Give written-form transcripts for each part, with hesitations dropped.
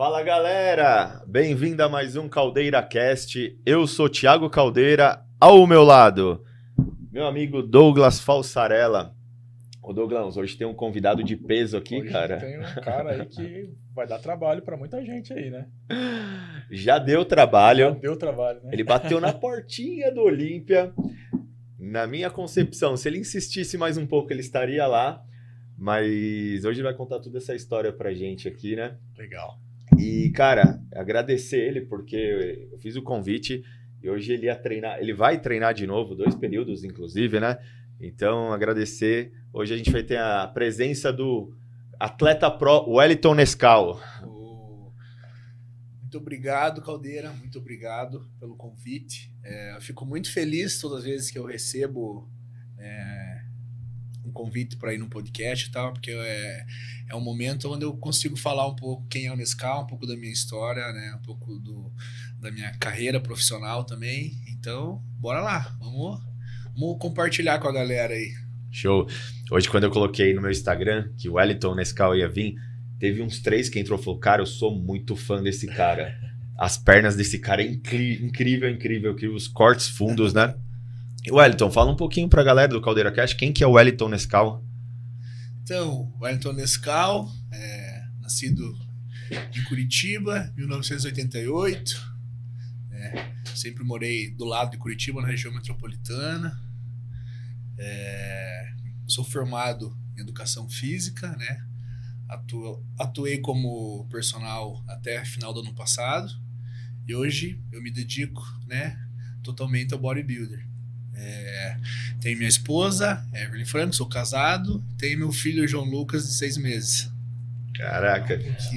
Fala galera, bem-vindo a mais um Caldeira Cast. Eu sou Thiago Caldeira, ao meu lado, meu amigo Douglas Falsarella. Ô Douglas, hoje tem um convidado de peso aqui, hoje cara. Tem um cara aí que vai dar trabalho pra muita gente aí, né? Já deu trabalho. Já deu trabalho, né? Ele bateu na portinha do Olímpia. Na minha concepção, se ele insistisse mais um pouco, ele estaria lá. Mas hoje ele vai contar toda essa história pra gente aqui, né? Legal. E, cara, agradecer ele porque eu fiz o convite e hoje ele ia treinar, ele vai treinar de novo, 2 períodos, inclusive, né? Então, agradecer. Hoje a gente vai ter a presença do atleta pro Wellington Nescau. Muito obrigado, Caldeira. Muito obrigado pelo convite. Eu fico muito feliz todas as vezes que eu recebo um convite para ir no podcast e tal, porque é um momento onde eu consigo falar um pouco quem é o Nescau, um pouco da minha história, né? Um pouco da minha carreira profissional também. Então, bora lá. Vamos compartilhar com a galera aí. Show. Hoje, quando eu coloquei no meu Instagram que o Wellington Nescau ia vir, teve uns 3 que entrou e falou, cara, eu sou muito fã desse cara. As pernas desse cara é incrível, que os cortes fundos, né? Wellington, fala um pouquinho pra galera do Caldeira Cast, quem que é o Wellington Nescau? Então, Wellington Nescau, nascido em Curitiba, 1988. Sempre morei do lado de Curitiba, na região metropolitana. Sou formado em educação física, né? Atuei como personal até final do ano passado e hoje eu me dedico, né, totalmente ao bodybuilder. Tenho minha esposa, Evelyn Franco, sou casado, tenho meu filho João Lucas de 6 meses. Caraca.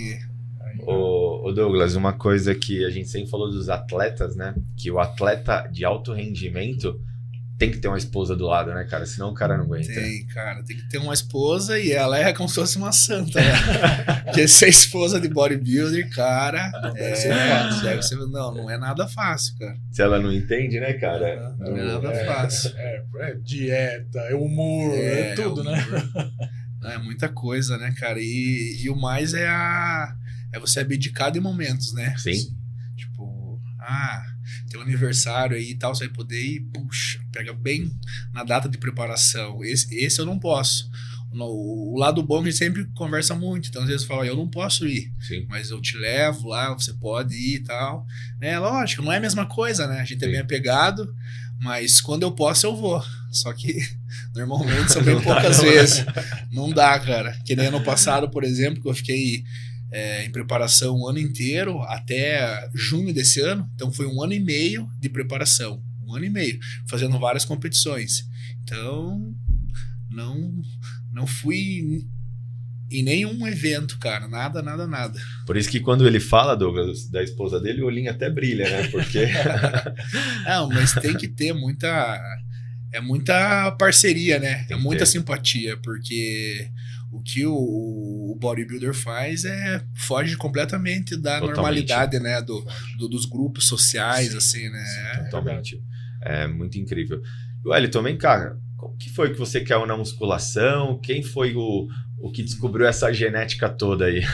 Ô Douglas, uma coisa que a gente sempre falou dos atletas, né? Que o atleta de alto rendimento tem que ter uma esposa do lado, né, cara? Senão o cara não aguenta. Tem, cara. Tem que ter uma esposa e ela é como se fosse uma santa, né? Porque ser esposa de bodybuilder, cara, deve ser fácil. Não é nada fácil, cara. Se ela não entende, né, cara? Não é nada fácil. Dieta, humor, tudo, né? É muita coisa, né, cara? E o mais é você abdicar de momentos, né? Sim. Tipo, tem um aniversário aí e tal, você vai poder ir, puxa, pega bem na data de preparação. Esse eu não posso. O lado bom é que a gente sempre conversa muito, então às vezes fala, eu não posso ir, Sim. Mas eu te levo lá, você pode ir e tal. Lógico, não é a mesma coisa, né? A gente é bem apegado, mas quando eu posso eu vou. Só que normalmente são bem poucas vezes. Não dá, cara. Que nem ano passado, por exemplo, que eu fiquei em preparação um ano inteiro, até junho desse ano. Então foi 1 ano e meio de preparação. 1 ano e meio, fazendo várias competições. Então, não fui em nenhum evento, cara. Nada. Por isso que quando ele fala, Douglas, da esposa dele, o olhinho até brilha, né? Porque... Não, mas tem que ter muita parceria, né? É muita simpatia, porque o que o bodybuilder faz foge completamente da normalidade, né? Dos grupos sociais, sim, assim, né? Sim, totalmente. É muito incrível. Wellington, vem cá, como que foi que você caiu na musculação? Quem foi o que descobriu essa genética toda aí?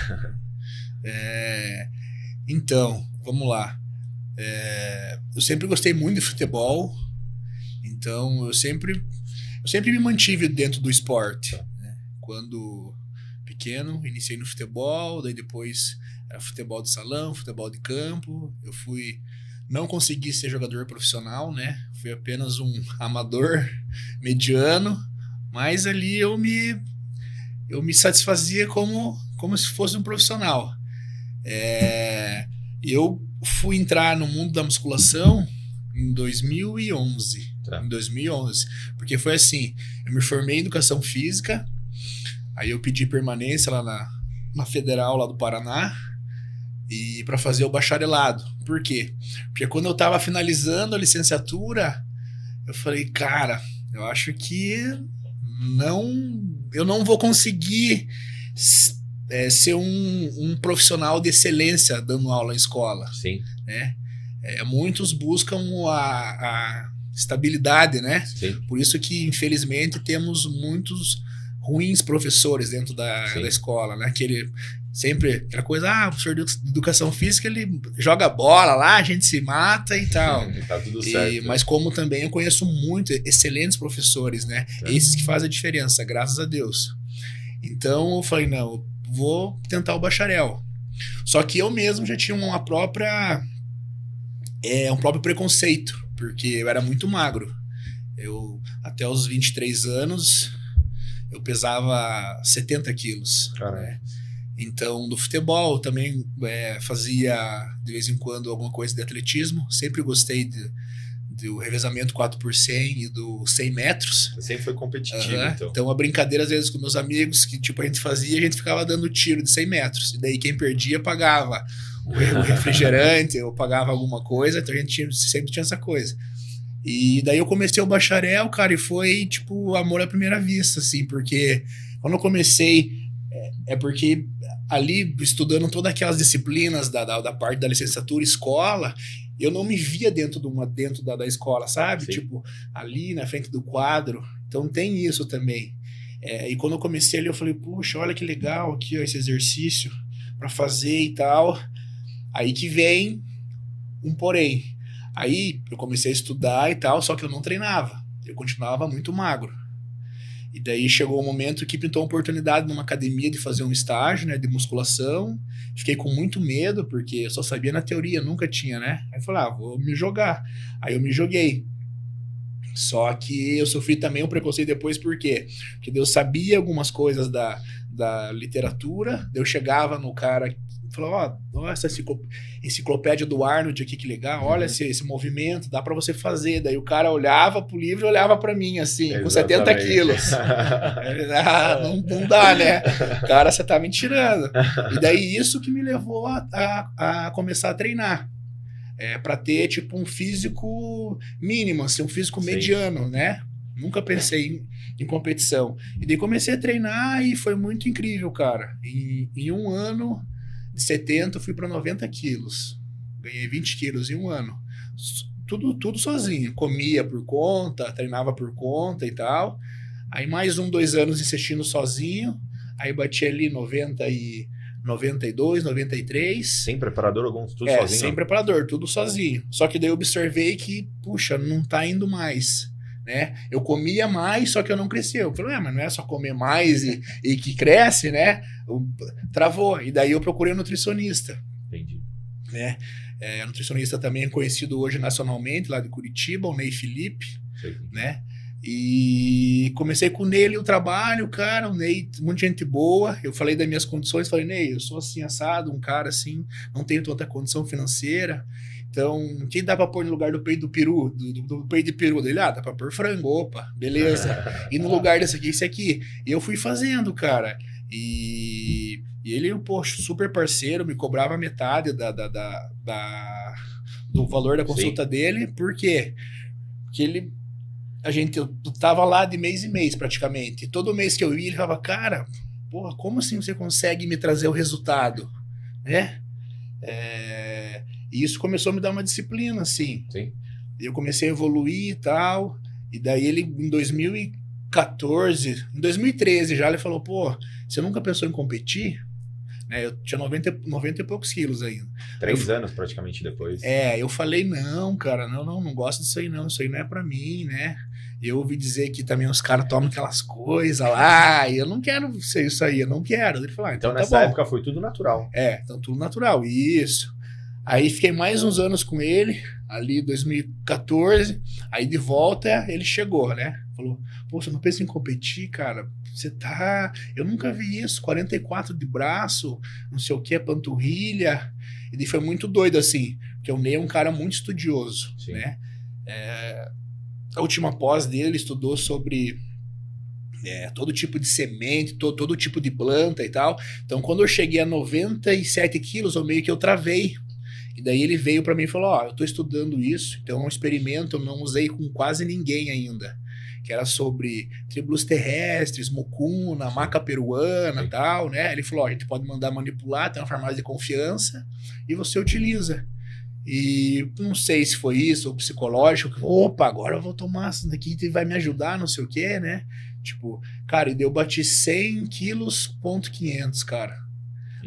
Então, vamos lá. Eu sempre gostei muito de futebol, então eu sempre me mantive dentro do esporte. Né? Quando pequeno, iniciei no futebol, daí depois era futebol de salão, futebol de campo. Não consegui ser jogador profissional, né? Fui apenas um amador mediano, mas ali eu me satisfazia como se fosse um profissional. Eu fui entrar no mundo da musculação em 2011. Tá. Em 2011. Porque foi assim, eu me formei em educação física, aí eu pedi permanência lá na Federal lá do Paraná e para fazer o bacharelado. Por quê? Porque quando eu tava finalizando a licenciatura, eu falei, cara, eu acho que eu não vou conseguir ser um profissional de excelência dando aula em escola. Sim. Né? Muitos buscam a estabilidade, né? Sim. Por isso que, infelizmente, temos muitos ruins professores dentro da escola, né? Sempre aquela coisa, o professor de educação física, ele joga bola lá, a gente se mata e tal. Tá tudo certo. Mas como também eu conheço muito excelentes professores, né? Esses que fazem a diferença, graças a Deus. Então eu falei, não, eu vou tentar o bacharel. Só que eu mesmo já tinha um próprio preconceito, porque eu era muito magro. Até os 23 anos, eu pesava 70 quilos. Né? Então, do futebol, também fazia de vez em quando alguma coisa de atletismo. Sempre gostei do revezamento 4 por 100 e do 100 metros. Você sempre foi competitivo, então. Então, a brincadeira, às vezes, com meus amigos, que tipo, a gente ficava dando tiro de 100 metros. E daí, quem perdia, pagava o refrigerante, ou pagava alguma coisa. Então, a gente sempre tinha essa coisa. E daí, eu comecei o bacharel, cara, e foi, tipo, amor à primeira vista, assim. Porque quando eu comecei... porque ali, estudando todas aquelas disciplinas da parte da licenciatura, escola... eu não me via dentro da escola, sabe? Sim. Tipo, ali na frente do quadro. Então tem isso também. E quando eu comecei ali, eu falei, puxa, olha que legal aqui, ó, esse exercício para fazer e tal. Aí que vem um porém. Aí eu comecei a estudar e tal, só que eu não treinava. Eu continuava muito magro. E daí chegou o momento que pintou a oportunidade numa academia de fazer um estágio, né, de musculação. Fiquei com muito medo, porque eu só sabia na teoria, nunca tinha, né? Aí eu falei, vou me jogar. Aí eu me joguei. Só que eu sofri também um preconceito depois, por quê? Porque eu sabia algumas coisas da literatura, eu chegava no cara... falou, nossa, enciclopédia do Arnold aqui, que legal, olha esse movimento, dá pra você fazer. Daí o cara olhava pro livro e olhava pra mim, assim, com 70 quilos. Não dá, né? Cara, você tá me tirando. E daí isso que me levou a começar a treinar. Pra ter, tipo, um físico mínimo, assim, um físico mediano, né? Nunca pensei em competição. E daí comecei a treinar e foi muito incrível, cara. Em um ano... de 70 eu fui para 90 quilos. Ganhei 20 quilos em um ano. Tudo sozinho. Comia por conta, treinava por conta e tal. Aí mais 2 anos insistindo sozinho. Aí bati ali 92, 93. Sem preparador algum? Tudo sozinho? Sem preparador, tudo sozinho. Só que daí eu observei que, puxa, não tá indo mais. Né? Eu comia mais, só que eu não crescia. Eu falei, mas não é só comer mais e que cresce, né? Travou. E daí eu procurei um nutricionista. Entendi. Né? Nutricionista também é conhecido hoje nacionalmente, lá de Curitiba, o Ney Felipe. Sim. Né? E comecei com ele o trabalho, cara, o Ney, muita gente boa. Eu falei das minhas condições, falei, Ney, eu sou assim, assado, um cara assim, não tenho tanta condição financeira. Então, quem dá pra pôr no lugar do peito do peru, do peito de peru dele? Dá pra pôr frango, opa, beleza. E no lugar desse aqui, esse aqui. E eu fui fazendo, cara. E ele, poxa, super parceiro, me cobrava metade do valor da consulta dele. Por quê? Porque eu tava lá de mês em mês, praticamente. E todo mês que eu ia, ele falava, cara, porra, como assim você consegue me trazer o resultado? Né? E isso começou a me dar uma disciplina, assim. Sim. E eu comecei a evoluir e tal. E daí ele, em 2013 já, ele falou, pô, você nunca pensou em competir? Né, eu tinha 90 e poucos quilos ainda. 3 anos praticamente depois. Eu falei, não, cara, não gosto disso aí não. Isso aí não é pra mim, né? Eu ouvi dizer que também os caras tomam aquelas coisas lá, e eu não quero ser isso aí, eu não quero. Ele falou, então tá nessa bom. época foi tudo natural. Então tudo natural, isso. Aí fiquei mais uns anos com ele, ali 2014, aí de volta ele chegou, né? Falou, pô, você não pensa em competir, cara? Eu nunca vi isso, 44 de braço, não sei o que, panturrilha. E daí foi muito doido, assim, porque o Ney é um cara muito estudioso, Sim. Né? A última pós dele, ele estudou sobre todo tipo de semente, todo tipo de planta e tal. Então, quando eu cheguei a 97 quilos, eu meio que eu travei. E daí ele veio para mim e falou, eu tô estudando isso, então é um experimento, eu não usei com quase ninguém ainda, que era sobre tribos terrestres, mucuna, maca peruana e tal, né? Ele falou, a gente pode mandar manipular, tem uma farmácia de confiança, e você utiliza. E não sei se foi isso, ou psicológico, opa, agora eu vou tomar isso daqui e vai me ajudar, não sei o que, né? Tipo, cara, e daí eu bati 100 quilos, ponto 500, cara.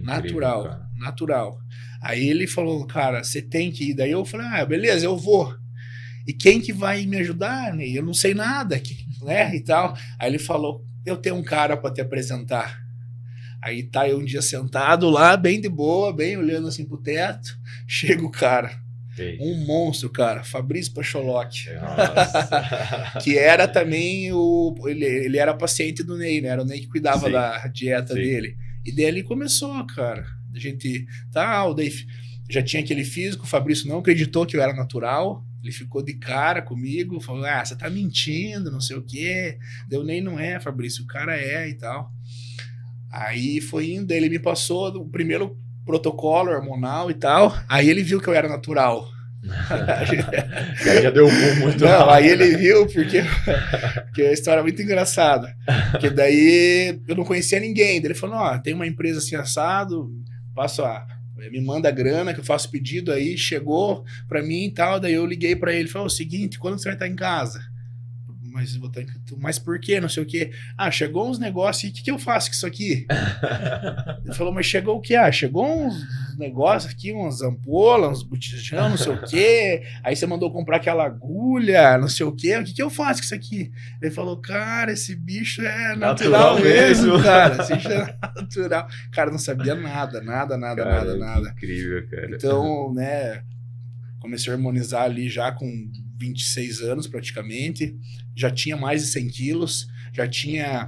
Natural, cara. natural. Aí ele falou, cara, você tem que ir. Daí eu falei, beleza, eu vou. E quem que vai me ajudar, né? Eu não sei nada, né? E tal. Aí ele falou, eu tenho um cara para te apresentar. Aí tá eu um dia sentado lá, bem de boa, bem olhando assim pro teto. Chega o cara. Ei. Um monstro, cara. Fabrício Pacholotti. Nossa. Que era também ele era paciente do Ney, né? Era o Ney que cuidava Sim. da dieta Sim. dele. E daí ali começou, cara. A gente daí já tinha aquele físico, o Fabrício não acreditou que eu era natural. Ele ficou de cara comigo, falou: você tá mentindo, não sei o quê. Daí o Ney não é, Fabrício, o cara é e tal. Aí foi indo, ele me passou o primeiro protocolo hormonal e tal. Aí ele viu que eu era natural. Aí já deu um boom muito Não, rápido. aí ele viu, porque a história é muito engraçada. Porque daí eu não conhecia ninguém. Daí ele falou: tem uma empresa assim assado, me manda a grana que eu faço pedido aí, chegou pra mim e tal. Daí eu liguei pra ele, falou: o seguinte, quando você vai estar em casa? Mas por quê? Não sei o quê. Chegou uns negócios, o que eu faço com isso aqui? Ele falou, mas chegou o quê? Chegou uns negócios aqui, umas ampolas, uns botijão, não sei o quê. Aí você mandou comprar aquela agulha, não sei o quê. O que eu faço com isso aqui? Ele falou, cara, esse bicho é natural mesmo, cara. Esse bicho é natural. Cara, não sabia nada. Que incrível, cara. Então, né, comecei a harmonizar ali já com 26 anos praticamente, já tinha mais de 100 quilos, já tinha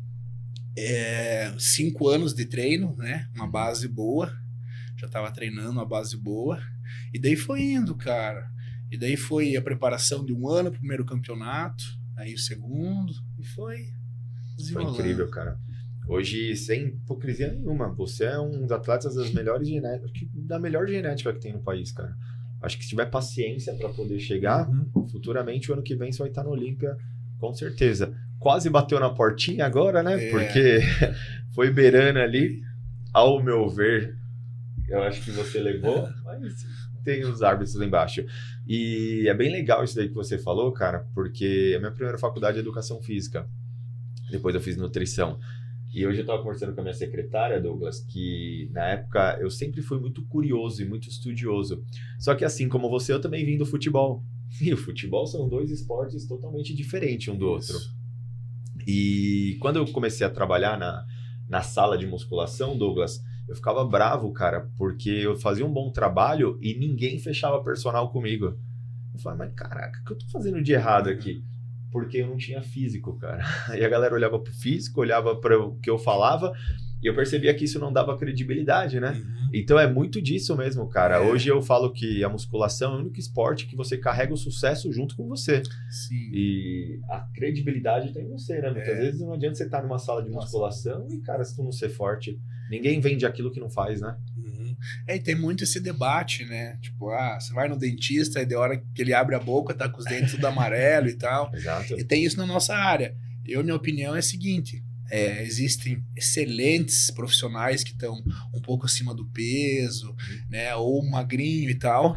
5 anos de treino, né? Uma base boa, já estava treinando uma base boa, e daí foi indo, cara. E daí foi a preparação de um ano, primeiro campeonato, aí o segundo, e foi desenrolando. Foi incrível, cara. Hoje, sem hipocrisia nenhuma, você é um dos atletas das melhores genéticas, da melhor genética que tem no país, cara. Acho que se tiver paciência para poder chegar, futuramente, o ano que vem, você vai estar no Olímpia, com certeza. Quase bateu na portinha agora, né? Porque foi beirando ali. Ao meu ver, eu acho que você levou, mas tem os árbitros lá embaixo. E é bem legal isso daí que você falou, cara, porque a minha primeira faculdade é Educação Física. Depois eu fiz Nutrição. E hoje eu estava conversando com a minha secretária, Douglas, que na época eu sempre fui muito curioso e muito estudioso. Só que assim como você, eu também vim do futebol. E o futebol são dois esportes totalmente diferentes um do outro. E quando eu comecei a trabalhar na sala de musculação, Douglas, eu ficava bravo, cara, porque eu fazia um bom trabalho e ninguém fechava personal comigo. Eu falava, mas caraca, o que eu tô fazendo de errado aqui? Porque eu não tinha físico, cara. Aí a galera olhava pro físico, olhava para o que eu falava, e eu percebia que isso não dava credibilidade, né? Então é muito disso mesmo, cara. Hoje eu falo que a musculação é o único esporte que você carrega o sucesso junto com você. Sim. E a credibilidade tem em você, né? Muitas vezes não adianta você estar numa sala de musculação e, cara, se tu não ser forte, ninguém vende aquilo que não faz, né? E tem muito esse debate, né? Tipo, você vai no dentista e de hora que ele abre a boca, tá com os dentes tudo amarelo e tal. Exato. E tem isso na nossa área. Minha opinião é a seguinte, existem excelentes profissionais que estão um pouco acima do peso, né? Ou magrinho e tal.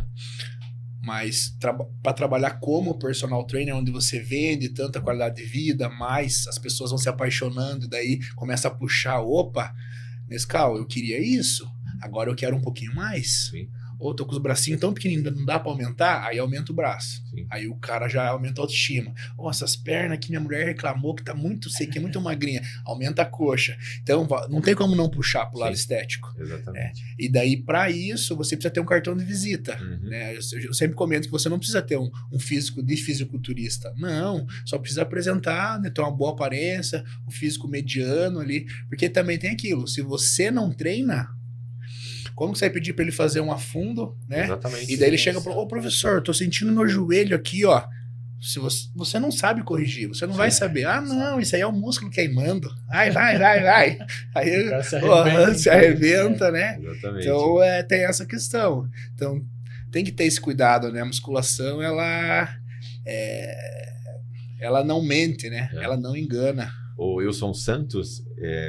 Mas para trabalhar como personal trainer, onde você vende tanta qualidade de vida, mais as pessoas vão se apaixonando e daí começa a puxar, opa, Nescau, eu queria isso. Agora eu quero um pouquinho mais. Sim. Ou tô com os bracinhos tão pequenininhos, não dá pra aumentar, aí aumenta o braço. Sim. Aí o cara já aumenta a autoestima. Essas pernas que minha mulher reclamou que tá muito seca, muito magrinha. Aumenta a coxa. Então não tem como não puxar pro lado estético. Exatamente. E daí, para isso, você precisa ter um cartão de visita. Né? Eu sempre comento que você não precisa ter um físico de fisiculturista. Não, só precisa apresentar, né, ter uma boa aparência, um físico mediano ali. Porque também tem aquilo, se você não treina, como que você vai pedir para ele fazer um afundo, né? Exatamente. E daí ele chega e fala, professor, tô sentindo meu joelho aqui, ó. Se você não sabe corrigir, você não vai saber. Não, isso aí é o músculo queimando. Vai. Aí se arrebenta, né? Exatamente. Então tem essa questão. Então tem que ter esse cuidado, né? A musculação, ela não mente, né? Ela não engana. O Wilson Santos,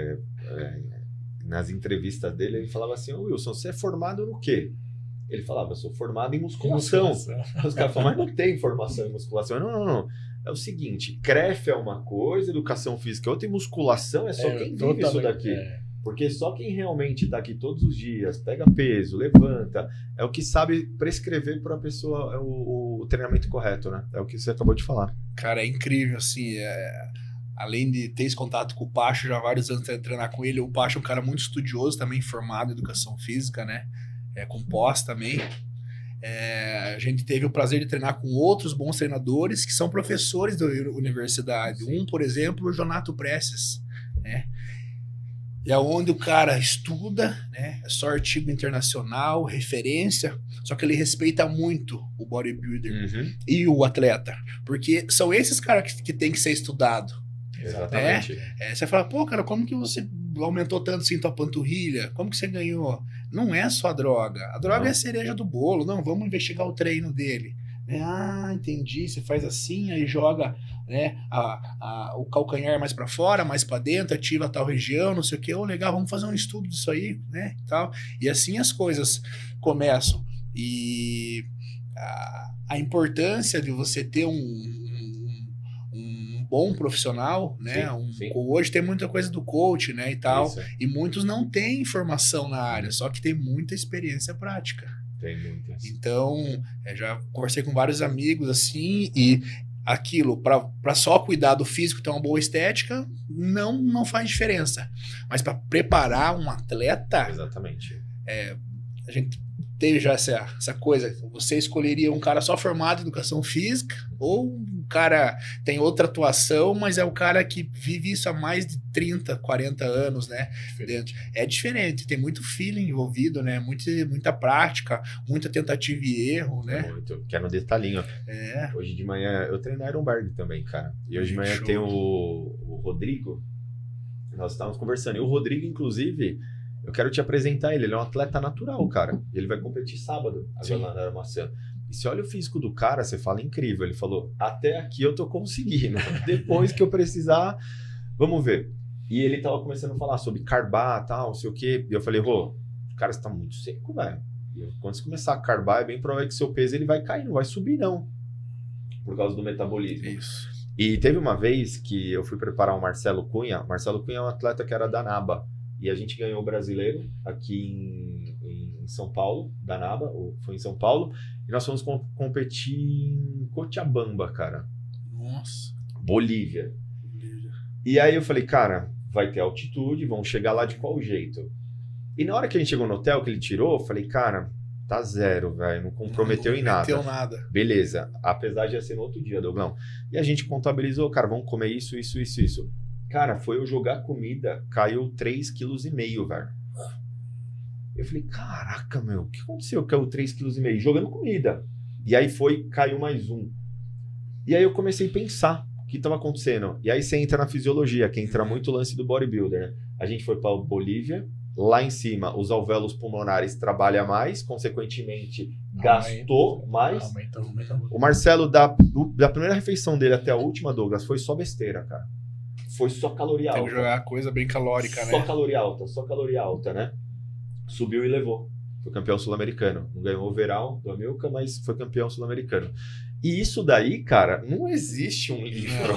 nas entrevistas dele, ele falava assim, Wilson, você é formado no quê? Ele falava, eu sou formado em musculação. Os caras falam, mas não tem formação em musculação. Não. É o seguinte, CREF é uma coisa, educação física é outra, e musculação é só quem vive isso daqui. Porque só quem realmente tá aqui todos os dias, pega peso, levanta, é o que sabe prescrever para a pessoa o treinamento correto, né? É o que você acabou de falar. Cara, é incrível, assim, além de ter esse contato com o Pacho, já há vários anos treinar com ele, o Pacho é um cara muito estudioso também, formado em educação física, né? Com pós também. A gente teve o prazer de treinar com outros bons treinadores que são professores da universidade. Um, por exemplo, o Jonato Prestes, né? E é onde o cara estuda, né? É só artigo internacional, referência, só que ele respeita muito o bodybuilder e o atleta, porque são esses caras que tem que ser estudado. Exatamente. Você fala, pô, cara, como que você aumentou tanto assim tua panturrilha? Como que você ganhou? Não é só a droga. A droga é a cereja do bolo. Não, vamos investigar o treino dele. Entendi. Você faz assim, aí joga, né, o calcanhar mais para fora, mais para dentro, ativa tal região, não sei o que. Legal, vamos fazer um estudo disso aí, né, tal. E assim as coisas começam. E a importância de você ter um bom profissional, né? Sim. Hoje tem muita coisa do coach, né, e tal. Isso. E muitos não têm formação na área, só que tem muita experiência prática. Tem muitas. Então, já conversei com vários amigos assim, e aquilo, para só cuidar do físico, ter uma boa estética, não faz diferença. Mas para preparar um atleta, Exatamente. a gente teve já essa coisa. Você escolheria um cara só formado em educação física, ou um cara tem outra atuação, mas é o cara que vive isso há mais de 30, 40 anos, né? Dentro. É diferente, tem muito feeling envolvido, né? Muita prática, muita tentativa e erro, né? Muito, que é no detalhinho. Hoje de manhã, eu treino Ironberg também, cara. E hoje de manhã tem o Rodrigo, nós estávamos conversando. E o Rodrigo, inclusive, eu quero te apresentar ele. Ele é um atleta natural, cara. Ele vai competir sábado, agora na Armação. E se olha o físico do cara, você fala incrível. Ele falou, até aqui eu tô conseguindo. Depois que eu precisar, vamos ver. E ele tava começando a falar sobre carbar, tal, não sei o quê. E eu falei, o cara está muito seco, velho. Quando você começar a carbar, é bem provável que seu peso ele vai cair, não vai subir, não. Por causa do metabolismo. Isso. E teve uma vez que eu fui preparar o Marcelo Cunha. Marcelo Cunha é um atleta que era da NABA. E a gente ganhou o brasileiro aqui em São Paulo, da NABA, foi em São Paulo. E nós fomos competir em Cochabamba, cara. Nossa. Bolívia. E aí eu falei, cara, vai ter altitude, vamos chegar lá de qual jeito? E na hora que a gente chegou no hotel, que ele tirou, eu falei, cara, tá zero, velho, não comprometeu em nada. Não nada. Beleza, apesar de ia ser no outro dia, Douglão. E a gente contabilizou, cara, vamos comer isso. Cara, foi eu jogar comida, caiu 3,5 kg, velho. Eu falei, caraca, meu, o que aconteceu? Caiu 3,5 kg jogando comida. E aí caiu mais um. E aí eu comecei a pensar o que estava acontecendo. E aí você entra na fisiologia, que entra muito o lance do bodybuilder, né? A gente foi para Bolívia, lá em cima os alvéolos pulmonares trabalham mais, consequentemente gastou mais. Aumenta. O Marcelo, da primeira refeição dele até a última, Douglas, foi só besteira, cara. Foi só caloria alta. Tem que jogar coisa bem calórica, só né? Só caloria alta, né? Subiu e levou. Foi campeão sul-americano. Não ganhou o overall do Amilcar, mas foi campeão sul-americano. E isso daí, cara, não existe um livro.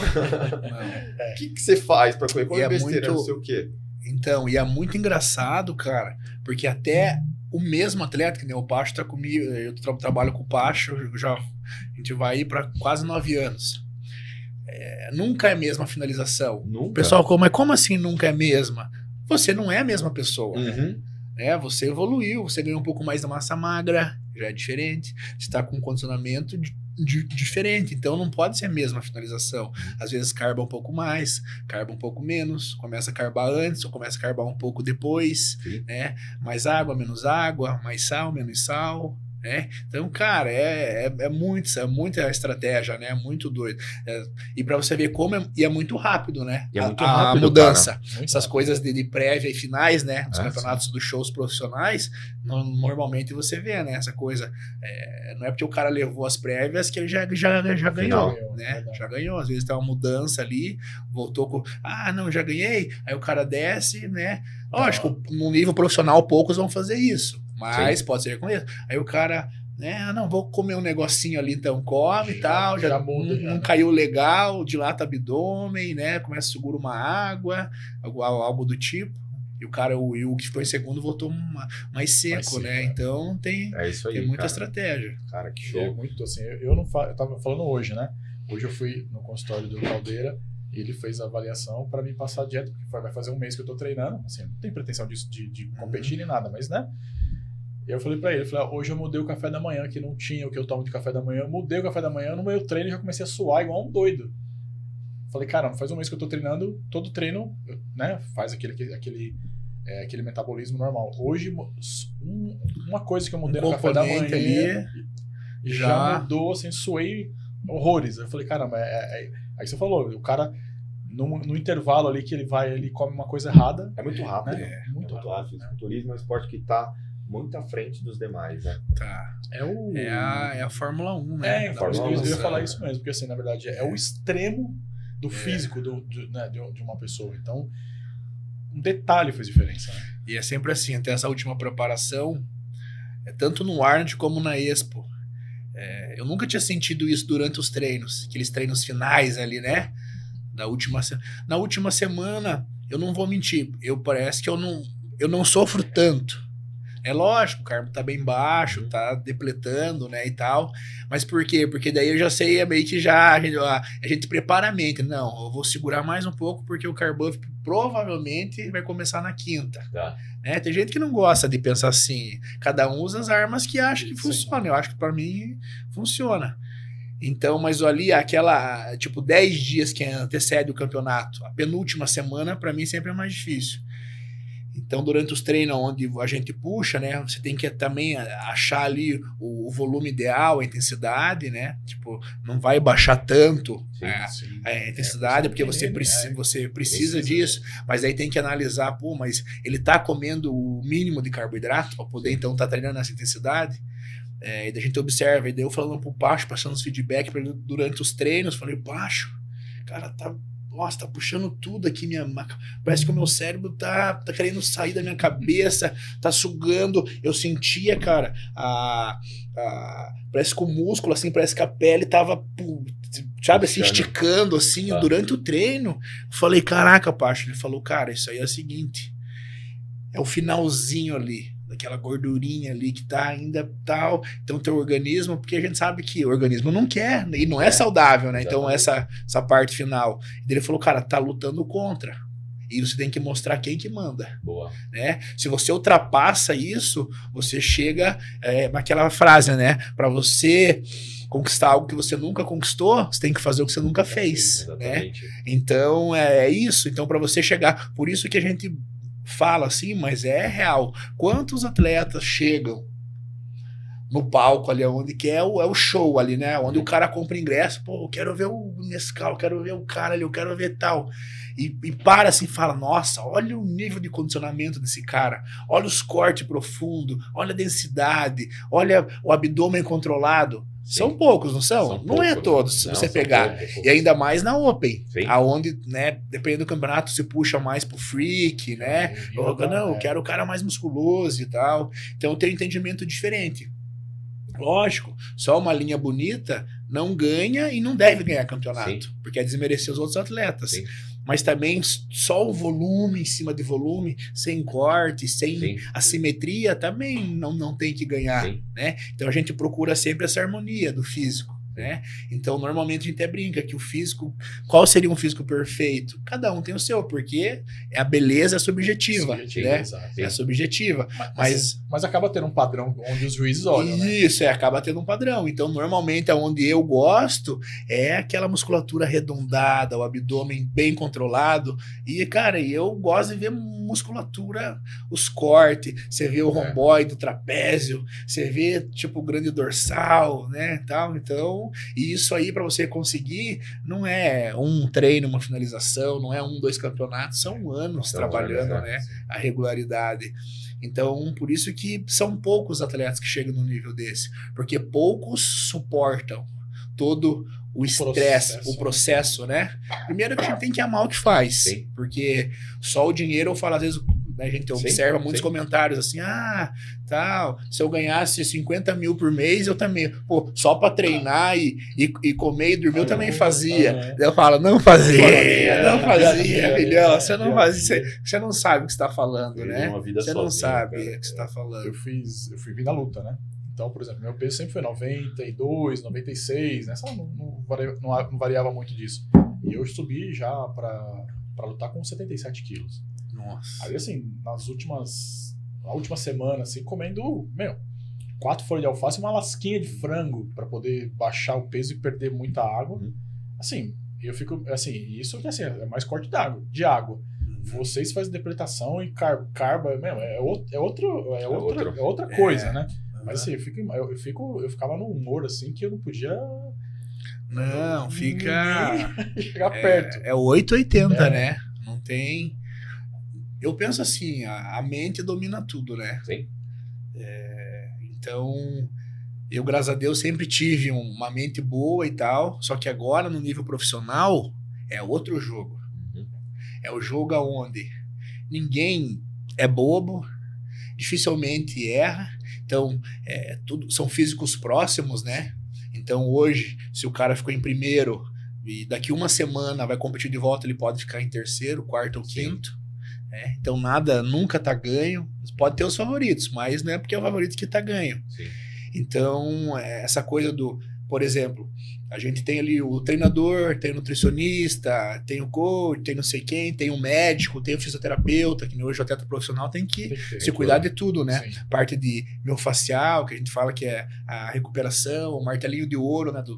O que você faz pra comer? Qual é besteira, não sei o quê. Então, e é muito engraçado, cara, porque até o mesmo atleta, que nem o Pacho tá comigo, eu trabalho com o Pacho, a gente vai ir pra quase 9 anos. Nunca é a mesma finalização. Nunca. O pessoal, mas como assim nunca é a mesma? Você não é a mesma pessoa. Uhum. Você evoluiu, você ganhou um pouco mais da massa magra, já é diferente. Você está com um condicionamento diferente, então não pode ser a mesma finalização. Às vezes carba um pouco mais, carba um pouco menos, começa a carbar antes ou começa a carbar um pouco depois, né? Mais água, menos água, mais sal, menos sal. Então, cara, é muita estratégia, né? Muito doido. E pra você ver como é muito rápido, né? E é muito a rápido, mudança. Cara. Essas rápido. Coisas de prévia e finais, né? Os campeonatos dos shows profissionais, normalmente você vê, né? Essa coisa. Não é porque o cara levou as prévias que ele já ganhou, né? Já ganhou. Às vezes tem uma mudança ali, voltou com. Não, já ganhei. Aí o cara desce, né? Lógico, no nível profissional, poucos vão fazer isso. Mas pode ser com isso. Aí o cara, né? Não, vou comer um negocinho ali, então come e tal. Já não caiu legal, dilata abdômen, né? Começa a segurar uma água, algo do tipo. E o que ficou em segundo voltou mais seco, né? Então tem isso aí, muita cara. estratégia. Cara, que É show. muito assim, eu tava falando hoje, né? Hoje eu fui no consultório do Caldeira e ele fez a avaliação para me passar a dieta, porque vai fazer um mês que eu tô treinando, assim, não tem pretensão de competir nem nada, mas, né? E eu falei para ele, hoje eu mudei o café da manhã, que não tinha o que eu tomo de café da manhã, eu mudei o café da manhã, no meu treino já comecei a suar igual um doido. Falei, caramba, faz um mês que eu tô treinando, todo treino, né, faz aquele metabolismo normal. Hoje, uma coisa que eu mudei no café da manhã ali já mudou, assim, suei horrores. Eu falei, caramba, aí você falou, o cara, no intervalo ali que ele come uma coisa errada. É muito rápido, né? Muito rápido. Fisiculturismo é um esporte que tá muito à frente dos demais, né? Tá. É a Fórmula 1, né? né? Eu ia falar isso mesmo, porque assim, na verdade, é o extremo do físico de uma pessoa. Então, um detalhe faz diferença, né? E é sempre assim, até essa última preparação, tanto no Arnold como na Expo. Eu nunca tinha sentido isso durante os treinos, aqueles treinos finais ali, né? Na última semana, eu não vou mentir, parece que eu não sofro tanto. É lógico, o carbo tá bem baixo, tá depletando, né, e tal. Mas por quê? Porque daí eu já sei meio que a gente prepara a mente. Não, eu vou segurar mais um pouco porque o carb provavelmente vai começar na quinta. Tá. Né? Tem gente que não gosta de pensar assim. Cada um usa as armas que acha que funciona. Eu acho que para mim funciona. Então, mas ali, aquela, 10 dias que antecede o campeonato, a penúltima semana, para mim sempre é mais difícil. Então, durante os treinos onde a gente puxa, né, você tem que também achar ali o volume ideal, a intensidade, né? Não vai baixar tanto a intensidade, porque você precisa disso, mas aí tem que analisar, mas ele tá comendo o mínimo de carboidrato para poder, então, tá treinando nessa intensidade. E daí a gente observa, e daí eu falando pro Pacho, passando os feedback pra ele durante os treinos, falei, Pacho, cara, tá puxando tudo aqui, parece que o meu cérebro tá querendo sair da minha cabeça, tá sugando. Eu sentia, cara, parece que o músculo, assim, parece que a pele tava, sabe, assim, esticando, assim, durante o treino. Eu falei, caraca, Pacho. Ele falou, cara, isso aí é o seguinte, é o finalzinho ali, daquela gordurinha ali que tá ainda tal. Então, teu organismo, porque a gente sabe que o organismo não quer e não é saudável, né? Exatamente. Então, essa parte final. E ele falou, cara, tá lutando contra. E você tem que mostrar quem que manda. Boa. Né? Se você ultrapassa isso, você chega naquela frase, né? Para você conquistar algo que você nunca conquistou, você tem que fazer o que você nunca fez. Exatamente. Né? Então, é isso. Então, para você chegar... Por isso que a gente fala assim, mas é real. Quantos atletas chegam no palco ali, onde que é o show ali, né? Onde o cara compra ingresso, eu quero ver o Nescau, eu quero ver o cara ali, eu quero ver tal. E para assim e fala, nossa, olha o nível de condicionamento desse cara, olha os cortes profundos, olha a densidade, olha o abdômen controlado. Sim. São poucos, não são? Não é todos, se você pegar. Poucos. E ainda mais na Open, aonde, né, dependendo do campeonato, você puxa mais pro freak, né? Eu quero o cara mais musculoso e tal. Então tem um entendimento diferente. Lógico, só uma linha bonita não ganha e não deve ganhar campeonato, porque é desmerecer os outros atletas. Sim. Mas também só o volume em cima de volume, sem corte, sem assimetria, também não tem que ganhar, né? Então a gente procura sempre essa harmonia do físico, né? Então normalmente a gente até brinca que o físico, qual seria um físico perfeito? Cada um tem o seu, porque a beleza é subjetiva, né? Exato. É subjetiva. Mas acaba tendo um padrão onde os juízes olham, né? Isso, acaba tendo um padrão. Então normalmente onde eu gosto é aquela musculatura arredondada, o abdômen bem controlado. E, cara, eu gosto de ver musculatura, os cortes, você vê o romboide, o trapézio, você vê, o grande dorsal, né, tal. Então, e isso aí para você conseguir não é um treino, uma finalização, não é 2 campeonatos, são anos trabalhando, né, a regularidade. Então, por isso que são poucos atletas que chegam no nível desse, porque poucos suportam todo o estresse, o processo, né? Primeiro que a gente tem que amar o que faz, porque só o dinheiro, eu falo às vezes, né, a gente observa muitos comentários assim, tal, se eu ganhasse 50 mil por mês, eu também, pô, só pra treinar e comer e dormir, eu também fazia. Eu falo, não fazia, filhão, você não fazia, você não sabe o que você tá falando, né? Você não sabe o que você tá falando. Eu fui vir na luta, né? Então, por exemplo, meu peso sempre foi 92, 96, né? Não variava muito disso. E eu subi já pra lutar com 77 quilos. Nossa. Aí, assim, na última semana, assim, comendo, 4 folhas de alface e uma lasquinha de frango pra poder baixar o peso e perder muita água. Assim, eu fico, assim, isso que assim, é mais corte de água. Vocês fazem depletação e carbo, é outra coisa, né? Mas assim, eu ficava num humor assim que eu não podia. Não, fica. Chegar perto. É 880, né? Não tem. Eu penso assim, a mente domina tudo, né? Sim. Então, eu, graças a Deus, sempre tive uma mente boa e tal. Só que agora, no nível profissional, é outro jogo. É o jogo onde ninguém é bobo, dificilmente erra. Então, são físicos próximos, né? Então, hoje, se o cara ficou em primeiro e daqui uma semana vai competir de volta, ele pode ficar em terceiro, quarto ou quinto. Né? Então, nada nunca tá ganho. Pode ter os favoritos, mas não é porque é o favorito que tá ganho. Sim. Então, essa coisa do... Por exemplo, a gente tem ali o treinador, tem o nutricionista, tem o coach, tem não sei quem, tem o médico, tem o fisioterapeuta, que hoje o atleta profissional tem que se cuidar de tudo, né? Sim. Parte de miofascial, que a gente fala que é a recuperação, o martelinho de ouro, né?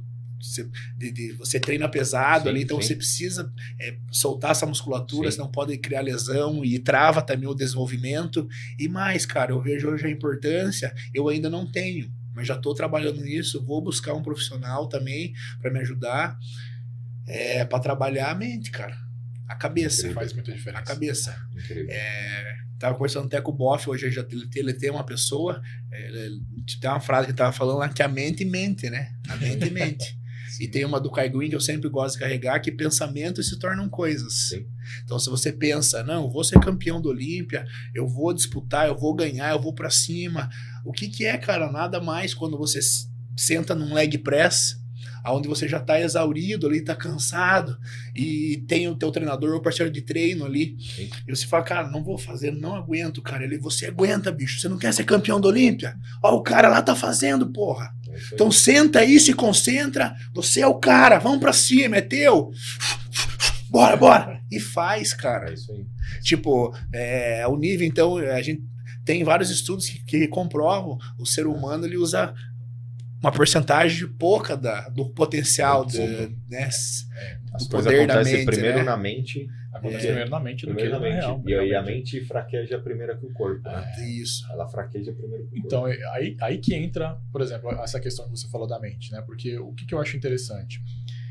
Você treina pesado ali, então você precisa soltar essa musculatura, senão pode criar lesão e trava também o desenvolvimento. E mais, cara, eu vejo hoje a importância, eu ainda não tenho, mas já estou trabalhando nisso, vou buscar um profissional também para me ajudar, para trabalhar a mente, cara, a cabeça. Faz muita diferença. A cabeça. Tava conversando até com o Boff, hoje ele tem uma pessoa, tem uma frase que ele tava falando lá, que a mente mente, né? A mente mente. E tem uma do Kai Green que eu sempre gosto de carregar, que pensamentos se tornam coisas. Sim. Então, se você pensa, não, eu vou ser campeão do Olímpia, eu vou disputar, eu vou ganhar, eu vou pra cima. O que é, cara? Nada mais quando você senta num leg press, onde você já tá exaurido ali, tá cansado, e tem o teu treinador ou parceiro de treino ali. Sim. E você fala, cara, não vou fazer, não aguento, cara. Você aguenta, bicho, você não quer ser campeão do Olímpia? Ó, o cara lá tá fazendo, porra. Então senta aí, se concentra, você é o cara, vamos pra cima, é teu. Bora. E faz, cara. É isso aí. Tipo, o nível, então, a gente tem vários estudos que comprovam o ser humano, ele usa uma porcentagem pouca do potencial, né? As coisas acontecem primeiro na mente. Acontece primeiro na mente do que na real. E aí a mente fraqueja primeiro que o corpo, né? Isso. Ela fraqueja primeiro que o então, corpo. Então, aí que entra, por exemplo, essa questão que você falou da mente, né? Porque o que eu acho interessante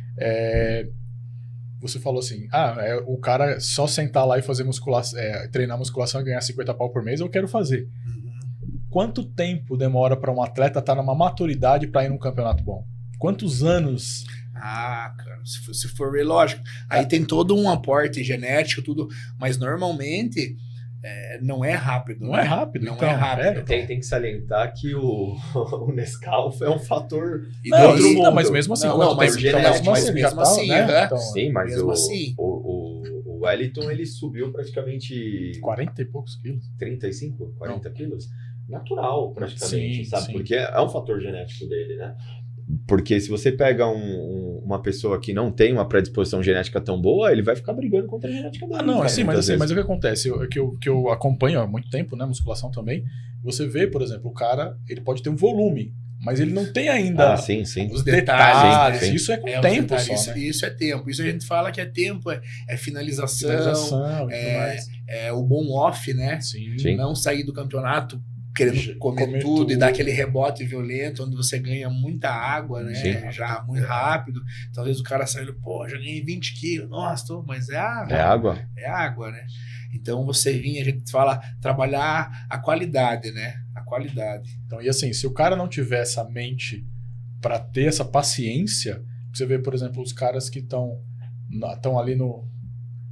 você falou assim, o cara só sentar lá e fazer musculação, treinar musculação e ganhar 50 pau por mês, eu quero fazer. Quanto tempo demora para um atleta estar numa maturidade para ir num campeonato bom? Quantos anos? Cara, se for ver, lógico. Aí tem todo um aporte genético, tudo, mas normalmente não é rápido. Não é rápido. Não é rápido. Tem que salientar que o Nescau é um fator de outro mundo. Não, mas mesmo assim, mesmo assim, né? Então, sim, mas assim. O Wellington, ele subiu praticamente 40 e poucos quilos. 35, 40 quilos. Natural, praticamente, Sim, sabe? sim. Porque é um fator genético dele, né? Porque se você pega uma pessoa que não tem uma predisposição genética tão boa, ele vai ficar brigando contra a genética dele. Mas o que acontece, que eu acompanho há muito tempo, né, musculação também, você vê, por exemplo, o cara, ele pode ter um volume, mas ele não tem ainda os detalhes. Sim. Isso é com tempo só, isso, né? Isso é tempo. Isso a gente fala que é tempo, é finalização, o bom off, né? Sim. Não sair do campeonato querendo comer tudo e dar aquele rebote violento, onde você ganha muita água, né? Sim. Já muito rápido. Então, às vezes o cara saiu, já ganhei 20 quilos, nossa, mas é água. É água? É água, né? Então, você vinha, a gente fala, trabalhar a qualidade, né? A qualidade. Então, e assim, se o cara não tiver essa mente para ter essa paciência, você vê, por exemplo, os caras que estão ali no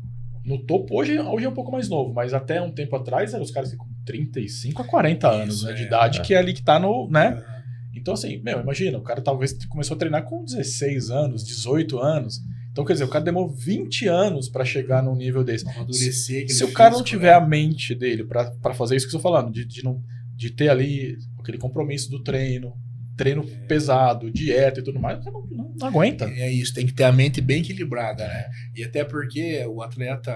no topo, hoje é um pouco mais novo, mas até um tempo atrás eram os caras com 35 a 40 anos, né, de idade, que é ali que tá no, né? Então, assim, imagina, o cara talvez começou a treinar com 16 anos, 18 anos. Então, quer dizer, o cara demorou 20 anos para chegar num nível desse. Se o cara não tiver a mente dele para fazer isso que eu estou falando, de ter ali aquele compromisso do treino pesado, dieta e tudo mais, você não aguenta. É isso, tem que ter a mente bem equilibrada, né? E até porque o atleta,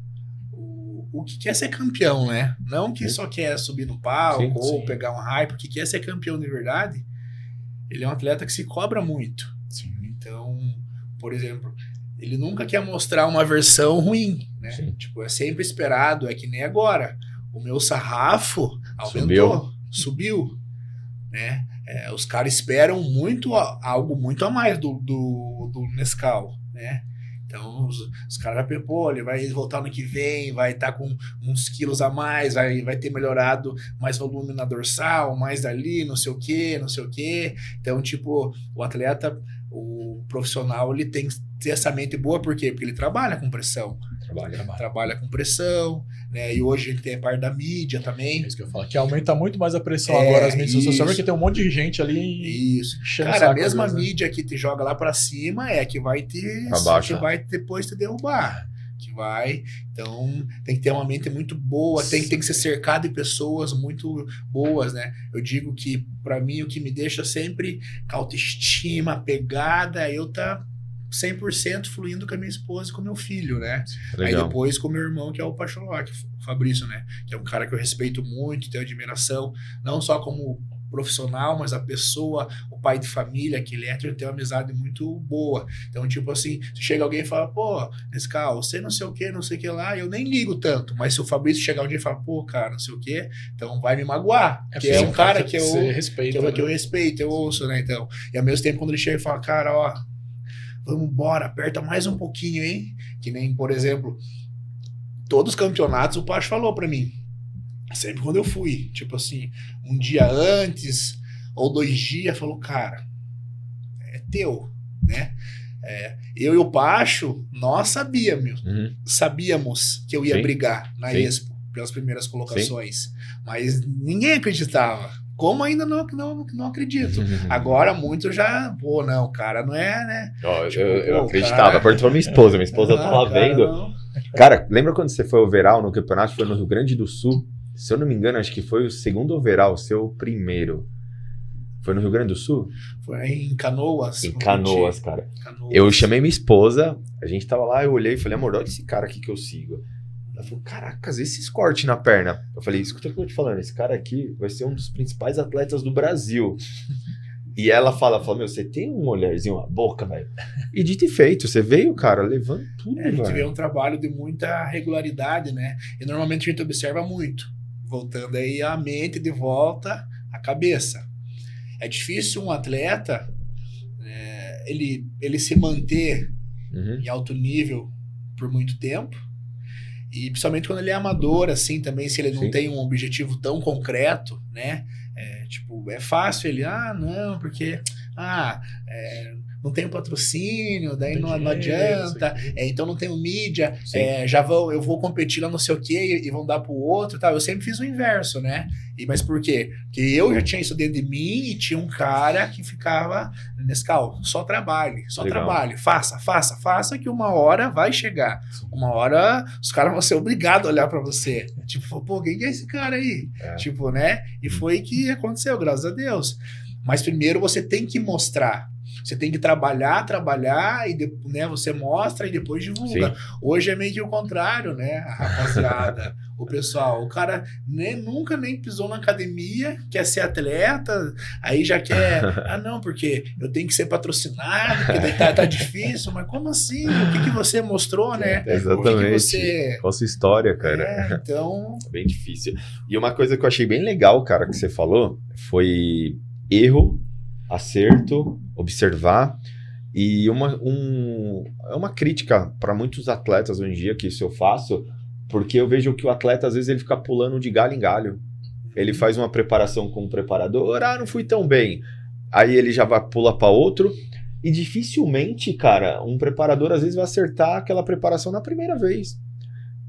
o que quer ser campeão, né? Não que só quer subir no palco ou pegar um hype, porque quer ser campeão de verdade, ele é um atleta que se cobra muito. Sim. Então, por exemplo, ele nunca quer mostrar uma versão ruim, né? Sim. Tipo, é sempre esperado, é que nem agora. O meu sarrafo aumentou, subiu, né? Os caras esperam algo muito a mais do Nescau, né? Então, os caras já pô, ele vai voltar no que vem, vai estar com uns quilos a mais, vai ter melhorado mais volume na dorsal, mais dali, não sei o quê. Então, tipo, o atleta, o profissional, ele tem que ter essa mente boa, por quê? Porque ele trabalha com pressão. Trabalha com pressão, né? E hoje a gente tem a parte da mídia também. É isso que eu falo, que aumenta muito mais a pressão agora, as mídias sociais, porque tem um monte de gente ali. Isso. Cara, a mesma mídia que te joga lá pra cima é que vai depois te derrubar. Então, tem que ter uma mente muito boa, tem que ser cercado de pessoas muito boas, né? Eu digo que, pra mim, o que me deixa sempre com autoestima, pegada, eu tá 100% fluindo com a minha esposa e com o meu filho, né? Legal. Aí depois com o meu irmão, que é o Pacholoc, o Fabrício, né? Que é um cara que eu respeito muito, tenho admiração, não só como profissional, mas a pessoa, o pai de família que ele é, tem uma amizade muito boa. Então, tipo assim, se chega alguém e fala, pô, Nescau, você não sei o que lá, eu nem ligo tanto, mas se o Fabrício chegar um dia e falar, pô, cara, não sei o que, então vai me magoar, que é um cara que eu respeito, eu ouço, né? Então, e ao mesmo tempo, quando ele chega e fala, cara, ó, vamos embora, aperta mais um pouquinho, hein? Que nem, por exemplo, todos os campeonatos o Pacho falou pra mim. Sempre quando eu fui, tipo assim, um dia antes ou 2 dias, falou, cara, é teu, né? Eu e o Pacho, nós sabíamos que eu ia brigar na Expo pelas primeiras colocações, mas ninguém acreditava. Como ainda não acredito. Agora muito já, pô, não, o cara não é, né? Eu acreditava, perguntou pra minha esposa tá lá vendo. Não. Cara, lembra quando você foi overall no campeonato? Foi no Rio Grande do Sul? Se eu não me engano, acho que foi o segundo overall, o seu primeiro. Foi no Rio Grande do Sul? Foi em Canoas. Em Canoas, cara. Eu chamei minha esposa, a gente tava lá, eu olhei e falei, amor, olha esse cara aqui que eu sigo. Ela falou, caracas, esses cortes na perna. Eu falei, escuta o que eu tô te falando, esse cara aqui vai ser um dos principais atletas do Brasil. E ela fala, meu, você tem um olharzinho, uma boca, velho. E dito e feito, você veio, cara, levando tudo, A gente vê um trabalho de muita regularidade, né? E normalmente a gente observa muito. Voltando aí a mente de volta à cabeça. É difícil um atleta ele se manter em alto nível por muito tempo. E principalmente quando ele é amador, assim, também, se ele não tem um objetivo tão concreto, né? É fácil ele, não, porque não tem patrocínio, daí não adianta, então não tenho mídia, eu vou competir lá não sei o quê e vão dar pro outro, tá? Eu sempre fiz o inverso, né? Mas por quê? Porque eu já tinha isso dentro de mim e tinha um cara que ficava, Nescau, só trabalhe, faça, que uma hora vai chegar. Uma hora os caras vão ser obrigados a olhar pra você. Tipo, pô, quem é esse cara aí? Tipo, né? E foi que aconteceu, graças a Deus. Mas primeiro você tem que mostrar. Você tem que trabalhar e né, você mostra e depois divulga. Hoje é meio que o contrário, né, a rapaziada, o pessoal. O cara nunca nem pisou na academia, quer ser atleta, aí já quer, não, porque eu tenho que ser patrocinado, porque daí tá difícil, mas como assim? O que você mostrou, né? Exatamente. Qual a sua história, cara? Então... É bem difícil. E uma coisa que eu achei bem legal, cara, que você falou, foi erro, acerto, observar, e uma crítica para muitos atletas hoje em dia, que isso eu faço, porque eu vejo que o atleta às vezes ele fica pulando de galho em galho. Ele faz uma preparação com um preparador, não fui tão bem, aí ele já pula para outro, e dificilmente, cara, um preparador às vezes vai acertar aquela preparação na primeira vez.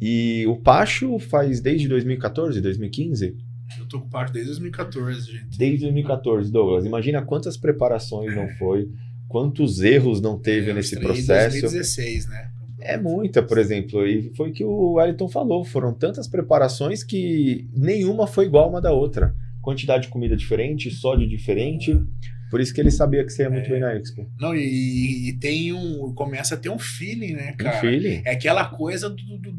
E o Pacho faz desde 2014, 2015? Eu tô com o Pacho desde 2014, gente. Desde 2014, Douglas. Imagina quantas preparações não foi, quantos erros não teve nesse processo. 2016, né? É muita, por exemplo, e foi o que o Wellington falou, foram tantas preparações que nenhuma foi igual uma da outra. Quantidade de comida diferente, sódio diferente, por isso que ele sabia que você ia muito bem na Expo. Não, e tem começa a ter um feeling, né, cara? Um feeling. É aquela coisa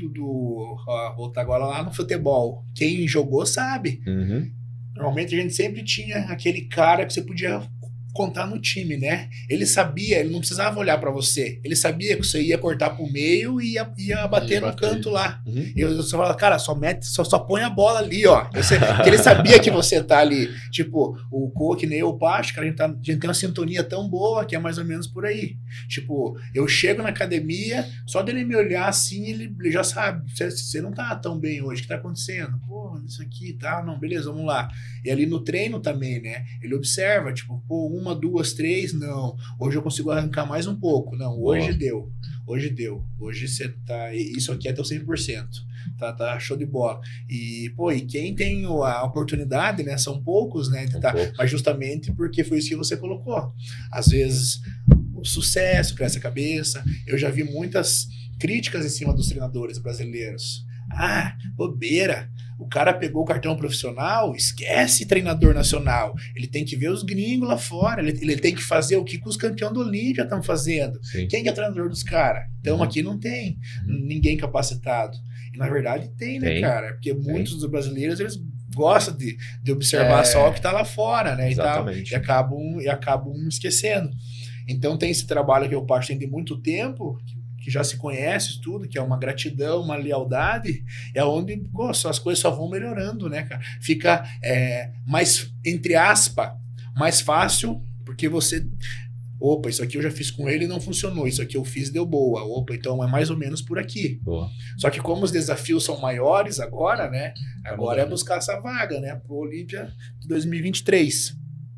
ó, voltar agora lá no futebol. Quem jogou sabe. Uhum. Normalmente a gente sempre tinha aquele cara que você podia contar no time, né? Ele sabia, ele não precisava olhar pra você. Ele sabia que você ia cortar pro meio e ia bater no canto lá. Uhum. Eu só falava, cara, só põe a bola ali, ó. Porque ele sabia que você tá ali. Tipo, o Coque, nem eu, o Pacho, cara, a gente tem uma sintonia tão boa que é mais ou menos por aí. Tipo, eu chego na academia, só dele me olhar assim, ele já sabe, você não tá tão bem hoje, o que tá acontecendo? Pô, isso aqui, tá, não, beleza, vamos lá. E ali no treino também, né? Ele observa, tipo, pô, 1, 2, 3, não. Hoje eu consigo arrancar mais um pouco. Não, hoje deu. Hoje deu. Hoje você tá. Isso aqui é teu 100%. Tá show de bola. E, pô, e quem tem a oportunidade, né? São poucos, né? Mas justamente porque foi isso que você colocou. Às vezes, o sucesso cresce a cabeça. Eu já vi muitas críticas em cima dos treinadores brasileiros. Ah, bobeira. O cara pegou o cartão profissional, esquece treinador nacional. Ele tem que ver os gringos lá fora. Ele tem que fazer o que os campeões do Olímpia estão fazendo. Sim. Quem que é o treinador dos caras? Então aqui não tem ninguém capacitado. E na verdade tem, né, cara? Porque muitos dos brasileiros, eles gostam de observar só o que tá lá fora, né? Exatamente. E acabam esquecendo. Então tem esse trabalho que o Pacho tem de muito tempo, que já se conhece tudo, que é uma gratidão, uma lealdade, é onde pô, as coisas só vão melhorando, né, cara? Fica mais, entre aspas, mais fácil, porque você... Opa, isso aqui eu já fiz com ele e não funcionou. Isso aqui eu fiz e deu boa. Opa, então é mais ou menos por aqui. Boa. Só que como os desafios são maiores agora, né? Agora é buscar essa vaga, né? Pro Olímpia de 2023.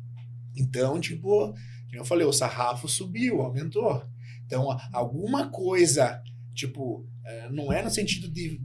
Então, tipo, como eu falei, o sarrafo subiu, aumentou. Então, alguma coisa, tipo, não é no sentido de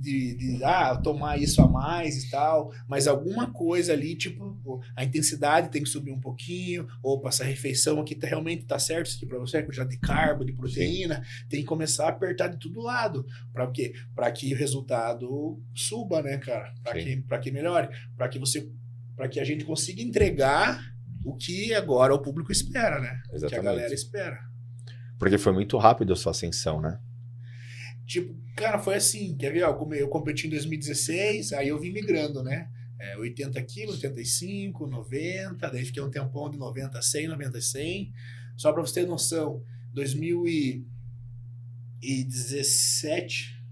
tomar isso a mais e tal, mas alguma coisa ali, tipo, a intensidade tem que subir um pouquinho, opa, essa refeição aqui realmente tá certo, isso aqui pra você, quantidade de carbo, de proteína, sim, tem que começar a apertar de todo lado. Pra quê? Pra que o resultado suba, né, cara? Pra que melhore, pra que a gente consiga entregar o que agora o público espera, né? Exatamente. O que a galera espera. Porque foi muito rápido a sua ascensão, né? Tipo, cara, foi assim, quer ver? Eu competi em 2016, aí eu vim migrando, né? 80 quilos, 85, 90, daí fiquei um tempão de 90 a 100, 90 a 100. Só pra você ter noção, 2017,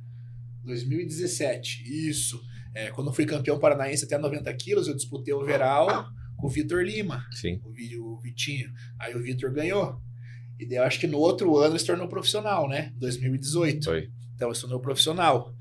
isso. Quando eu fui campeão paranaense até 90 quilos, eu disputei o overall com o Vitor Lima. Sim. O Vitinho. Aí o Vitor ganhou. E daí eu acho que no outro ano ele se tornou profissional, né? 2018. Foi. Então ele se tornou profissional.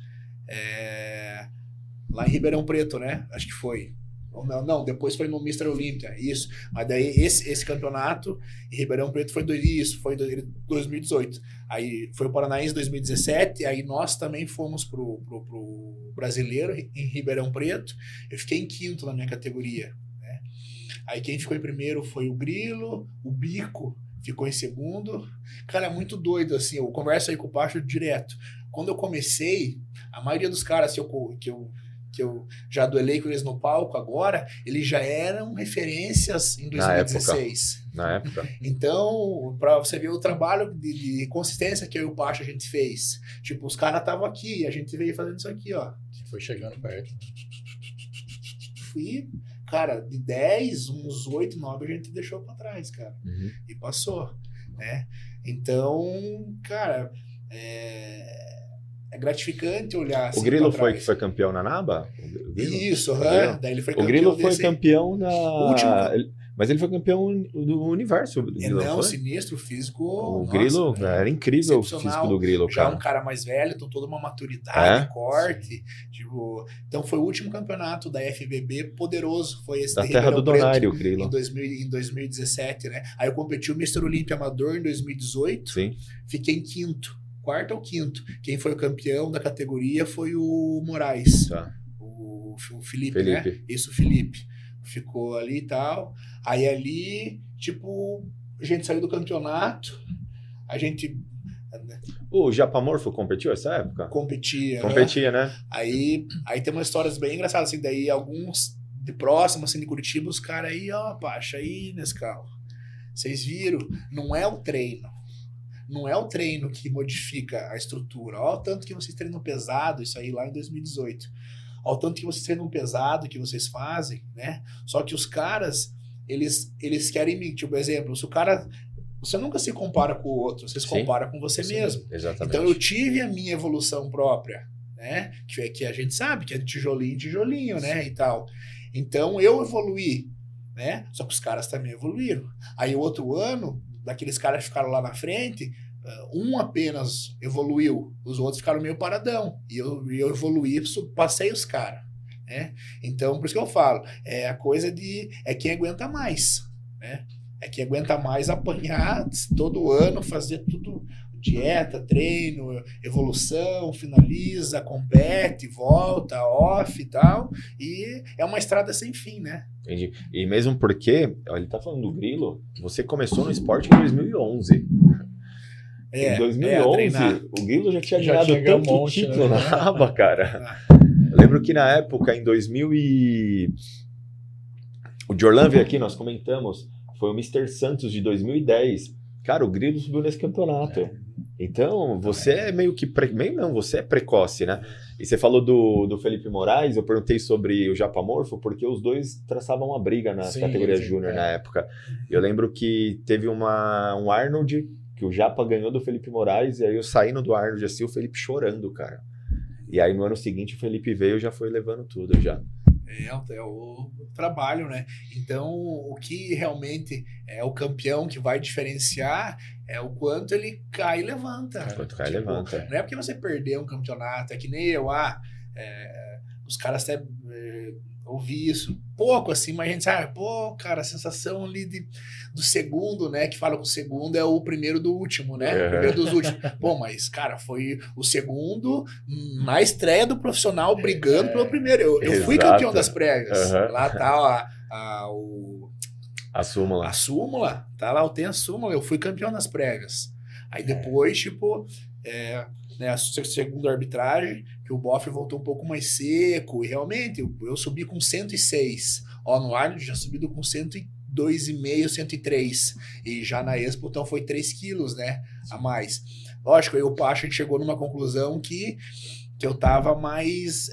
Lá em Ribeirão Preto, né? Acho que foi. Não, depois foi no Mr. Olímpia, isso. Mas daí esse campeonato em Ribeirão Preto foi 2018. Aí foi o Paranaense 2017, aí nós também fomos pro brasileiro em Ribeirão Preto. Eu fiquei em quinto na minha categoria, né? Aí quem ficou em primeiro foi o Grilo, o Bico ficou em segundo. Cara, é muito doido, assim, eu converso aí com o Pacho direto. Quando eu comecei, a maioria dos caras que eu já duelei com eles no palco agora, eles já eram referências em 2016. Na época. Então, pra você ver o trabalho de consistência que eu e o Pacho a gente fez. Tipo, os caras estavam aqui e a gente veio fazendo isso aqui, ó. Foi chegando perto. Fui... Cara, de 10, uns 8, 9 a gente deixou pra trás, cara. Uhum. E passou, né? Então, cara, é gratificante olhar assim. O Grilo foi que foi campeão na NABA? Isso, daí ele foi campeão. O Grilo foi campeão na... Mas ele foi campeão do universo. Não, sinistro, físico. O Grilo, era incrível o físico do Grilo, já cara. Um cara mais velho, então toda uma maturidade, corte. Tipo, então foi o último campeonato da FBB poderoso. Foi esse da terra do Donário, o Grilo. Em 2017, né? Aí eu competi o Mr. Olímpia Amador em 2018. Sim. Fiquei em quinto. quarto ou quinto. Quem foi o campeão da categoria foi o Moraes. Tá. O Felipe, né? Isso, o Felipe. Ficou ali e tal. Aí ali, tipo, a gente saiu do campeonato, a gente... O Japamorfo competiu essa época? Competia. Competia, né? Aí tem umas histórias bem engraçadas, assim, daí alguns de próximo, assim, de Curitiba, os caras aí, ó, Pacha, aí, Nescau, vocês viram? Não é o treino. Não é o treino que modifica a estrutura. Olha o tanto que vocês treinam pesado, isso aí lá em 2018. Olha o tanto que vocês treinam pesado, que vocês fazem, né? Só que os caras, eles querem, tipo, exemplo, se o cara... Você nunca se compara com o outro, você se compara com você mesmo. Exatamente. Então eu tive a minha evolução própria, né? Que a gente sabe que é de tijolinho em tijolinho, né? E tal. Então eu evoluí, né? Só que os caras também evoluíram. Aí o outro ano, daqueles caras que ficaram lá na frente, um apenas evoluiu, os outros ficaram meio paradão. E eu evoluí, passei os caras, né? Então, por isso que eu falo, é a coisa de... É quem aguenta mais, né? É quem aguenta mais apanhar todo ano, fazer tudo, dieta, treino, evolução, finaliza, compete, volta, off e tal. E é uma estrada sem fim, né? Entendi. E mesmo porque, ele tá falando do Grilo, você começou no esporte em 2011. Em 2011, o Grilo já tinha ganhado tanto título na aba, cara. Eu lembro que na época, em 2000 o Jorlan veio aqui, nós comentamos, foi o Mr. Santos de 2010. Cara, o Grilo subiu nesse campeonato. Então, você é meio que... você é precoce, né? E você falou do Felipe Moraes, eu perguntei sobre o Japamorfo, porque os dois traçavam uma briga na categoria júnior na época. Eu lembro que teve um Arnold, que o Japa ganhou do Felipe Moraes, e aí eu saindo do Arnold assim, o Felipe chorando, cara. E aí no ano seguinte o Felipe veio e já foi levando tudo já. É o trabalho, né? Então, o que realmente é o campeão que vai diferenciar é o quanto ele cai e levanta. Quanto cai e levanta. Não é porque você perdeu um campeonato, é que nem eu, os caras até ouvi isso pouco assim, mas a gente sabe, pô, cara, a sensação ali do segundo, né? Que fala que o segundo é o primeiro do último, né? O primeiro dos últimos. Pô, mas, cara, foi o segundo na estreia do profissional brigando pelo primeiro. Eu fui campeão das pregas. Lá tá a súmula. A súmula, tá lá, eu tenho a súmula, eu fui campeão das pregas. Aí depois, tipo, né, a segunda arbitragem, que o Boff voltou um pouco mais seco, e realmente eu subi com 106. Ó, no Arnold já subi com 102,5, 103. E já na Expo, então foi 3 quilos, né, a mais. Lógico, aí o Pacha chegou numa conclusão que eu tava mais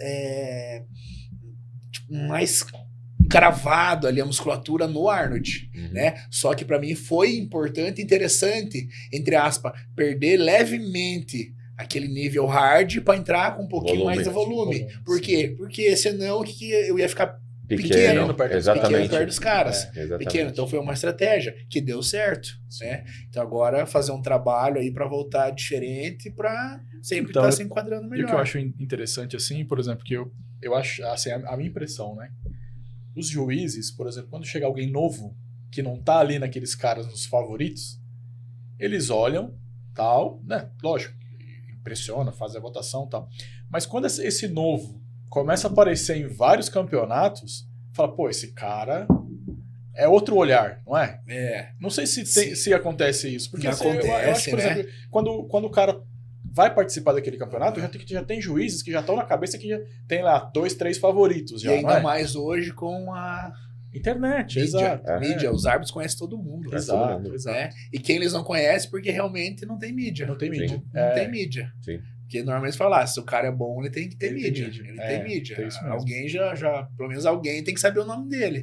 cravado ali a musculatura no Arnold, né? Só que para mim foi importante e interessante, entre aspas, perder levemente aquele nível hard para entrar com um pouquinho mais de volume. Por quê? Porque senão eu ia ficar pequeno perto dos caras. Pequeno. Então foi uma estratégia que deu certo, né? Então agora fazer um trabalho aí para voltar diferente para sempre estar se enquadrando melhor. E o que eu acho interessante assim, por exemplo, que eu acho assim, a minha impressão, né? Os juízes, por exemplo, quando chega alguém novo que não tá ali naqueles caras nos favoritos, eles olham, tal, né? Lógico, impressiona, faz a votação, tal. Mas quando esse novo começa a aparecer em vários campeonatos, fala, pô, esse cara é outro olhar, não é? Não sei se acontece isso, porque acontece, eu acho que, por exemplo, quando o cara vai participar daquele campeonato, já tem juízes que já estão na cabeça que já tem lá 2, 3 favoritos. Já, e ainda mais hoje com a internet, mídia. Os árbitros conhecem todo mundo. Exato. E quem eles não conhecem porque realmente não tem mídia. Não tem mídia. Não tem mídia. Sim. Porque normalmente fala, se o cara é bom, ele tem que ter mídia. Ele tem mídia. Alguém pelo menos alguém tem que saber o nome dele.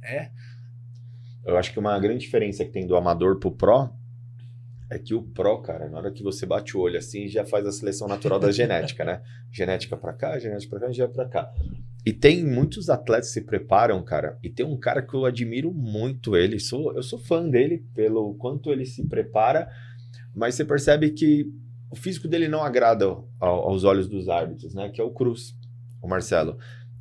Eu acho que uma grande diferença que tem do amador pro pro é que o pro, cara, na hora que você bate o olho assim, já faz a seleção natural da genética, né? Genética pra cá, genética pra cá, já pra cá. E tem muitos atletas que se preparam, cara, e tem um cara que eu admiro muito ele, eu sou fã dele pelo quanto ele se prepara, mas você percebe que o físico dele não agrada aos olhos dos árbitros, né? Que é o Cruz, o Marcelo.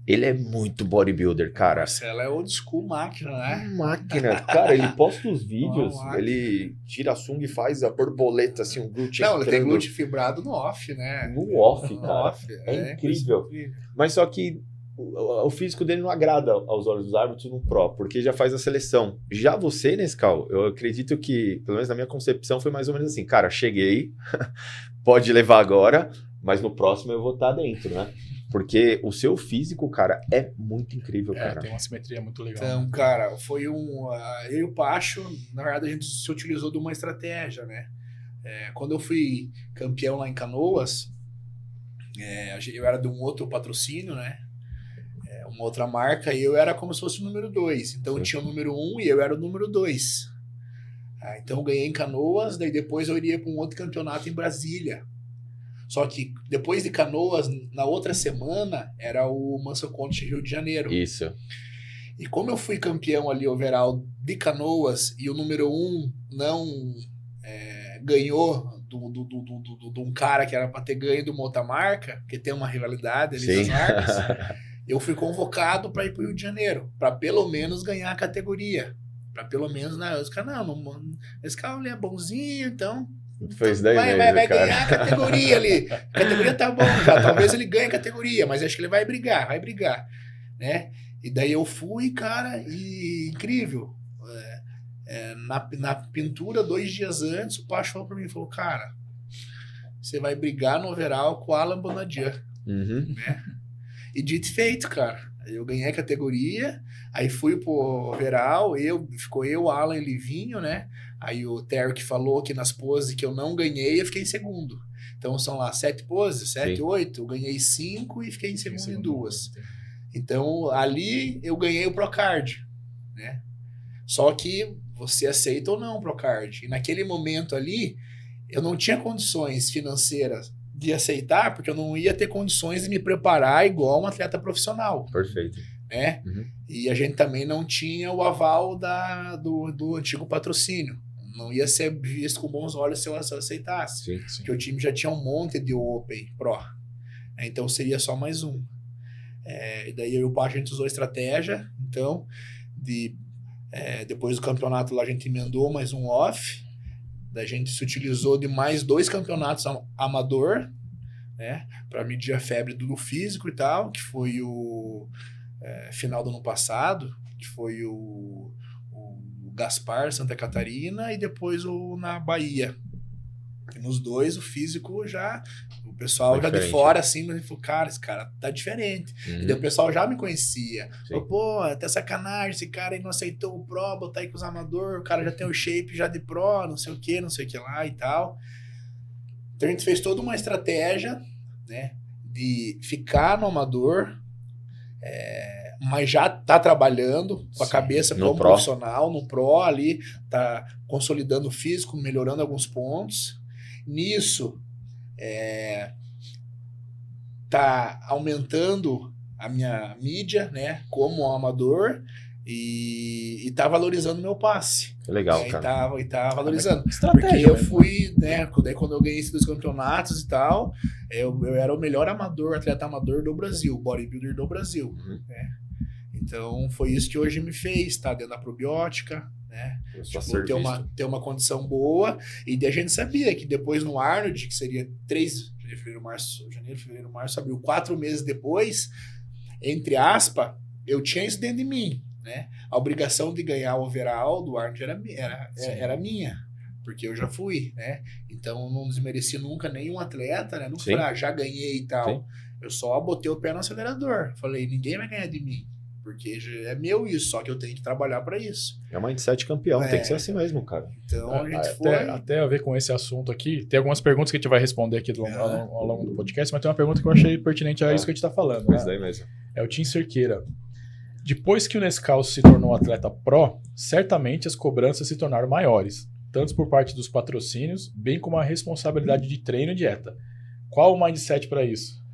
Ele é muito bodybuilder, cara. Marcelo é old school máquina, né? Máquina. Cara, ele posta os vídeos, Uma máquina. ele tira a sunga e faz a borboleta, assim, um glúteo Não, ele tem entrando glúteo fibrado no off, né? no off, No cara. off, É incrível. Mas só que o físico dele não agrada aos olhos dos árbitros no Pro, porque já faz a seleção. Já você, Nescau, eu acredito que, pelo menos na minha concepção, foi mais ou menos assim, cara, cheguei, pode levar agora, mas no próximo eu vou estar dentro, né? Porque o seu físico, cara, é muito incrível, cara. Tem uma simetria muito legal. Então, cara, foi eu e o Pacho, na verdade, a gente se utilizou de uma estratégia, né? Quando eu fui campeão lá em Canoas, eu era de um outro patrocínio, né? Uma outra marca, e eu era como se fosse o número 2. Então, eu tinha o número 1 e eu era o número 2. Então, eu ganhei em Canoas, daí depois eu iria para um outro campeonato em Brasília. Só que depois de Canoas, na outra semana, era o Muscle Conte Rio de Janeiro. Isso. E como eu fui campeão ali overall de Canoas e o número 1 não ganhou de um cara que era para ter ganho de uma outra marca, porque tem uma rivalidade ali das marcas, eu fui convocado para ir para o Rio de Janeiro, para pelo menos ganhar a categoria. Para pelo menos, os caras, esse cara ele é bonzinho, então Fez daí vai ganhar a categoria ali. A categoria tá bom já. Talvez ele ganhe a categoria, mas acho que ele vai brigar, né? E daí eu fui, cara, e incrível. Na pintura, 2 dias antes, o Pacho falou pra mim, falou, cara, você vai brigar no overall com o Alan Bonadian. Né? E dito e feito, cara. Eu ganhei a categoria, aí fui pro overall, ficou eu, Alan e Livinho, né? Aí o Terry que falou que nas poses que eu não ganhei, eu fiquei em segundo. Então são lá 7 poses, 7, 8, eu ganhei 5 e fiquei em segundo em 2. Então ali eu ganhei o Procard, né? Só que você aceita ou não o Procard. E naquele momento ali, eu não tinha condições financeiras de aceitar, porque eu não ia ter condições de me preparar igual um atleta profissional. Perfeito. Né? E a gente também não tinha o aval do antigo patrocínio. Não ia ser visto com bons olhos se eu aceitasse. Sim. Porque o time já tinha um monte de Open Pro. Então seria só mais um. E daí eu e o Pacho a gente usou a estratégia. Então, depois do campeonato lá a gente emendou mais um off. Daí a gente se utilizou de mais 2 campeonatos amador, né? Para medir a febre do físico e tal, que foi o final do ano passado, que foi o Gaspar, Santa Catarina, e depois o na Bahia. E nos 2, o físico já... O pessoal já de fora, assim, mas ele falou, cara, esse cara tá diferente. E daí o pessoal já me conhecia. Falou, pô, até sacanagem, esse cara aí não aceitou o Pro, botar aí com os amadores, o cara já tem o shape já de Pro, não sei o que lá e tal. Então a gente fez toda uma estratégia, né, de ficar no amador, mas já tá trabalhando com a cabeça como profissional, no Pro ali, tá consolidando o físico, melhorando alguns pontos. Nisso, tá aumentando a minha mídia, né, como amador, e tá valorizando meu passe. Legal, cara. E tá valorizando. Porque eu fui, né, quando eu ganhei esses 2 campeonatos e tal, eu era o melhor atleta amador do Brasil, bodybuilder do Brasil. Né? Então foi isso que hoje me fez, tá dentro da probiótica, né? Tipo, ter uma condição boa. E a gente sabia que depois no Arnold, que seria janeiro, fevereiro, março, abril, 4 meses depois, entre aspas, eu tinha isso dentro de mim, né? A obrigação de ganhar o overall do Arnold era minha, porque eu já fui, né? Então eu não desmereci nunca nenhum atleta, né? Nunca falei, já ganhei e tal. Sim. Eu só botei o pé no acelerador. Falei, ninguém vai ganhar de mim. Porque é meu isso, só que eu tenho que trabalhar para isso. É um mindset campeão, tem que ser assim mesmo, cara. Então a gente até a ver com esse assunto aqui, tem algumas perguntas que a gente vai responder aqui ao longo do podcast, mas tem uma pergunta que eu achei pertinente a isso que a gente tá falando. Pois daí mesmo. É o Tim Cerqueira. Depois que o Nescau se tornou atleta pro, certamente as cobranças se tornaram maiores, tanto por parte dos patrocínios, bem como a responsabilidade de treino e dieta. Qual o mindset para isso?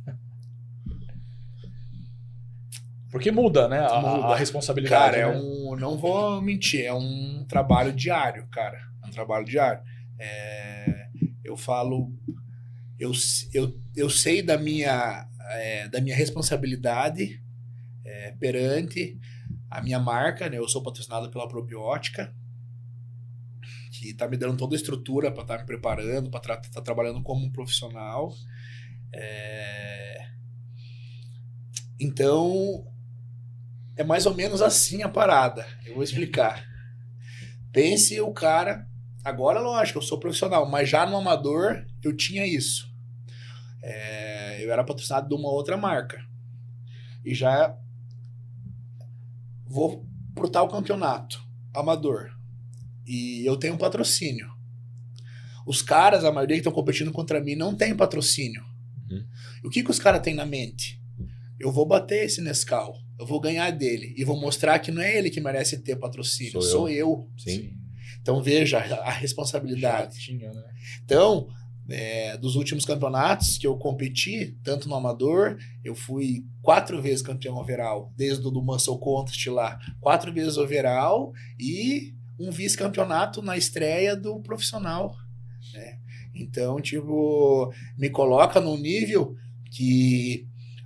Porque muda, né? A responsabilidade. Cara, né? não vou mentir, é um trabalho diário, cara. É um trabalho diário. Eu falo, eu sei da minha da minha responsabilidade perante a minha marca, né? Eu sou patrocinado pela Probiótica, que está me dando toda a estrutura para estar me preparando, para estar trabalhando como um profissional. Então, é mais ou menos assim a parada. Eu vou explicar. Pense o cara... Agora, lógico, eu sou profissional, mas já no amador eu tinha isso. Eu era patrocinado de uma outra marca. E já vou pro tal campeonato amador. E eu tenho um patrocínio. Os caras, a maioria que estão competindo contra mim, não tem patrocínio. E o que os caras têm na mente? Eu vou bater esse Nescau, eu vou ganhar dele e vou mostrar que não é ele que merece ter patrocínio, sou eu. Sim. Então veja a responsabilidade. Tinha, né? Então, dos últimos campeonatos que eu competi, tanto no amador, eu fui 4 vezes campeão overall, desde o do Muscle Contest lá, 4 vezes overall e um vice-campeonato na estreia do profissional, né? Então, tipo, me coloca num nível que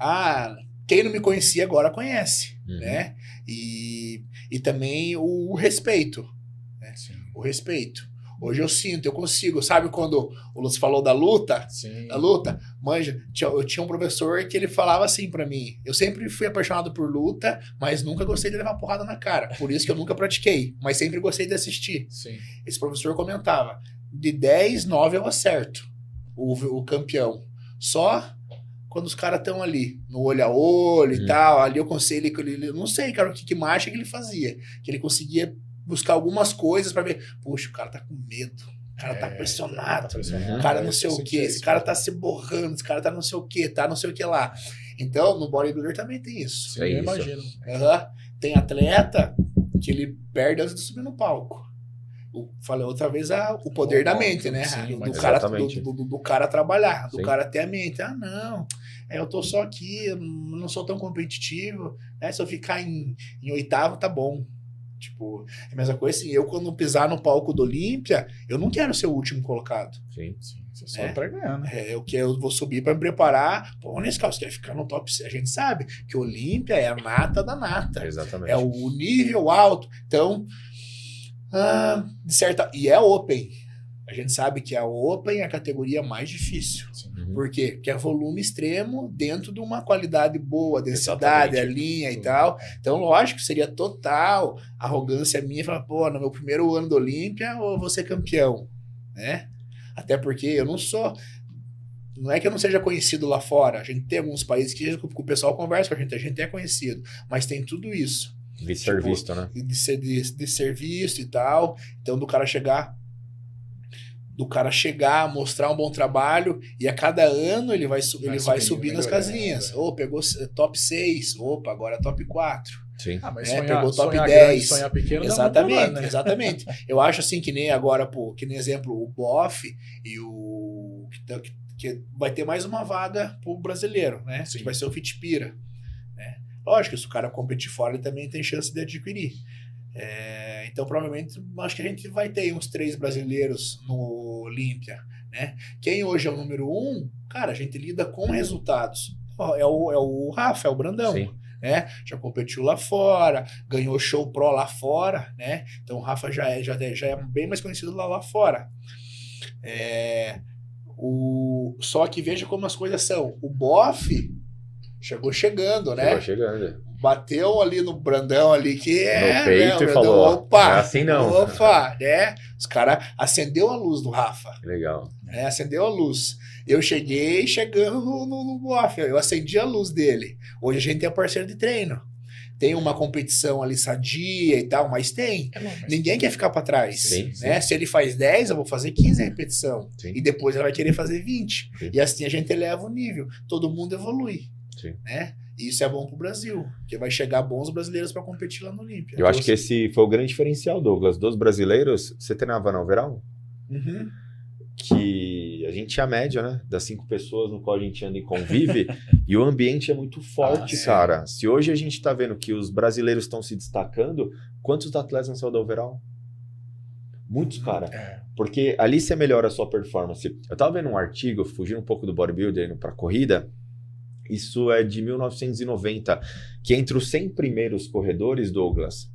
quem não me conhecia agora conhece, né? E também o respeito, né? O respeito. Hoje eu sinto, eu consigo. Sabe quando o Lúcio falou da luta? Sim. Da luta? Manja, eu tinha um professor que ele falava assim pra mim. Eu sempre fui apaixonado por luta, mas nunca gostei de levar porrada na cara. Por isso que eu nunca pratiquei, mas sempre gostei de assistir. Sim. Esse professor comentava, de 10, 9 eu acerto o campeão. Só quando os caras estão ali, no olho a olho e tal, ali eu conselho ele, não sei, cara, que marcha que ele fazia. Que ele conseguia buscar algumas coisas pra ver, puxa, o cara tá com medo, o cara tá pressionado, o cara não sei o que, esse cara tá se borrando, esse cara tá não sei o que, tá não sei o que lá. Então, no bodybuilder também tem isso. Sim, eu imagino. Tem atleta que ele perde antes de subir no palco. Falei outra vez o poder da mente, né? Sim, do cara trabalhar, do cara ter a mente. Não, eu tô só aqui, eu não sou tão competitivo, né? Se eu ficar em 8º, tá bom. Tipo, é a mesma coisa assim, eu quando pisar no palco do Olímpia, eu não quero ser o último colocado. Sim. Você só pra ganhar, né? Eu vou subir pra me preparar. Pô, nesse caso, você quer ficar no top 6. A gente sabe que o Olímpia é a nata da nata. Exatamente. É o nível alto. Então, e é Open. A gente sabe que a Open é a categoria mais difícil. Por quê? Porque é volume extremo dentro de uma qualidade boa, densidade, a linha e tal. Então, lógico, seria total arrogância minha falar, pô, no meu primeiro ano do Olímpia eu vou ser campeão, né? Até porque eu não sou... Não é que eu não seja conhecido lá fora. A gente tem alguns países que o pessoal conversa com a gente é conhecido. Mas tem tudo isso. De ser visto, né? De ser visto e tal. Então, do cara chegar, mostrar um bom trabalho, e a cada ano ele vai subindo as casinhas. Pegou top 6, agora top 4. Sim. Mas pegou top 10. Grande, sonhar pequeno, exatamente, né? exatamente. Eu acho assim que nem agora, que nem exemplo, o Boff e que vai ter mais uma vaga pro brasileiro, né? Sim. Que vai ser o Fitpira, né? Lógico, se o cara competir fora, ele também tem chance de adquirir. Então, provavelmente, acho que a gente vai ter uns 3 brasileiros no Olímpia, né? Quem hoje é o número 1, cara, a gente lida com resultados. É o Rafa, é o Brandão. Sim. Né? Já competiu lá fora, ganhou show pro lá fora, né? Então o Rafa já é bem mais conhecido lá fora. Só que veja como as coisas são. O Boff chegou chegando, né? Bateu ali no Brandão ali, que no peito, e falou, opa, não é assim não. Opa, né? Os caras acendeu a luz do Rafa. Legal. Né? Acendeu a luz. Eu cheguei chegando no Boff, eu acendi a luz dele. Hoje a gente é parceiro de treino. Tem uma competição ali sadia e tal, mas tem. Ninguém quer ficar para trás. Sim, né? sim. Se ele faz 10, eu vou fazer 15 repetição. Sim. E depois ele vai querer fazer 20. Sim. E assim a gente eleva o nível. Todo mundo evolui. Sim. Né? E isso é bom pro Brasil, porque vai chegar bons brasileiros para competir lá no Olímpia. Eu acho que esse foi o grande diferencial, Douglas. Dos brasileiros, você treinava na overall? Uhum. Que a gente tinha a média, né? Das 5 pessoas no qual a gente anda e convive, e o ambiente é muito forte, cara. Se hoje a gente tá vendo que os brasileiros estão se destacando, quantos atletas não saiu da overall? Muitos, cara. Porque ali você melhora a sua performance. Eu tava vendo um artigo, fugindo um pouco do bodybuilder, indo pra corrida, Isso é de 1990, que entre os 100 primeiros corredores, Douglas,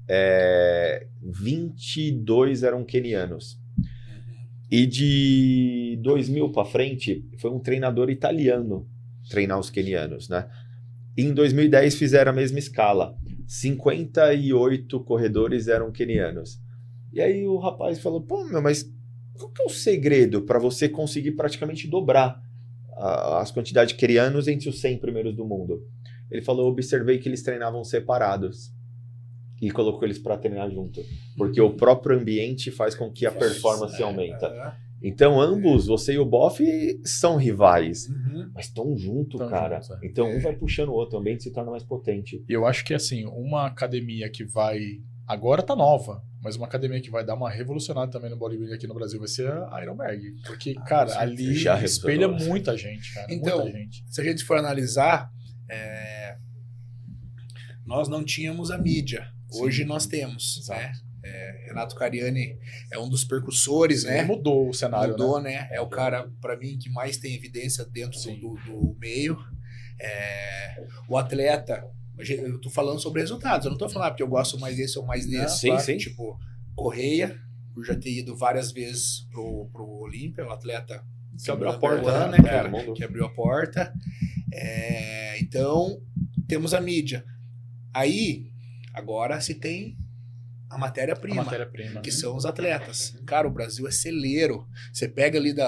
22 eram quenianos. E de 2000 para frente, foi um treinador italiano treinar os quenianos, né? E em 2010 fizeram a mesma escala. 58 corredores eram quenianos. E aí o rapaz falou, pô, meu, mas qual que é o segredo para você conseguir praticamente dobrar as quantidades de quenianos entre os 100 primeiros do mundo? Ele falou, observei que eles treinavam separados e colocou eles para treinar junto, porque o próprio ambiente faz com que a performance aumenta. Então ambos, você e o Boff, são rivais, mas estão juntos, cara. Juntos, Então um vai puxando o outro, o ambiente se torna mais potente. E eu acho que assim, uma academia que vai, agora tá nova, mas uma academia que vai dar uma revolucionada também no bodybuilding aqui no Brasil vai ser a Ironberg. Porque, cara, ali já espelha muita gente, cara. Então, muita gente. Se a gente for analisar, nós não tínhamos a mídia. Hoje nós temos, né? Renato Cariani é um dos percussores, né? Mudou o cenário, Mudou, né? É o cara, para mim, que mais tem evidência dentro do meio. O atleta, eu tô falando sobre resultados, eu não tô falando porque eu gosto mais desse ou mais desse. Sim. Tipo, Correia, eu já ter ido várias vezes pro Olímpia, o atleta que abriu a porta, né, cara? Que abriu a porta. Então, temos a mídia. Aí, agora se tem a matéria-prima, que são os atletas. Cara, o Brasil é celeiro. Você pega ali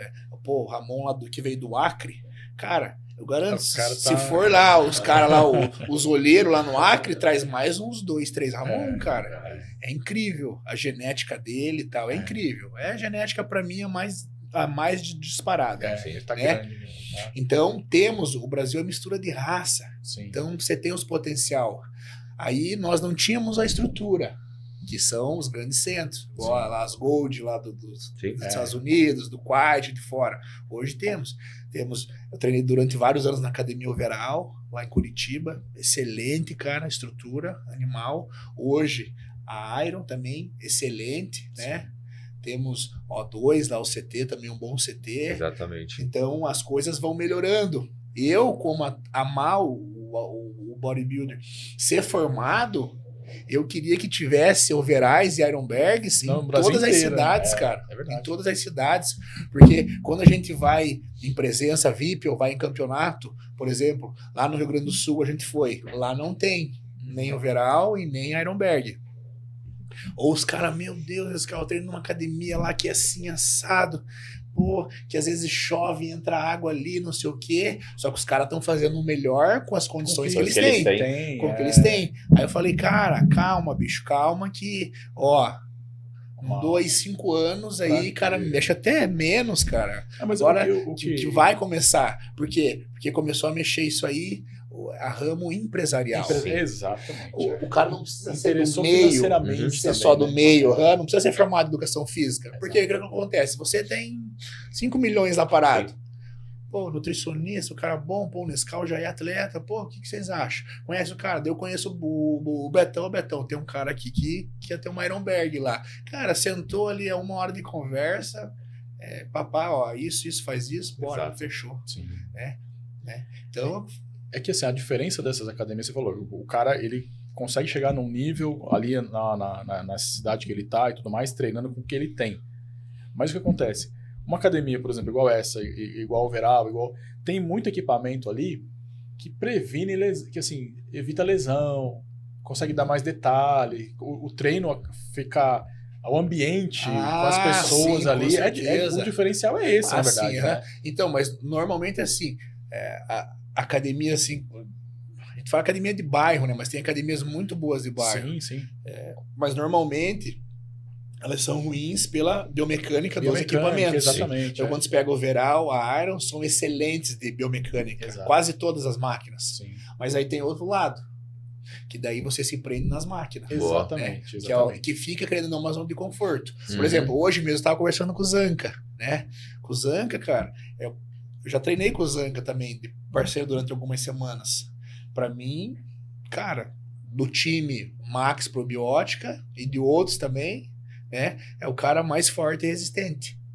o Ramon lá que veio do Acre, cara, eu garanto, se for lá, os caras lá, os olheiros lá no Acre, traz mais uns 2, 3 Ramon, cara. É incrível a genética dele e tal, é incrível. A genética pra mim a mais disparada. Tá grande, né? Então, o Brasil é mistura de raça. Sim. Então, você tem os potencial. Aí, nós não tínhamos a estrutura, que são os grandes centros. Igual lá as Gold, lá dos Estados Unidos, do Quad, de fora. Hoje temos. Eu treinei durante vários anos na Academia Overall, lá em Curitiba. Excelente, cara, estrutura, animal. Hoje, a Iron também, excelente, né? Temos O2 lá, o CT, também um bom CT. Exatamente. Então, as coisas vão melhorando. Eu, como amar o bodybuilder, ser formado, eu queria que tivesse overais e Ironbergs em todas as cidades, cara. Em todas as cidades. Porque quando a gente vai em presença VIP ou vai em campeonato, por exemplo, lá no Rio Grande do Sul a gente foi. Lá não tem nem overall e nem Ironberg. Ou os caras, meu Deus, esse cara eu treino numa academia lá que é assim, assado. Pô, que às vezes chove, entra água ali, não sei o quê. Só que os caras estão fazendo o melhor com as condições que eles têm. Com o que eles têm. Aí eu falei, cara, calma, bicho, calma que, ó, 2, 5 anos aí, cara, mexe até menos, cara. Mas agora que vai começar. Por quê? Porque começou a mexer isso aí, a ramo empresarial. Exatamente. O cara não precisa ser do meio, só do meio, não precisa ser formado em educação física. Porque o que acontece? Você tem 5 milhões lá parado. Pô, nutricionista, o cara bom, pô, o Nescau já é atleta, pô, o que vocês acham? Conhece o cara? Eu conheço o Betão. Tem um cara aqui que ia ter uma Ironberg lá. Cara, sentou ali, 1 hora de conversa, papá, ó, isso, faz isso, bora, fechou. Sim. Então... É que assim, a diferença dessas academias, você falou, o cara, ele consegue chegar num nível ali na cidade que ele tá e tudo mais, treinando com o que ele tem. Mas o que acontece? Uma academia, por exemplo, igual essa, igual Overall, tem muito equipamento ali que previne, que assim, evita lesão, consegue dar mais detalhe, o treino fica... O ambiente com as pessoas ali, o diferencial é esse, na verdade. Né? Então, mas normalmente assim, academia, assim, a gente fala academia de bairro, né? Mas tem academias muito boas de bairro. Sim. Mas normalmente elas são ruins pela biomecânica dos equipamentos. Exatamente. Então, quando você pega o Overall, a Iron, são excelentes de biomecânica. Exato. Quase todas as máquinas. Sim. Mas aí tem outro lado, que daí você se prende nas máquinas. Exatamente. Que fica querendo dar uma zona de conforto. Por exemplo, hoje mesmo eu estava conversando com o Zanca, né? Com o Zanca, cara, eu já treinei com o Zanca também, de parceiro durante algumas semanas. Pra mim, cara, do time Max Probiótica e de outros também, né? É o cara mais forte e resistente.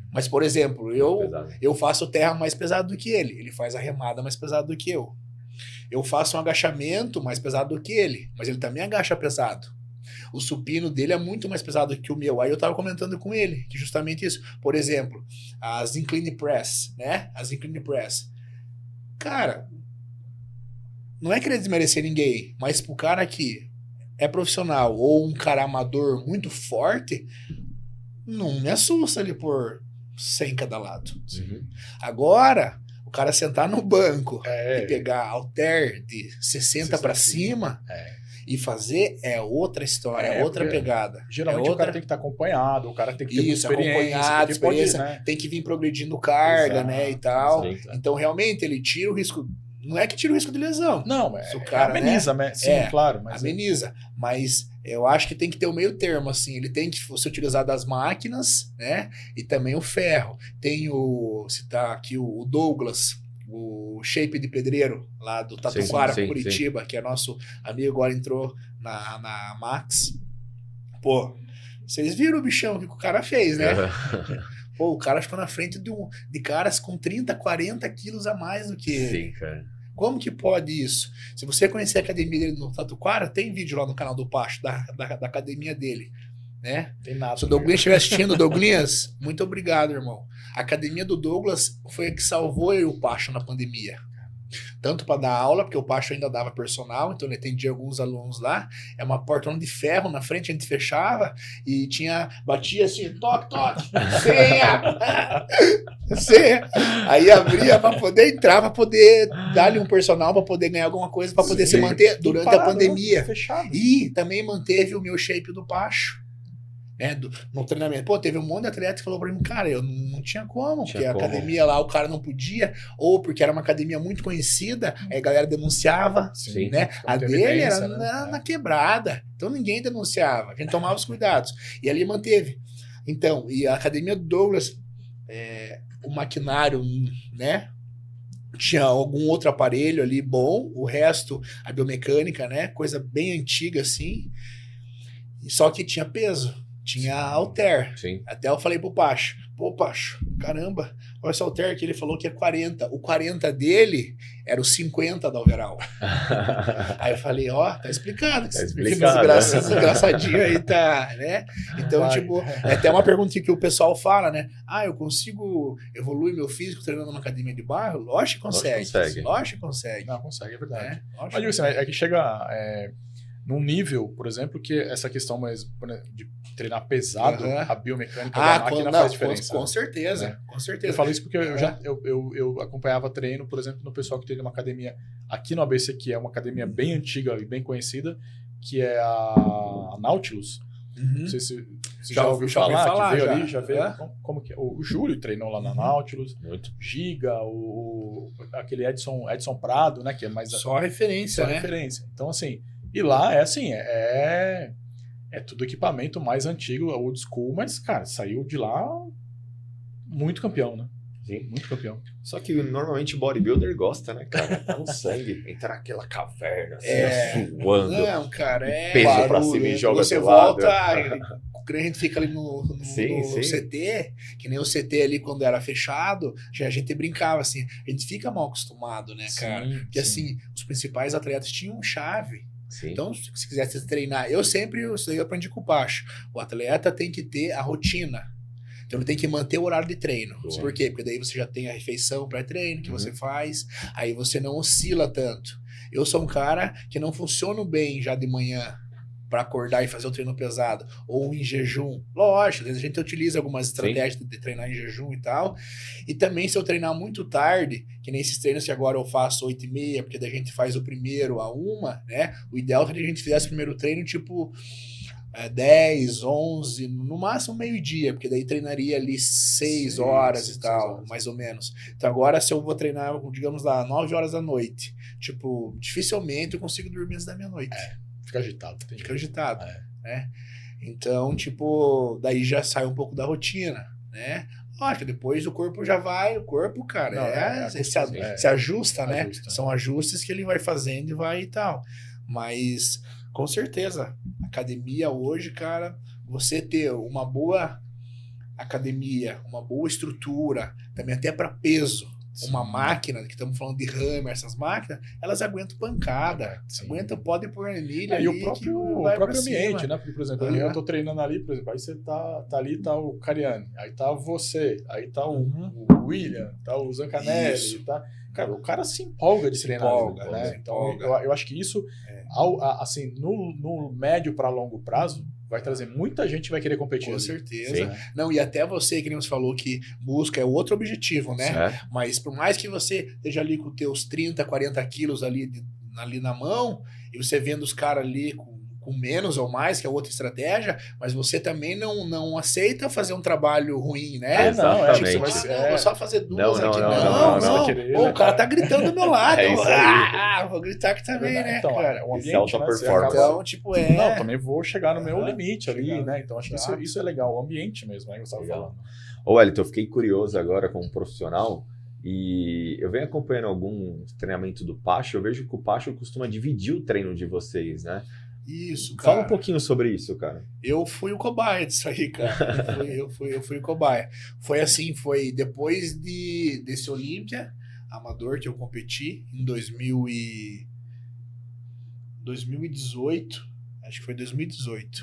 Mas, por exemplo, Pesado. eu faço terra mais pesado do que ele faz a remada mais pesado do que eu. Eu faço um agachamento mais pesado do que ele, mas ele também agacha pesado. O supino dele é muito mais pesado que o meu. Aí eu tava comentando com ele, que justamente isso. Por exemplo, as incline press, né? As incline press. Cara, não é querer desmerecer ninguém, mas pro cara que é profissional ou um cara amador muito forte, não me assusta ele por 100 cada lado. Uhum. Agora, o cara sentar no banco É. e pegar halter de 60 para cima e fazer é outra história, é outra porque pegada. Geralmente é o cara outra... tem que estar acompanhado, o cara tem que ter Isso, muita acompanhado, porque pode, experiência, né? tem que vir progredindo carga, Exato, né, e tal. exato. Então, realmente, ele tira o risco... Não é que tira o risco de lesão. Não, Se o cara, ameniza, né? Sim, claro. Mas ameniza. Mas eu acho que tem que ter o meio termo, assim. Ele tem que ser utilizado das máquinas, né? E também o ferro. Tem o... citar aqui o Douglas, o Shape de Pedreiro, lá do Tatuquara, sim, Curitiba, que é nosso amigo, agora entrou na Max. Pô, vocês viram o bichão que o cara fez, né? Pô, o cara ficou na frente de caras com 30, 40 quilos a mais do que ele. Sim, cara. Como que pode isso? Se você conhecer a academia dele no Tatuquara, tem vídeo lá no canal do Pacho, da academia dele, né? tem nada. Se o Douglas estiver assistindo, Douglas, muito obrigado, irmão. A academia do Douglas foi a que salvou eu e o Pacho na pandemia. Tanto para dar aula, porque o Pacho ainda dava personal, então ele atendia alguns alunos lá. É uma portona de ferro na frente, a gente fechava e batia assim, toque, toque, senha. Aí abria para poder entrar, para poder dar-lhe um personal, para poder ganhar alguma coisa, para poder se manter durante a pandemia. Fechado. E também manteve o meu shape do Pacho. Né, no treinamento. Pô, teve um monte de atleta que falou pra mim, cara, eu não tinha como, porque a academia lá o cara não podia, ou porque era uma academia muito conhecida, aí a galera denunciava, Sim. né? A dele era né? na quebrada, então ninguém denunciava, a gente tomava os cuidados, e ali manteve. Então, e a academia do Douglas, o maquinário, né? Tinha algum outro aparelho ali bom, o resto, a biomecânica, né? Coisa bem antiga assim, só que tinha peso. Tinha halter. Sim. Até eu falei pro Pacho, pô, Pacho, caramba, olha esse halter que ele falou que é 40. O 40 dele era o 50 da overall. Aí eu falei, ó, tá explicado. Tá explicado. Desgraçadinho aí tá, né? Então, tipo, é até uma pergunta que o pessoal fala, né? Ah, eu consigo evoluir meu físico treinando numa academia de bairro? Lógico que consegue. Lógico que consegue. Não, consegue, é verdade. Lógico. Mas, assim, é que chega num nível, por exemplo, que essa questão mais de treinar pesado, a biomecânica da máquina faz diferença. Com certeza, né? com certeza. Eu falo isso porque eu acompanhava treino, por exemplo, no pessoal que tem uma academia aqui no ABC, que é uma academia bem antiga e bem conhecida, que é a Nautilus. Não sei se você já ouviu falar, que veio ali, já veio. Como que é? O Júlio treinou lá na Nautilus. Muito. Giga, aquele Edson Prado, né? Que é mais só referência, né? referência. Então, assim, e lá é assim, é tudo equipamento mais antigo, old school, mas, cara, saiu de lá muito campeão, né? Sim. Muito campeão. Só que normalmente o bodybuilder gosta, né, cara? Tá no sangue. Entrar naquela caverna, assim, suando. Não, cara, peso barulho, pra cima e joga você do volta, lado. a gente fica ali no Sim. CT, que nem o CT ali quando era fechado, a gente brincava assim, a gente fica mal acostumado, né, cara? Porque assim, os principais atletas tinham chave. Sim. Então, se quisesse treinar, isso aí eu aprendi com o Pacho. O atleta tem que ter a rotina. Então ele tem que manter o horário de treino. Boa. Por quê? Porque daí você já tem a refeição pré-treino que você faz, aí você não oscila tanto. Eu sou um cara que não funciono bem já de manhã para acordar e fazer o treino pesado, ou em jejum. Lógico, às vezes a gente utiliza algumas estratégias de treinar em jejum e tal. E também se eu treinar muito tarde, que nem esses treinos que agora eu faço 8h30, porque daí a gente faz o primeiro a 1, né? O ideal é que a gente fizesse o primeiro treino tipo 10, 11, no máximo meio-dia, porque daí treinaria ali 6 horas e tal, mais ou menos. Então agora se eu vou treinar, digamos lá, 9 horas da noite, tipo, dificilmente eu consigo dormir antes da meia-noite. Fica agitado. Fica agitado, né? Então, tipo, daí já sai um pouco da rotina, né? Lógico, depois o corpo já vai, cara, se ajusta, né? Ajusta. São ajustes que ele vai fazendo e vai e tal. Mas, com certeza, academia hoje, cara, você ter uma boa academia, uma boa estrutura, também até para peso, uma máquina, que estamos falando de Hammer, essas máquinas, elas aguentam pancada, aguentam, podem pôr anilha. E o próprio ambiente, né? Porque, por exemplo, eu tô treinando ali, por exemplo, aí você tá ali, tá o Cariani, aí tá você, aí tá o William, tá o Zancanelli, tá... Cara, o cara se empolga de treinar, né? Então, eu acho que isso, assim, no médio para longo prazo, vai trazer muita gente que vai querer competir. Com certeza. Não, e até você, que nem você falou, que busca é outro objetivo, né? Certo. Mas por mais que você esteja ali com teus 30, 40 quilos ali na mão, e você vendo os caras ali com menos ou mais, que é outra estratégia, mas você também não aceita fazer um trabalho ruim, né? Exatamente. Vou só fazer duas aqui. Não. O cara tá gritando do meu lado. Vou gritar aqui também, né, então, cara? O ambiente, né? Então, tipo, Não, também vou chegar no meu limite ali, né? Então, acho que isso é legal, o ambiente mesmo, né? Que você estava falando. Ô, Wellington, eu fiquei curioso agora como profissional e eu venho acompanhando algum treinamento do Pacho, eu vejo que o Pacho costuma dividir o treino de vocês, né? Isso, cara. Fala um pouquinho sobre isso, cara. Eu fui o cobaia disso aí, cara. Eu fui o cobaia. Foi assim, foi depois desse Olímpia amador que eu competi em 2018. Acho que foi 2018.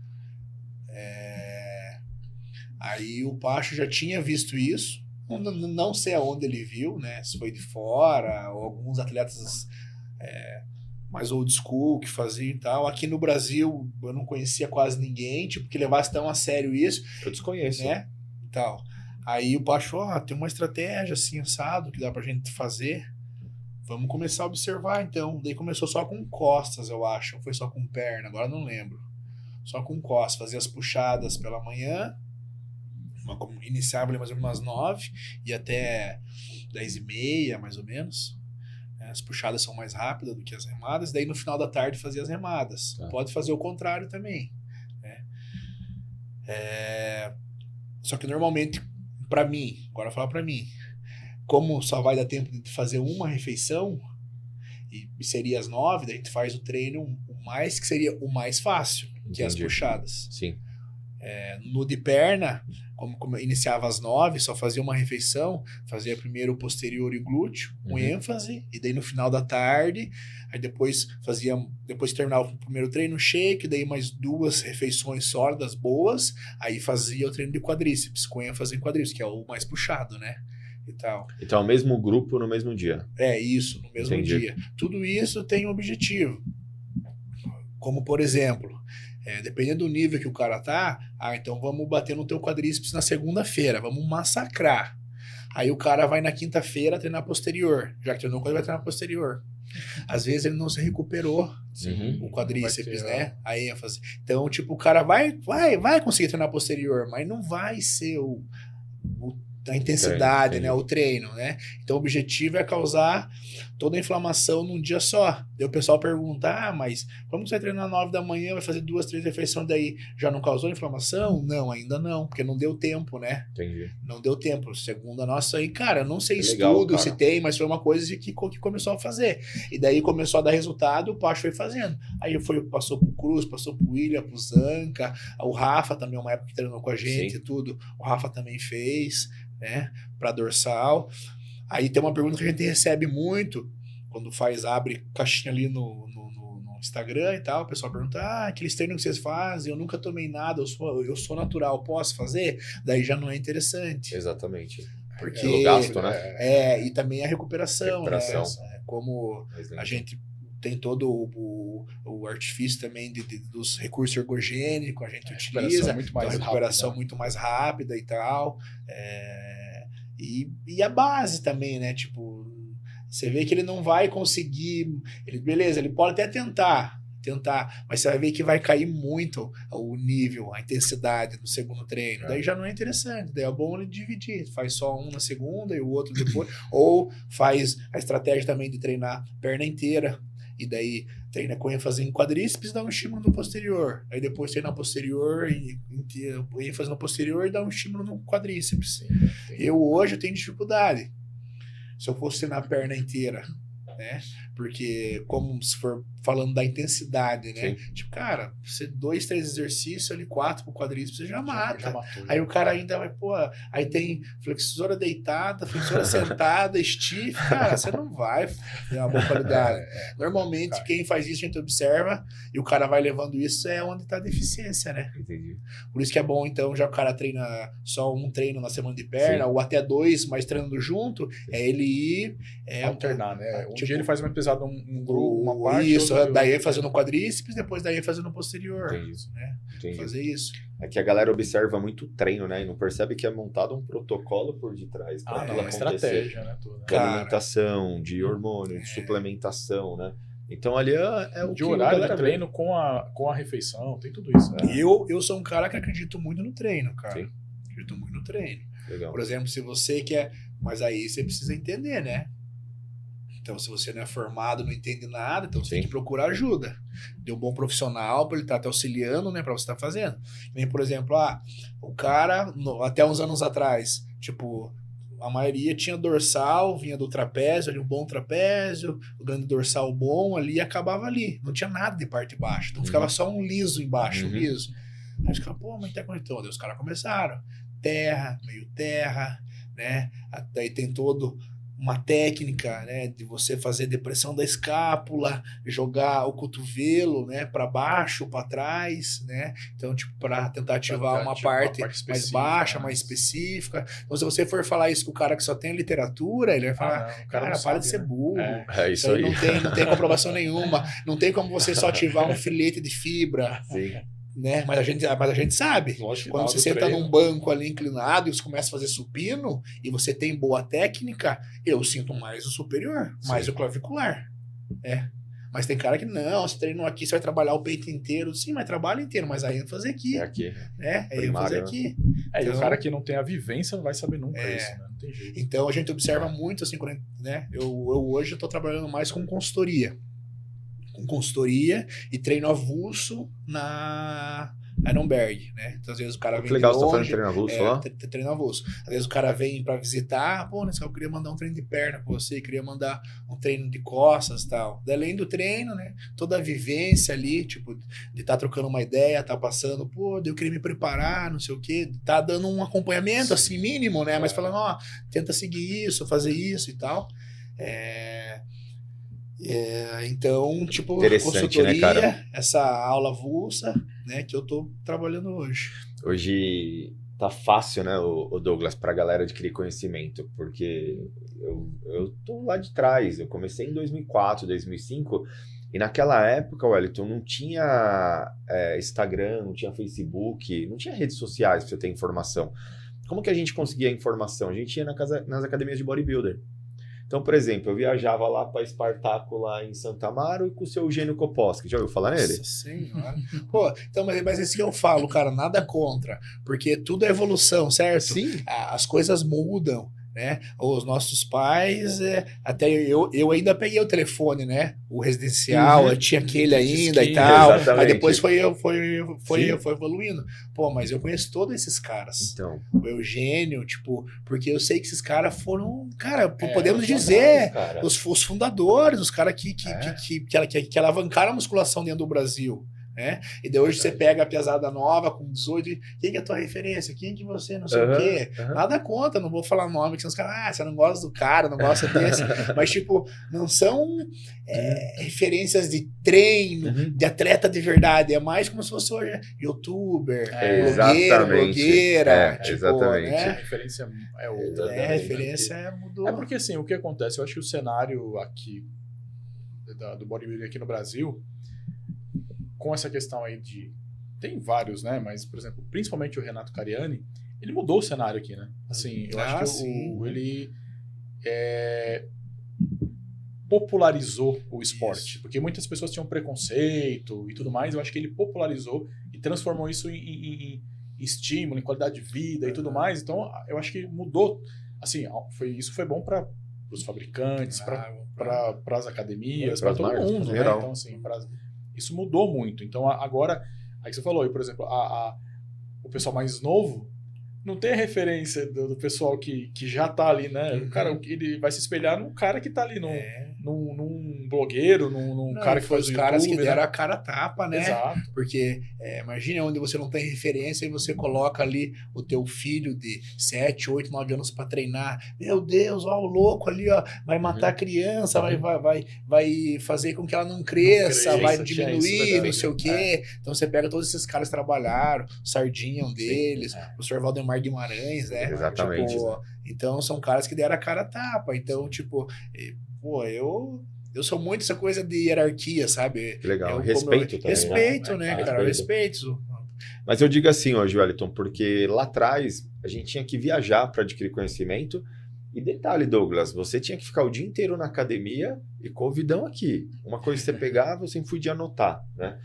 Aí o Pacho já tinha visto isso. Não sei aonde ele viu, né? Se foi de fora, ou alguns atletas... mais old school que fazia e tal. Aqui no Brasil eu não conhecia quase ninguém, tipo, que levasse tão a sério isso. Eu desconheço. Né? E tal. Aí o Pacho, tem uma estratégia assim, assado, que dá pra gente fazer. Vamos começar a observar, então. Daí começou só com costas, eu acho. Ou foi só com perna, agora não lembro. Só com costas. Fazia as puxadas pela manhã. Iniciava ali mais ou menos umas 9 e até 10h30, mais ou menos. As puxadas são mais rápidas do que as remadas, daí no final da tarde fazia as remadas. Pode fazer o contrário também, né? Só que normalmente, para mim, agora falar para mim, como só vai dar tempo de fazer uma refeição, e seria às 9, daí a gente faz o treino que seria o mais fácil, que é as puxadas. Sim. No de perna, como eu iniciava às 9, só fazia uma refeição, fazia primeiro o posterior e glúteo, com ênfase, e daí no final da tarde, aí depois que terminava o primeiro treino, shake, daí mais 2 refeições sólidas boas, aí fazia o treino de quadríceps, com ênfase em quadríceps, que é o mais puxado, né? E tal. Então é o mesmo grupo no mesmo dia. Isso, no mesmo dia. Tudo isso tem um objetivo. Como, por exemplo, dependendo do nível que o cara tá, então vamos bater no teu quadríceps na segunda-feira, vamos massacrar. Aí o cara vai na quinta-feira treinar posterior, já que treinou, ele vai treinar posterior. Às vezes ele não se recuperou o quadríceps, né? A ênfase. Então, tipo, o cara vai conseguir treinar posterior, mas não vai ser a intensidade, né? O treino, né? Então o objetivo é causar toda a inflamação num dia só. Daí o pessoal pergunta, mas como você vai treinar 9 da manhã, vai fazer 2, 3 refeições, daí já não causou inflamação? Não, ainda não, porque não deu tempo, né? Entendi. Não deu tempo. Segundo a nossa aí, cara, não sei estudo se tem, mas foi uma coisa que começou a fazer. E daí começou a dar resultado, o Pacho foi fazendo. Aí passou pro Cruz, passou pro William, pro Zanca, o Rafa também, uma época que treinou com a gente e tudo. O Rafa também fez, né, para dorsal. Aí tem uma pergunta que a gente recebe muito quando abre caixinha ali no Instagram e tal, o pessoal pergunta, aqueles treinos que vocês fazem, eu nunca tomei nada, eu sou natural, posso fazer? Daí já não é interessante. Exatamente. Porque o gasto, né? E também a recuperação. Né? Como a gente tem todo o artifício também dos recursos ergogênicos, a gente utiliza, a recuperação muito mais rápida e tal. E a base também, né? Tipo, você vê que ele não vai conseguir. Beleza, ele pode até tentar, mas você vai ver que vai cair muito o nível, a intensidade no segundo treino. Daí já não é interessante. Daí é bom ele dividir. Faz só um na segunda e o outro depois. Ou faz a estratégia também de treinar perna inteira. E daí treina com ênfase em quadríceps, dá um estímulo no posterior. Aí depois treina posterior e ênfase no posterior e dá um estímulo no quadríceps. Eu hoje tenho dificuldade. Se eu fosse treinar a perna inteira né? Porque, como se for falando da intensidade, né? Sim. Tipo, cara, você 2, 3 exercícios ali, 4 pro quadríceps, você já mata. Já matou, Aí já. o cara ainda vai, pô, aí tem flexora deitada, flexora sentada, stiff, cara, você não vai ter uma boa qualidade. Normalmente, cara. quem faz isso, a gente observa, e o cara vai levando isso, é onde tá a deficiência, né? Entendi. Por isso que é bom, então, já o cara treina só um treino na semana de perna, Sim. ou até 2, mas treinando junto, é ele ir... Alternar, né? Um tipo, dia ele faz mais pesado um grupo, uma parte. Isso, outro dia daí outro. fazendo quadríceps, depois daí fazendo posterior. Entendi. Né? Entendi. Fazer isso. É que a galera observa muito o treino, né? E não percebe que é montado um protocolo por detrás para Ah, aquilo não, é acontecer. estratégia, né? Tudo. De Cara, alimentação, de hormônio, de suplementação, né? Então ali é o De que a horário de galera vê. treino com a refeição, tem tudo isso. E eu sou um cara que acredito muito no treino, cara. Sim. Acredito muito no treino. Legal. Por exemplo, se você quer... Mas aí você precisa entender, né? Então, se você não é formado, não entende nada, então você tem Sim. que procurar ajuda. De um bom profissional para ele estar te auxiliando, né? Para você estar fazendo. Nem, por exemplo, o cara, até uns anos atrás, tipo, a maioria tinha dorsal, vinha do trapézio, ali um bom trapézio, o grande dorsal bom ali e acabava ali. Não tinha nada de parte baixa. Então ficava só um liso embaixo, um liso. Aí os caras, pô, mas tá então. Daí os caras começaram. Terra, meio terra, né? Daí tem todo uma técnica, né, de você fazer depressão da escápula, jogar o cotovelo, né, para baixo, para trás, né? Então, tipo, para tentar ativar uma parte mais específica, baixa, né? mais específica. Então, se você for falar isso com o cara que só tem a literatura, ele vai falar, não, o cara, não para sabe, de ser né? burro. É isso aí. Não tem comprovação nenhuma. Não tem como você só ativar um filete de fibra, Sim. né? Mas a gente sabe. Lógico, Quando na hora você do senta treino, num banco ali inclinado e você começa a fazer supino e você tem boa técnica, eu sinto mais o superior, mais Sim. o clavicular. Mas tem cara que não, você treinou aqui, você vai trabalhar o peito inteiro. Sim, mas trabalha inteiro, mas aí ênfase aqui. É aqui. É ênfase Primário, aqui. E Então- o cara que não tem a vivência não vai saber nunca isso, né? Não tem jeito. Então a gente observa muito assim, quando, né? Eu hoje estou trabalhando mais com consultoria. Com consultoria e treino avulso na Ironberg, né? Então às vezes o cara vem Que legal, de você tá fazendo longe, treino avulso lá? treino avulso. Às vezes o cara vem pra visitar, pô, eu queria mandar um treino de perna pra você, queria mandar um treino de costas e tal. Daí, além do treino, né, toda a vivência ali, tipo, de estar trocando uma ideia, tá passando, pô, eu queria me preparar, não sei o quê, tá dando um acompanhamento, assim, mínimo, né, mas falando, ó, tenta seguir isso, fazer isso e tal. Então, tipo, Interessante, consultoria, né, cara? essa aula avulsa, né, que eu tô trabalhando hoje. Hoje tá fácil, né, o Douglas, pra galera adquirir conhecimento, porque eu tô lá de trás, eu comecei em 2004, 2005, e naquela época, Wellington, não tinha Instagram, não tinha Facebook, não tinha redes sociais pra você ter informação. Como que a gente conseguia a informação? A gente ia nas academias de bodybuilder. Então, por exemplo, eu viajava lá para Espartaco, lá em Santa Amaro, e com o seu Eugênio Koposki. Já ouviu falar nele? Nossa senhora. Pô, então, mas esse que eu falo, cara, nada contra. Porque tudo é evolução, certo? Sim. As coisas mudam, né? Os nossos pais, até eu ainda peguei o telefone, né? O residencial, eu tinha aquele ainda e tal. Exatamente. Aí depois foi evoluindo. Pô, mas eu conheço todos esses caras. Então, O Eugênio, tipo, porque eu sei que esses caras foram, cara, podemos os dizer, cara. os fundadores, os caras que alavancaram a musculação dentro do Brasil, né? E daí hoje você pega a pesada nova com 18, quem que é a tua referência? Quem que você, não sei o quê? Nada conta, não vou falar nome, que senão os caras, você não gosta do cara, não gosta desse, mas tipo, não são referências de treino, de atleta de verdade, é mais como se fosse hoje youtuber, blogueira, tipo, exatamente. né? A referência é outra. A referência mudou. É porque assim, o que acontece? Eu acho que o cenário aqui do bodybuilding aqui no Brasil, com essa questão aí de... Tem vários, né? Mas, por exemplo, principalmente o Renato Cariani, ele mudou o cenário aqui, né? Assim, eu acho que ele popularizou o esporte. Isso. Porque muitas pessoas tinham preconceito e tudo mais. Eu acho que ele popularizou e transformou isso em estímulo, em qualidade de vida e tudo mais. Então, eu acho que mudou. Assim, isso foi bom para os fabricantes, para as academias, para todo mundo, né? Então, assim, isso mudou muito. Então, agora, aí que você falou, por exemplo, o pessoal mais novo não tem a referência do pessoal que já tá ali, né? O cara, ele vai se espelhar num cara que tá ali, num blogueiro, num Não, cara que faz o os caras YouTube, que deram né? a cara a tapa, né? Exato. Porque imagina onde você não tem referência e você coloca ali o teu filho de 7, 8, 9 anos para treinar. Meu Deus, ó, o louco ali, ó, vai matar a criança, vai fazer com que ela não cresça, vai diminuir, não sei o quê. Então você pega todos esses caras que trabalharam, o Sardinha, um deles, o Sr. Valdemar Guimarães, né? Exatamente. Tipo, então são caras que deram a cara a tapa. Então, tipo, pô, eu sou muito essa coisa de hierarquia, sabe? Que legal. Eu, Respeito também. Respeito, né, cara? Respeito. Mas eu digo assim, ó, Wellington, porque lá atrás a gente tinha que viajar para adquirir conhecimento. E detalhe, Douglas, você tinha que ficar o dia inteiro na academia e com o ouvidão aqui. Uma coisa que você pegava, você podia anotar, né?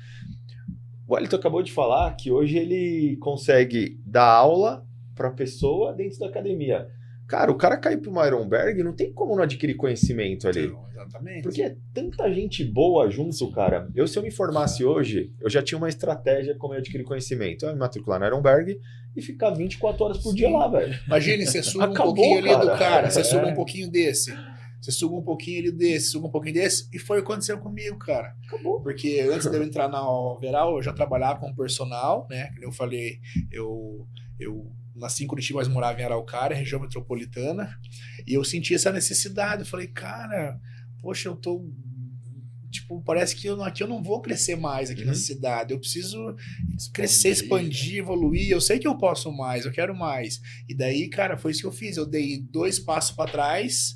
O Wellington acabou de falar que hoje ele consegue dar aula para a pessoa dentro da academia. Cara, o cara cair para o Ironberg, não tem como não adquirir conhecimento ali. Não, exatamente. Porque é tanta gente boa junto, cara. Se eu me formasse hoje, eu já tinha uma estratégia como eu adquirir conhecimento. Eu ia me matricular no Ironberg e ficar 24 horas por dia lá, velho. Imagine, você suga um pouquinho ali do cara, você suga um pouquinho desse. Você suga um pouquinho ali desse, suga um pouquinho desse, e foi o que aconteceu comigo, cara. Acabou. Porque antes de eu entrar na Overall, eu já trabalhava com personal, né? Como eu falei, eu nasci em Curitiba, mas morava em Araucária, região metropolitana, e eu senti essa necessidade. Eu falei, cara, poxa, eu tô... Tipo, parece que aqui eu não vou crescer mais aqui nessa cidade. Eu preciso crescer, expandir, evoluir. Eu sei que eu posso mais, eu quero mais. E daí, cara, foi isso que eu fiz. Eu dei 2 passos para trás.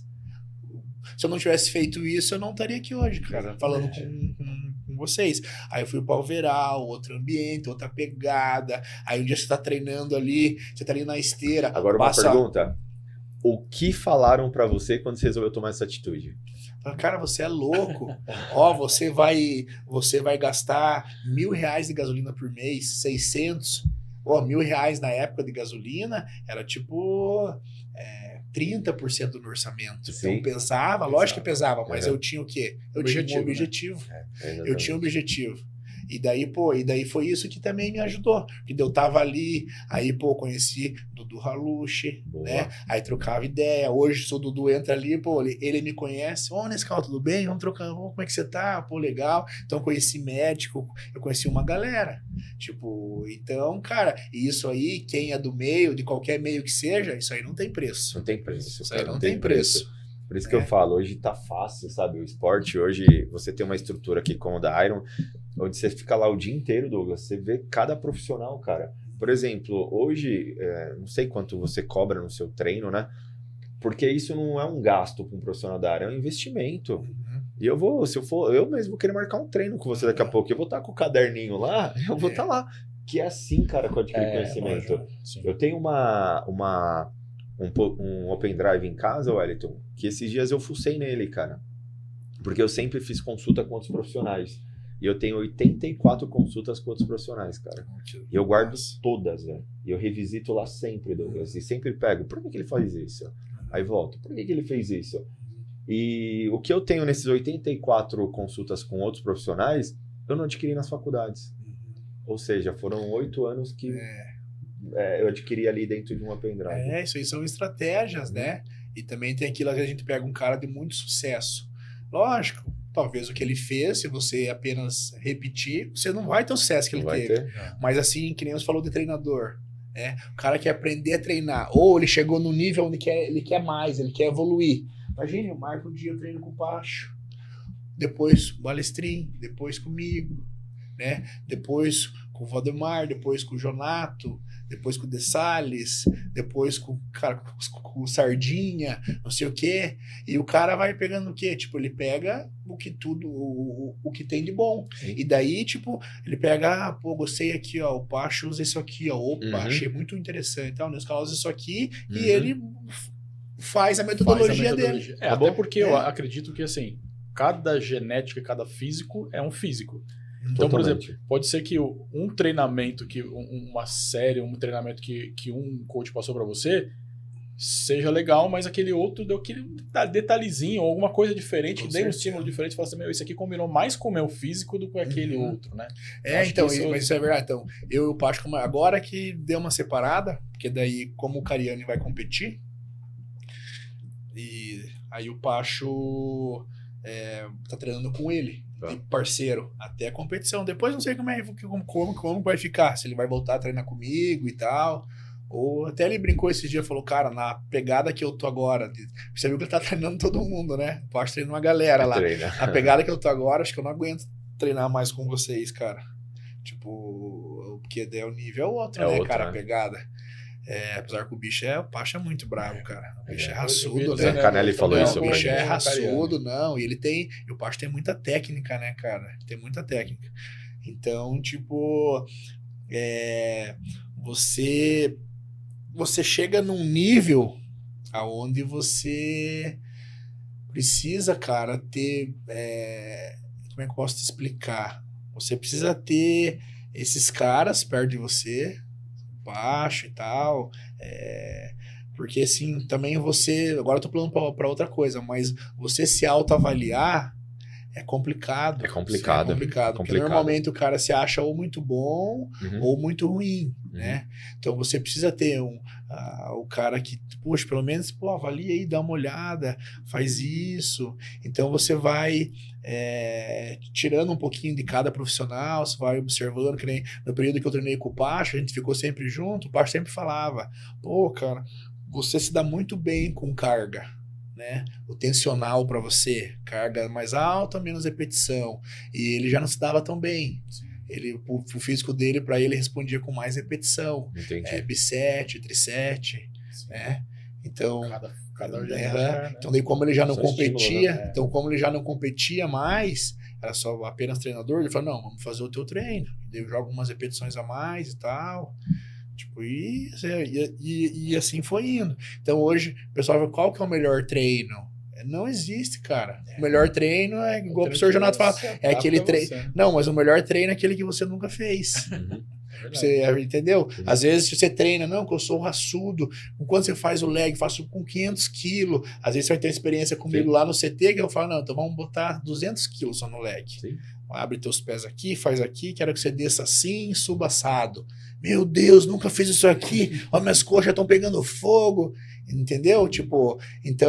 Se eu não tivesse feito isso, eu não estaria aqui hoje, cara, falando com vocês. Aí eu fui para o Overall, outro ambiente, outra pegada. Aí um dia você tá treinando ali, você tá ali na esteira. Agora uma pergunta. O que falaram para você quando você resolveu tomar essa atitude? Cara, você é louco. Ó, você vai gastar R$1.000 de gasolina por mês, 600. Ó, R$1.000 na época de gasolina era tipo 30% do meu orçamento. Sim. Então pesava, lógico que pesava, mas eu tinha o quê? Eu tinha um objetivo. Eu tinha um objetivo. E daí foi isso que também me ajudou. Porque eu tava ali, aí, conheci Dudu Halushi, né? Aí trocava ideia. Hoje, se o Dudu entra ali, ele me conhece. Ô, Nescau, tudo bem? Vamos trocando. Como é que você tá? Pô, legal. Então, conheci médico, eu conheci uma galera. Tipo, então, cara, isso aí, quem é do meio, de qualquer meio que seja, isso aí não tem preço. Não tem preço. Isso aí não tem preço. Por isso que eu falo, hoje tá fácil, sabe? O esporte, hoje, você tem uma estrutura aqui como a da Iron, onde você fica lá o dia inteiro, Douglas, você vê cada profissional, cara. Por exemplo, hoje, não sei quanto você cobra no seu treino, né? Porque isso não é um gasto para um profissional da área, é um investimento. E eu mesmo vou querer marcar um treino com você daqui a pouco, eu vou estar com o caderninho lá, eu vou estar lá. Que é assim, cara, que eu adquiri conhecimento. Eu tenho um open drive em casa, Wellington, que esses dias eu fucei nele, cara. Porque eu sempre fiz consulta com outros profissionais. E eu tenho 84 consultas com outros profissionais, cara. E eu guardo todas, velho. E eu revisito lá sempre, Douglas. E sempre pego, por que ele faz isso? Aí volto, por que ele fez isso? E o que eu tenho nesses 84 consultas com outros profissionais, eu não adquiri nas faculdades. Ou seja, foram 8 anos que eu adquiri ali dentro de um open drive. Isso aí são estratégias, né? E também tem aquilo que a gente pega um cara de muito sucesso. Lógico, talvez o que ele fez, se você apenas repetir, você não vai ter o sucesso que ele teve. Mas assim, que nem você falou de treinador, né? O cara quer aprender a treinar, ou ele chegou no nível onde ele quer mais, ele quer evoluir. Imagine, eu marco um dia eu treino com o Pacho, depois com o Balestrin, depois comigo, né? Depois com o Valdemar, depois com o Jonato, depois com o De Salles, depois com o Sardinha, não sei o quê. E o cara vai pegando o quê? Tipo, ele pega o que tem de bom. Sim. E daí, tipo, ele pega, gostei aqui, ó, o Pacho usa isso aqui, ó, opa, achei muito interessante, o Nescau usa isso aqui, e ele faz a metodologia dele. Até porque eu acredito que, assim, cada genética, cada físico é um físico. Então, por exemplo, pode ser que um treinamento, uma série, um treinamento que um coach passou para você, seja legal, mas aquele outro deu aquele detalhezinho, ou alguma coisa diferente, Com dei um certeza. estímulo diferente, e falei assim, meu, esse aqui combinou mais com o meu físico do que aquele outro, né? Acho Então, que isso- mas isso é verdade. Então, eu e o Pacho, agora que deu uma separada, porque daí, como o Cariani vai competir, e aí o Pacho tá treinando com ele, Tá. de parceiro, até a competição. Depois não sei como vai ficar, se ele vai voltar a treinar comigo e tal. Ou até ele brincou esse dia, falou, cara, na pegada que eu tô agora, você viu que ele tá treinando todo mundo, né? O Pacho treina uma galera lá. Treina. A pegada que eu tô agora, acho que eu não aguento treinar mais com vocês, cara. Tipo, porque daí o nível é outro, É né, outro, cara? né? A pegada. Apesar que o bicho o Pacho é muito bravo, cara. O bicho é Eu raçudo, vi né? Zé Canelli falou Não, isso o pra bicho é gente. raçudo, não. E ele tem. E o Pacho tem muita técnica, né, cara? Tem muita técnica. Então, tipo. Você chega num nível aonde você precisa, cara, ter. Como é que eu posso te explicar? Você precisa ter esses caras perto de você, baixo e tal. Porque assim, também você. Agora eu tô falando pra outra coisa, mas você se autoavaliar é complicado. É complicado. É complicado. Porque normalmente o cara se acha ou muito bom Uhum. ou muito ruim, né? Então você precisa ter o cara que, poxa, pelo menos, avalia aí, dá uma olhada, faz isso. Então você vai tirando um pouquinho de cada profissional, você vai observando, que nem no período que eu treinei com o Pacho, a gente ficou sempre junto, o Pacho sempre falava, pô, cara, você se dá muito bem com carga, né? O tensional para você, carga mais alta, menos repetição. E ele já não se dava tão bem. O físico dele, para ele, respondia com mais repetição. Entendi. Bisete, trisete, né? Então, cada né? Então, daí como ele já não Só competia, estímulo, né? então como ele já não competia mais, era só apenas treinador, ele falou, não, vamos fazer o teu treino. Daí eu jogo umas repetições a mais e tal. Tipo, e assim foi indo. Então hoje, o pessoal fala, qual que é o melhor treino? Não existe, cara. O melhor treino é igual o professor Jonato fala, é aquele treino. Não, mas o melhor treino é aquele que você nunca fez. Uhum. Você entendeu? Às vezes você treina, não, que eu sou raçudo. Quando você faz o leg, faço com 500 quilos. Às vezes você vai ter experiência comigo lá no CT, que eu falo, não, então vamos botar 200 quilos só no leg. Sim. Abre teus pés aqui, faz aqui, quero que você desça assim, suba assado. Meu Deus, nunca fiz isso aqui. Ó, minhas coxas estão pegando fogo. Entendeu? Tipo, então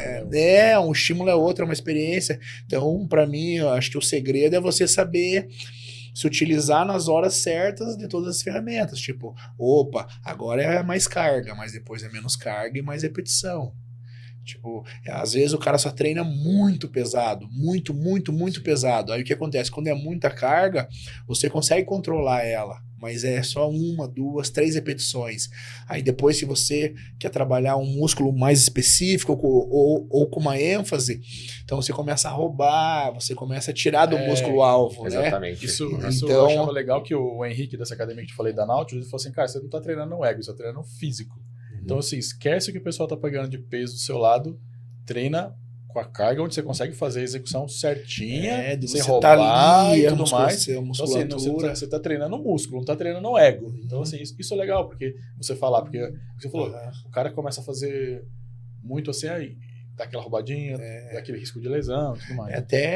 um estímulo é outro, é uma experiência. Então, para mim, eu acho que o segredo é você saber se utilizar nas horas certas de todas as ferramentas. Tipo, opa, agora é mais carga, mas depois é menos carga e mais repetição. Tipo, às vezes o cara só treina muito pesado, muito pesado. Aí o que acontece? Quando é muita carga, você consegue controlar ela, mas é só 1, 2, 3 repetições. Aí depois, se você quer trabalhar um músculo mais específico ou com uma ênfase, então você começa a roubar, você começa a tirar do músculo-alvo, né? Exatamente. Isso Então, eu achava legal que o Henrique dessa academia que eu te falei da Nautilus, ele falou assim, cara, você não tá treinando no ego, você tá treinando no físico. Então, assim, esquece o que o pessoal tá pegando de peso do seu lado, treina com a carga onde você consegue fazer a execução certinha, de sem você roubar tá ali, e tudo mais. A Então, assim, musculatura. você tá treinando o músculo, não tá treinando o ego. Então, assim, isso é legal, porque você falar, porque você falou, o cara começa a fazer muito assim, aí dá aquela roubadinha, dá aquele risco de lesão e tudo mais.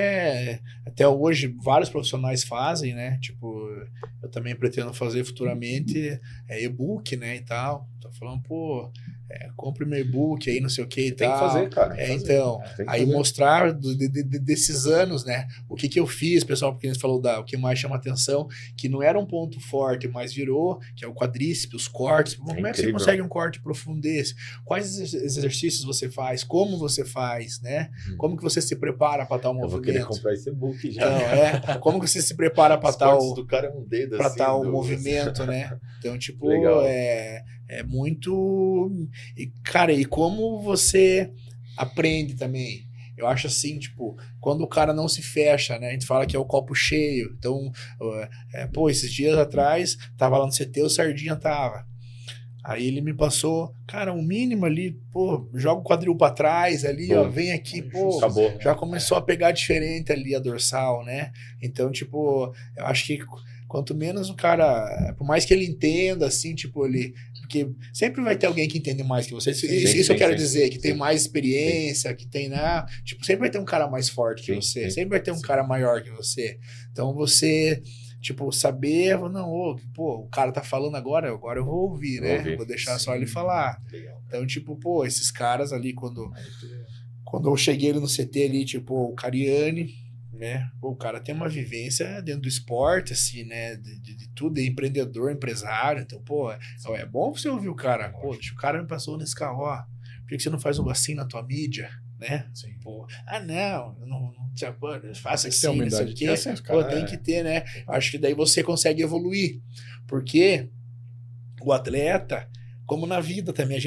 Até hoje, vários profissionais fazem, né? Tipo, eu também pretendo fazer futuramente e-book, né, e tal. Tô falando, pô, compre meu e-book aí, não sei o que e Tem tal. que fazer, cara. Então, Tem que aí fazer. mostrar desses anos, né? O que eu fiz, pessoal, porque a gente falou o que mais chama atenção, que não era um ponto forte, mas virou, que é o quadríceps, os cortes. Como é que você incrível. consegue um corte profundo desse? Quais exercícios você faz? Como você faz, né? Como que você se prepara para tal Eu vou movimento? querer comprar esse e-book já. Então, como que você se prepara para Os tal cortes do cara é um dedo para assim. tal movimento, né? Então, tipo, Legal. é muito... E, cara, e como você aprende também? Eu acho assim, tipo, quando o cara não se fecha, né? A gente fala que é o copo cheio. Então, esses dias atrás, tava lá no CT, o Sardinha tava. Aí ele me passou, cara, um mínimo ali, pô, joga o quadril pra trás ali, ó, vem aqui, pô, Acabou. já começou a pegar diferente ali a dorsal, né? Então, tipo, eu acho que quanto menos o cara, por mais que ele entenda, assim, tipo, ele, Porque sempre vai ter alguém que entende mais que você. Isso Sim, eu quero sim, dizer, que tem sim. mais experiência, que tem, né? Tipo, sempre vai ter um cara mais forte que Sim, você. sim. Sempre vai ter um cara maior que você. Então você, tipo, saber, não, pô, o cara tá falando agora eu vou ouvir, Vou né? ouvir. Vou deixar só ele falar. Legal. Então, tipo, pô, esses caras ali, quando eu cheguei ali no CT ali, tipo, o Cariani, né? Pô, o cara tem uma vivência dentro do esporte, assim, né? De tudo, é empreendedor, empresário. Então, pô, é bom você ouvir o cara. Pô, deixa o cara me passou nesse carro, ó. Por que você não faz assim na tua mídia, né? Sim. Pô, não, eu não faça Tem que ter assim, não sei humildade. o quê. Assim, os Pô, caras, tem que ter, né? Acho que daí você consegue evoluir. Porque o atleta, como na vida também,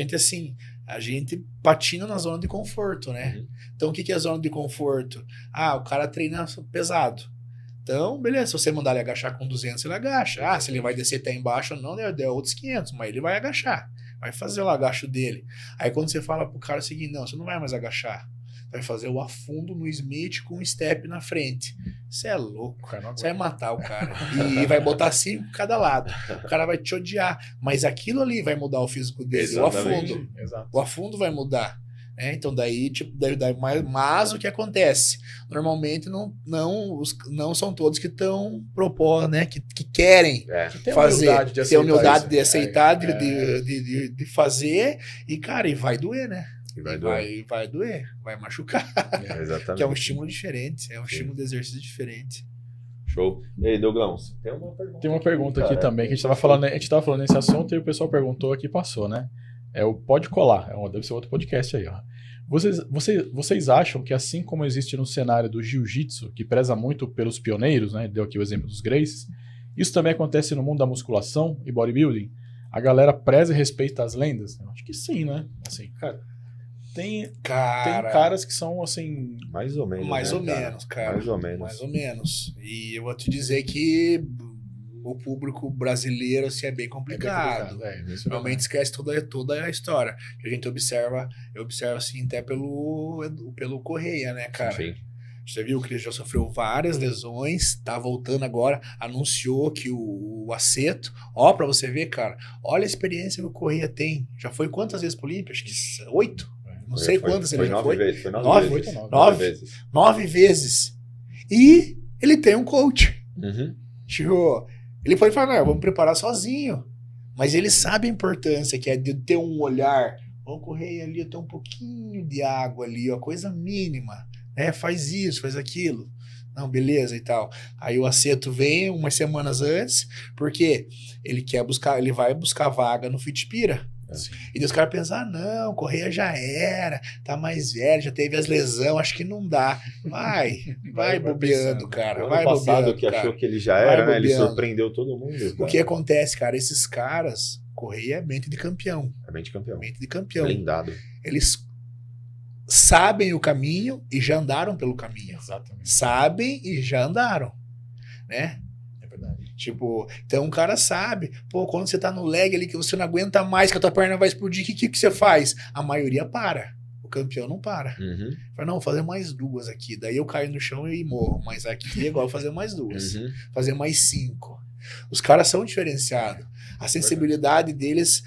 a gente patina na zona de conforto, né? Uhum. Então, o que é a zona de conforto? O cara treina pesado. Então, beleza, se você mandar ele agachar com 200, ele agacha. Se ele vai descer até embaixo ou não, der outros 500, mas ele vai agachar. Vai fazer o agacho dele. Aí, quando você fala pro cara o seguinte, não, você não vai mais agachar. Vai fazer o afundo no Smith com um step na frente. Você é louco. Você vai matar o cara. E vai botar 5 cada lado. O cara vai te odiar. Mas aquilo ali vai mudar o físico dele. Exatamente. O afundo. Exato. O afundo vai mudar. Então, daí, tipo, mas o que acontece? Normalmente não são todos que estão propondo, né? Que querem fazer. Ter humildade de aceitar, de fazer. E, cara, e vai doer, né? Vai doer, vai machucar. Exatamente. Que é um estímulo diferente, é um estímulo de exercício diferente. Show. E aí, Douglão, tem uma pergunta aqui também, que a gente tava falando nesse assunto e o pessoal perguntou aqui e passou, né? É o Pode Colar, deve ser outro podcast aí, ó. Vocês acham que assim como existe no cenário do jiu-jitsu, que preza muito pelos pioneiros, né? Deu aqui o exemplo dos Gracies, isso também acontece no mundo da musculação e bodybuilding? A galera preza e respeita as lendas? Eu acho que sim, né? Assim, cara... Tem caras que são assim. Mais ou menos. Mais ou menos, cara. Mais ou menos. E eu vou te dizer que o público brasileiro assim, é bem complicado. Normalmente esquece toda a história. A gente observa, eu observo assim, até pelo Correia, né, cara? Sim. Você viu que ele já sofreu várias lesões, tá voltando agora, anunciou que o Aceto, pra você ver, cara, olha a experiência que o Correia tem. Já foi quantas vezes pro Olímpia? Acho que 8. Não sei quantas ele já foi. 9 vezes. 9 vezes. E ele tem um coach. Uhum. Tipo, ele pode falar, vamos preparar sozinho. Mas ele sabe a importância que é de ter um olhar. Vamos correr ali, ter um pouquinho de água ali, ó, coisa mínima. Faz isso, faz aquilo. Não, beleza e tal. Aí o Aceto vem umas semanas antes, porque ele vai buscar vaga no Fitpira. E os caras pensam, não, Correia já era, tá mais velho, já teve as lesões, acho que não dá. Vai bobeando, cara. Vai bobeando, passado que achou que ele já era, né? Ele surpreendeu todo mundo. O que acontece, cara? Esses caras, Correia é mente de campeão. Mente de campeão. Blindado. Eles sabem o caminho e já andaram pelo caminho. Exatamente. Sabem e já andaram, né? Tipo, então o cara sabe, quando você tá no leg ali que você não aguenta mais, que a tua perna vai explodir, o que você faz? A maioria para. O campeão não para. Uhum. Fala, não, vou fazer mais 2 aqui. Daí eu caio no chão e morro. Mas aqui agora eu vou fazer mais 2. Uhum. Fazer mais 5. Os caras são diferenciados. A sensibilidade deles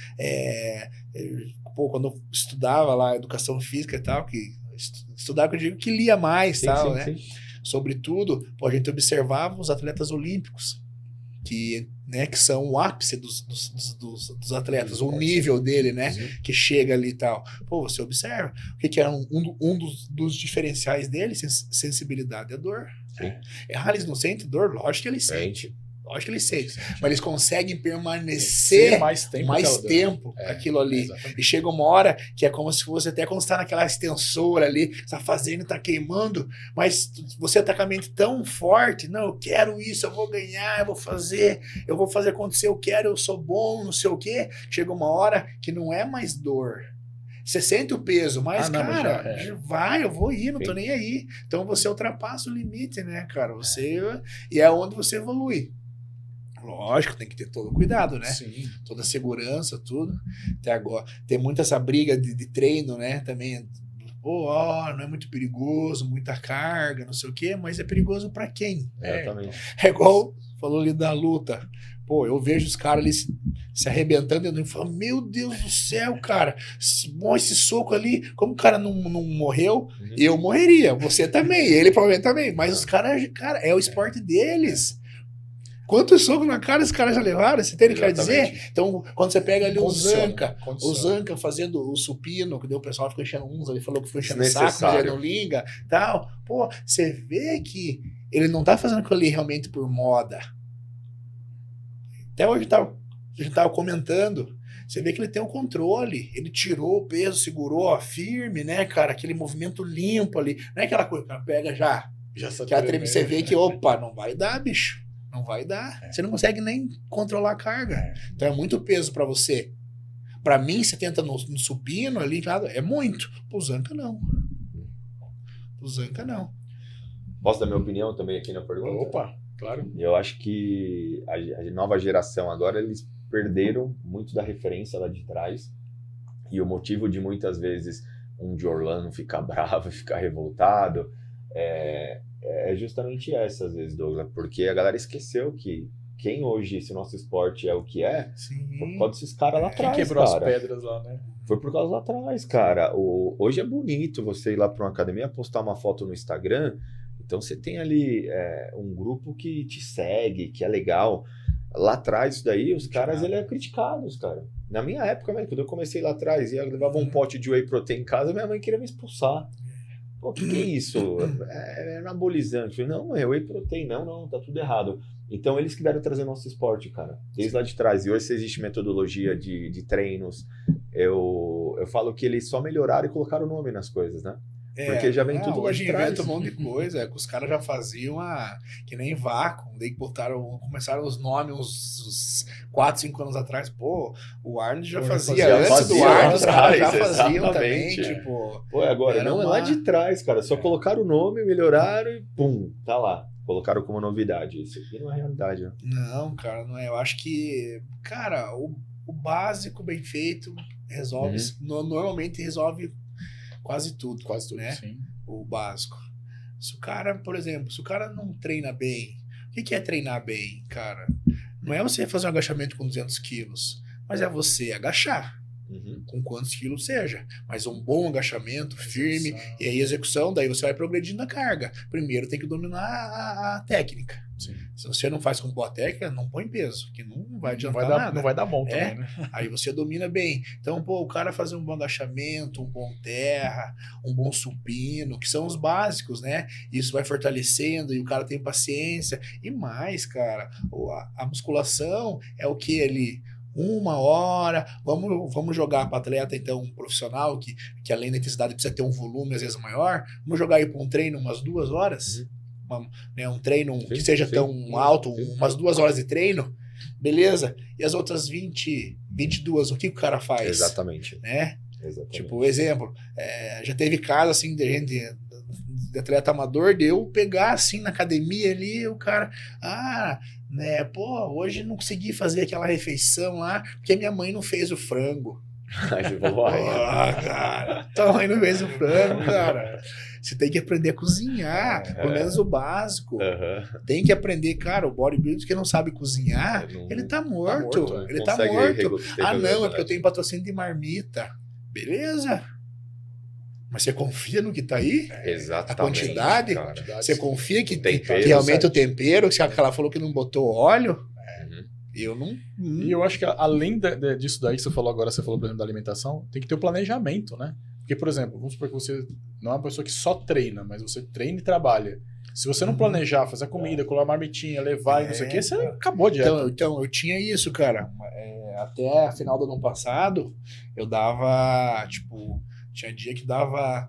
quando eu estudava lá educação física e tal, que estudava que eu digo que lia mais, tal, né? Sim. Sobretudo, a gente observava os atletas olímpicos. Que são o ápice dos atletas, o nível dele, né? Uhum. Que chega ali e tal. Você observa. O que é um dos diferenciais dele? Sensibilidade à dor. Eles não sentem dor? Lógico que eles sentem. Lógico que eles sentem. Mas eles conseguem permanecer mais tempo aquilo ali. Exatamente. E chega uma hora que é como se fosse até quando você está naquela extensora ali, você está fazendo, está queimando, mas você está com a mente tão forte, não, eu quero isso, eu vou ganhar, eu vou fazer acontecer, eu quero, eu sou bom, não sei o quê. Chega uma hora que não é mais dor. Você sente o peso, mas, eu vou ir, não tô nem aí. Então você ultrapassa o limite, né, cara? E é onde você evolui. Lógico, tem que ter todo o cuidado, né? Sim. Toda a segurança, tudo. Até agora. Tem muita essa briga de treino, né? Também. Não é muito perigoso, muita carga, não sei o quê, mas é perigoso pra quem? Exatamente. É igual falou ali da luta. Eu vejo os caras ali se arrebentando, eu falo, meu Deus do céu, cara, bom, esse soco ali, como o cara não morreu, eu morreria, você também, ele provavelmente também, mas os caras, cara, é o esporte deles. Quantos socos na cara os caras já levaram? Você tem que quer dizer? Então, quando você pega ali o Zanca fazendo o supino, que deu o pessoal ficou enchendo uns, ele falou que ficou enchendo o saco, mas ele não liga, tal. Pô, você vê que ele não tá fazendo aquilo ali realmente por moda. Até hoje a gente tava comentando, você vê que ele tem o controle, ele tirou o peso, segurou, ó, firme, né, cara, aquele movimento limpo ali, não é aquela coisa que pega já treme, você vê que, opa, não vai dar, bicho. Não vai dar. Você não consegue nem controlar a carga. Então é muito peso pra você. Pra mim, você tenta no supino ali, é muito. Pro Zanca, não. Posso dar minha opinião também aqui na pergunta? Opa, claro. Eu acho que a nova geração agora, eles perderam muito da referência lá de trás. E o motivo de muitas vezes um de Orlando ficar bravo, ficar revoltado, é justamente essa, às vezes, Douglas, porque a galera esqueceu que quem hoje, se o nosso esporte é o que é, foi por causa desses caras lá atrás, quem quebrou as pedras lá, né? Foi por causa lá atrás, cara. Hoje é bonito você ir lá para uma academia, postar uma foto no Instagram, então você tem ali um grupo que te segue, que é legal. Lá atrás, isso daí, os caras, eles eram criticados, cara. Na minha época, quando eu comecei lá atrás, eu levava um pote de whey protein em casa, minha mãe queria me expulsar. Pô, o que é isso? É anabolizante. Eu falei, não, é whey protein. Não, tá tudo errado. Então, eles que vieram trazer nosso esporte, cara. Desde lá de trás. E hoje existe metodologia de treinos. Eu falo que eles só melhoraram e colocaram o nome nas coisas, né? Porque já vem tudo lá de trás. Hoje inventa um monte de coisa, que os caras já faziam que nem vácuo, daí começaram os nomes uns 4, 5 anos atrás, pô, o Arnold já fazia, antes do Arnold os caras já faziam também, tipo... Pô, agora, não, é lá de trás, cara, só colocaram o nome, melhoraram e pum, tá lá. Colocaram como novidade, isso aqui não é realidade, né? Não, cara, não é, eu acho que, cara, o básico bem feito resolve, normalmente resolve quase tudo, né? Sim. O básico. Se o cara, por exemplo, se o cara não treina bem, o que é treinar bem, cara? Não é você fazer um agachamento com 200 quilos, mas é você agachar. Com quantos quilos seja, mas um bom agachamento, firme, e aí execução, daí você vai progredindo na carga. Primeiro tem que dominar a técnica. Sim. Se você não faz com boa técnica, não põe peso, que não vai adiantar nada. Não vai dar bom também, né? Aí você domina bem. Então, pô, o cara fazer um bom agachamento, um bom terra, um bom supino, que são os básicos, né? Isso vai fortalecendo e o cara tem paciência. E mais, cara, a musculação é o que ali? 1 hora, vamos jogar para atleta, então, um profissional que além da intensidade precisa ter um volume às vezes maior, vamos jogar aí para um treino umas 2 horas, um treino que seja tão alto, umas 2 horas de treino, beleza? E as outras 22, o que o cara faz? Exatamente. Né? Exatamente. Tipo, exemplo, já teve caso assim de gente, de atleta amador, de eu pegar assim na academia ali, o cara, né, pô, hoje não consegui fazer aquela refeição lá, porque minha mãe não fez o frango. Aí você falou, cara, tua mãe não fez o frango, cara. Você tem que aprender a cozinhar, pelo menos o básico. Tem que aprender, cara, o bodybuilder que não sabe cozinhar, ele tá morto. Ele tá morto. Não, é porque eu tenho patrocínio de marmita. Beleza. Mas você confia no que tá aí? Exatamente. A quantidade? Cara. Você confia que tempero, realmente o tempero, se ela falou que não botou óleo? Eu não... E eu acho que além disso daí que você falou agora, você falou, por exemplo, da alimentação, tem que ter o planejamento, né? Porque, por exemplo, vamos supor que você não é uma pessoa que só treina, mas você treina e trabalha. Se você não planejar, fazer a comida, colar a marmitinha, levar e não sei o que, você acabou de Então, eu tinha isso, cara. Até a final do ano passado, eu dava, tinha dia que dava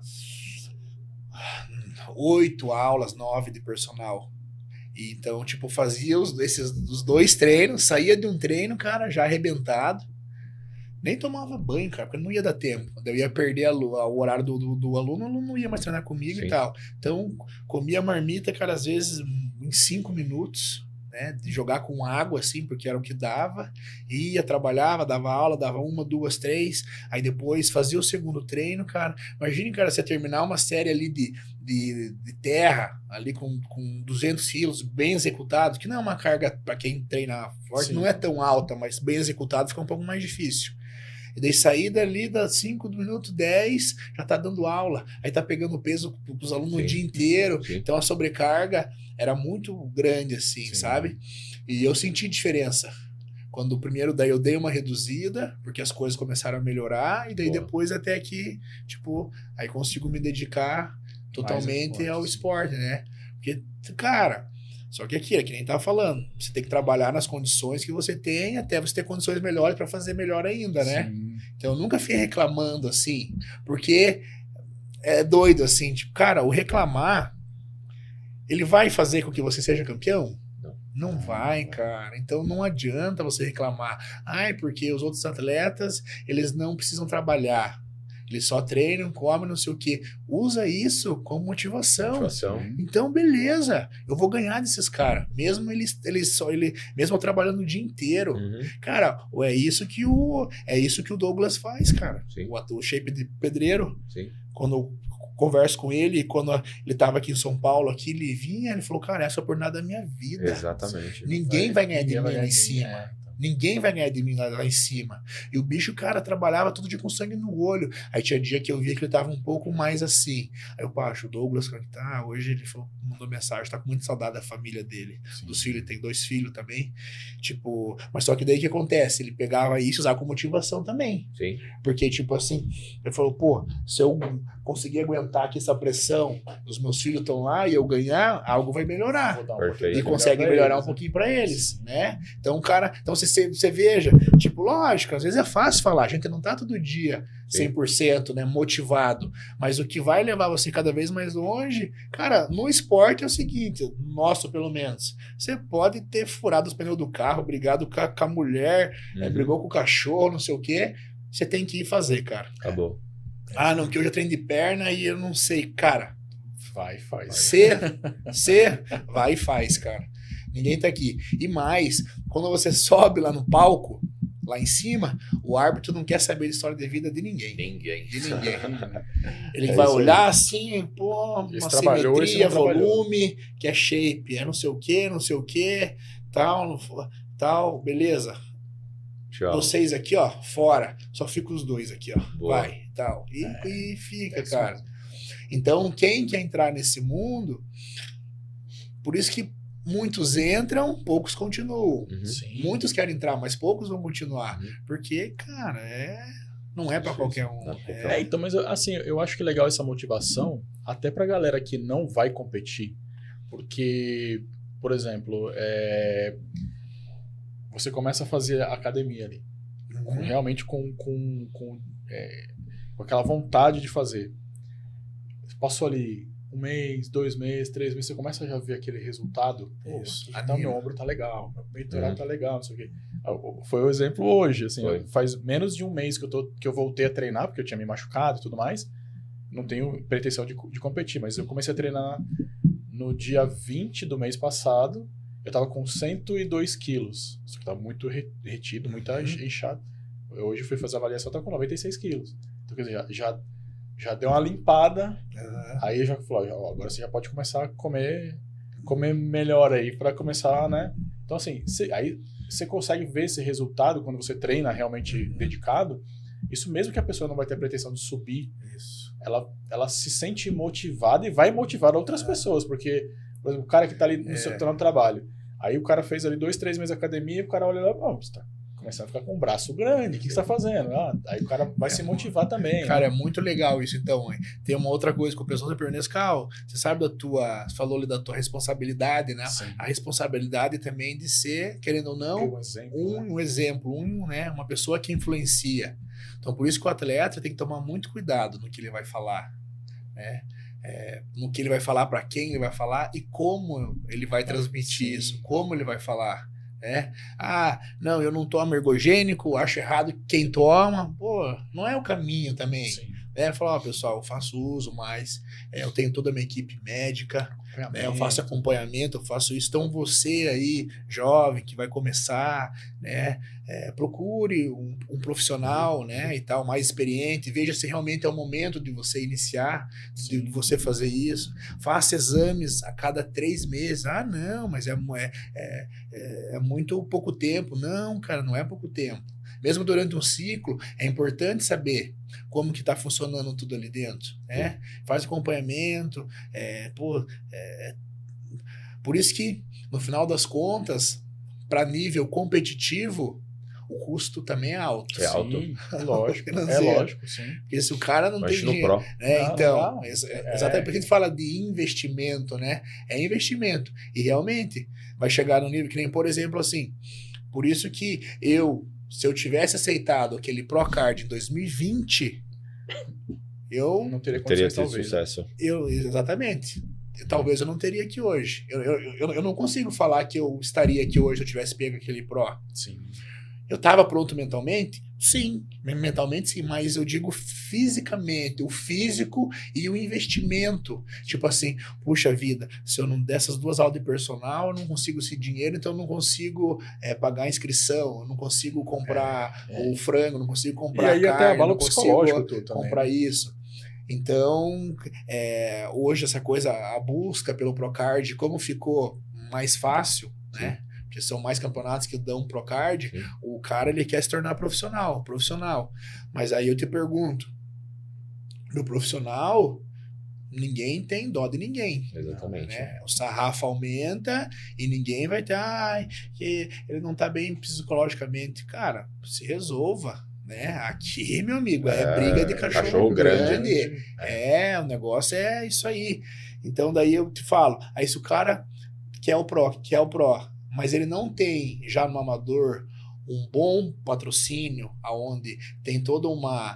8 aulas, 9 de personal. E então, fazia os 2 treinos, saía de um treino, cara, já arrebentado. Nem tomava banho, cara, porque não ia dar tempo. Eu ia perder o horário do aluno, o aluno não ia mais treinar comigo. Sim. E tal. Então, comia marmita, cara, às vezes em 5 minutos, né? De jogar com água, assim, porque era o que dava. Ia, trabalhava, dava aula, dava 1, 2, 3. Aí depois fazia o segundo treino, cara. Imagine, cara, você terminar uma série ali de terra, ali com 200 quilos, bem executado, que não é uma carga para quem treina forte, Sim. não é tão alta, mas bem executado fica um pouco mais difícil. E daí sair dali das 5 minutos, 10, já tá dando aula. Aí tá pegando peso pros alunos o dia inteiro. Sim. Então a sobrecarga era muito grande, assim, Sim. sabe? E eu senti diferença. Quando primeiro daí eu dei uma reduzida, porque as coisas começaram a melhorar, e daí Boa. depois até que, tipo, aí consigo me dedicar totalmente ao esporte, né? Porque, cara, só que aqui, é que nem tava falando, você tem que trabalhar nas condições que você tem até você ter condições melhores para fazer melhor ainda, né? Sim. Então eu nunca fui reclamando assim, porque é doido assim, tipo, cara, o reclamar, ele vai fazer com que você seja campeão? Não vai, cara. Então não adianta você reclamar. Ai, porque os outros atletas, eles não precisam trabalhar. Eles só treinam, comem, não sei o quê. Usa isso como motivação. Então, beleza. Eu vou ganhar desses caras. Mesmo mesmo trabalhando o dia inteiro. Cara, é isso que o Douglas faz, cara. Sim. O shape de pedreiro. Sim. Quando eu converso com ele, quando ele tava aqui em São Paulo, aqui, ele vinha, ele falou, cara, essa é a oportunidade da minha vida. Exatamente. Ninguém vai ganhar de mim lá em ninguém, cima. Ninguém vai ganhar de mim lá em cima. E o bicho, cara, trabalhava todo dia com sangue no olho. Aí tinha dia que eu via que ele tava um pouco mais assim. Aí eu, Pacho, o Douglas, como é que tá? Hoje ele falou, mandou mensagem, tá com muita saudade da família dele. Sim. Dos filhos, ele tem 2 filhos também. Tipo, mas só que daí o que acontece? Ele pegava isso e usava com motivação também. Sim. Porque, tipo assim, ele falou, pô, se eu conseguir aguentar aqui essa pressão, os meus filhos estão lá e eu ganhar, algo vai melhorar. Vou dar uma Perfeito. oportunidade E consegue pra melhorar eles, um pouquinho pra eles, né? Então, cara, então você veja, tipo, lógico, às vezes é fácil falar, a gente não tá todo dia 100%, né, motivado, mas o que vai levar você cada vez mais longe, cara, no esporte é o seguinte, nosso pelo menos, você pode ter furado os pneus do carro, brigado com a mulher, brigou com o cachorro, não sei o quê, você tem que ir fazer, cara. Acabou. Ah, não, que eu já treino de perna e eu não sei, cara, Vai, faz. Você vai e faz, cara. Ninguém tá aqui. E mais, quando você sobe lá no palco, lá em cima, o árbitro não quer saber de história de vida de ninguém. Ninguém. De ninguém. Ele É vai isso aí. olhar assim, pô, Esse uma trabalhou, esse simetria, não trabalhou. volume, que é shape, é não sei o que, tal, beleza. Tchau. Vocês aqui, ó, fora. Só fica os 2 aqui, ó. Boa. Vai, tal. E fica, isso cara. mesmo. Então, quem quer entrar nesse mundo, por isso que muitos entram, poucos continuam. Sim. Muitos querem entrar, mas poucos vão continuar. Uhum. Porque, cara, não é pra qualquer um. Não é pra Então, mas assim, eu acho que é legal essa motivação, até pra galera que não vai competir. Porque, por exemplo, você começa a fazer academia ali. Realmente com aquela vontade de fazer. Passou ali 1 mês, 2 meses, 3 meses, você começa a já ver aquele resultado. Pô, Isso. então meu ombro tá legal, meu peitoral tá legal, não sei o quê. Foi o exemplo hoje, assim, faz menos de 1 mês que eu voltei a treinar, porque eu tinha me machucado e tudo mais. Não tenho pretensão de competir, mas eu comecei a treinar no dia 20 do mês passado. Eu tava com 102 quilos, só que tava muito retido, muito inchado. Hoje eu fui fazer a avaliação, tava com 96 quilos. Então, quer dizer, já deu uma limpada. Aí eu já falei, ó, agora você já pode começar a comer melhor aí, pra começar, né? Então, assim, aí você consegue ver esse resultado quando você treina realmente dedicado. Isso mesmo que a pessoa não vai ter pretensão de subir, ela se sente motivada e vai motivar outras pessoas, porque, por exemplo, o cara que tá ali no trabalho, aí o cara fez ali 2, 3 meses de academia e o cara olha lá, você tá começando a ficar com um braço grande, o que você tá fazendo? Aí o cara vai se motivar também. Cara, é muito legal isso, então. Hein? Tem uma outra coisa que o pessoal pergunta, Cal, você sabe você falou ali da tua responsabilidade, né? Sim. A responsabilidade também de ser, querendo ou não, um exemplo, né? Uma pessoa que influencia. Então, por isso que o atleta tem que tomar muito cuidado no que ele vai falar, né? No que ele vai falar, para quem ele vai falar e como ele vai transmitir isso, como ele vai falar. Não, eu não tomo ergogênico, acho errado quem toma. Pô, não é o caminho também. Sim. Falar, pessoal, eu faço uso, mas eu tenho toda a minha equipe médica, né, eu faço acompanhamento, eu faço isso. Então você aí, jovem, que vai começar, né, procure um profissional, né, e tal, mais experiente, veja se realmente é o momento de você iniciar, de você fazer isso. Faça exames a cada 3 meses. Ah, não, mas é muito pouco tempo. Não, cara, não é pouco tempo. Mesmo durante um ciclo, é importante saber como que está funcionando tudo ali dentro, né? Faz acompanhamento, por isso que, no final das contas, para nível competitivo, o custo também é alto. É alto. Sim, lógico. É lógico, sim. Porque se o cara não tem dinheiro... Pro. Né? Então, exatamente porque a gente fala de investimento, né? É investimento. E realmente vai chegar no nível que nem, por exemplo, assim, por isso que se eu tivesse aceitado aquele ProCard em 2020, eu não teria tido sucesso. Exatamente. Talvez eu não teria aqui hoje. Eu não consigo falar que eu estaria aqui hoje se eu tivesse pego aquele Pro. Sim. Eu estava pronto mentalmente? Sim, mentalmente sim, mas eu digo fisicamente, o físico e o investimento. Tipo assim, puxa vida, se eu não dessas 2 aulas de personal, eu não consigo esse dinheiro, então eu não consigo pagar a inscrição, eu não consigo comprar o frango, não consigo comprar e aí a carne, até abala não o psicológico consigo também, comprar né? isso. Então, hoje essa coisa, a busca pelo Procard, como ficou mais fácil, né? Porque são mais campeonatos que dão Procard, o cara ele quer se tornar profissional. Mas aí eu te pergunto, no profissional, ninguém tem dó de ninguém. Exatamente. Né? O sarrafo aumenta e ninguém vai ter, que ele não tá bem psicologicamente. Cara, se resolva. Né? Aqui, meu amigo, é briga de cachorro grande. O negócio é isso aí. Então, daí eu te falo, aí se o cara quer o Pro, mas ele não tem já no amador um bom patrocínio, aonde tem toda uma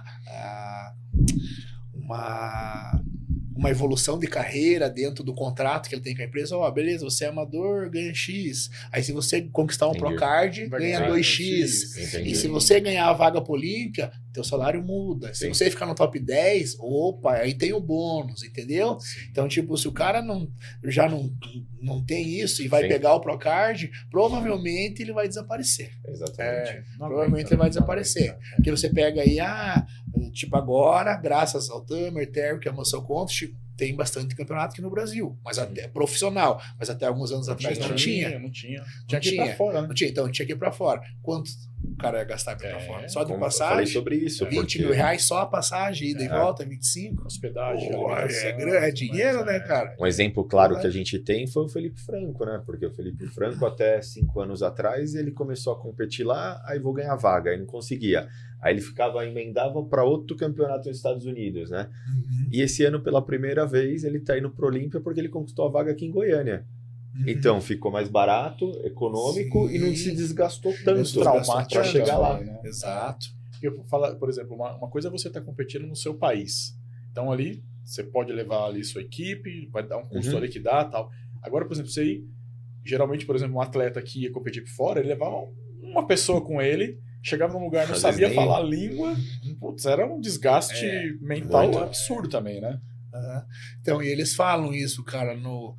evolução de carreira dentro do contrato que ele tem com a empresa. Beleza, você é amador, ganha X. Aí se você conquistar um Procard, ganha 2X. E se você ganhar a vaga pro Olímpia, teu salário muda. Se você ficar no top 10, aí tem o bônus, entendeu? Sim. Então, tipo, se o cara já não tem isso e vai pegar o Procard, provavelmente ele vai desaparecer. Exatamente. Provavelmente ele vai desaparecer. Porque você pega aí, tipo agora, graças ao Tamer, Terry, que é o seu conto, tem bastante campeonato aqui no Brasil, mas até profissional, mas até alguns anos atrás não tinha. Tinha que ir pra fora, né? Então tinha que ir pra fora. Quanto o cara ia gastar pra ir pra fora? Só de passagem? Eu falei sobre isso. 20 mil reais só a passagem, ida e volta, 25. Hospedagem. É dinheiro, né, cara? Um exemplo claro que a gente tem foi o Felipe Franco, né? Porque o Felipe Franco, até 5 anos atrás, ele começou a competir lá, aí vou ganhar vaga, aí não conseguia. Aí ele emendava para outro campeonato nos Estados Unidos, né? E esse ano, pela primeira vez, ele tá indo pro Olímpia porque ele conquistou a vaga aqui em Goiânia. Então, ficou mais barato, econômico e não se desgastou tanto traumático para chegar lá. Né? Exato. Eu falo, por exemplo, uma coisa é você estar competindo no seu país. Então, ali, você pode levar ali sua equipe, vai dar um custo ali que dá tal. Agora, por exemplo, você geralmente, por exemplo, um atleta que ia competir por fora, ele levava uma pessoa com ele, chegava num lugar, não sabia falar a língua, putz, era um desgaste mental absurdo também, né? Então, e eles falam isso, cara,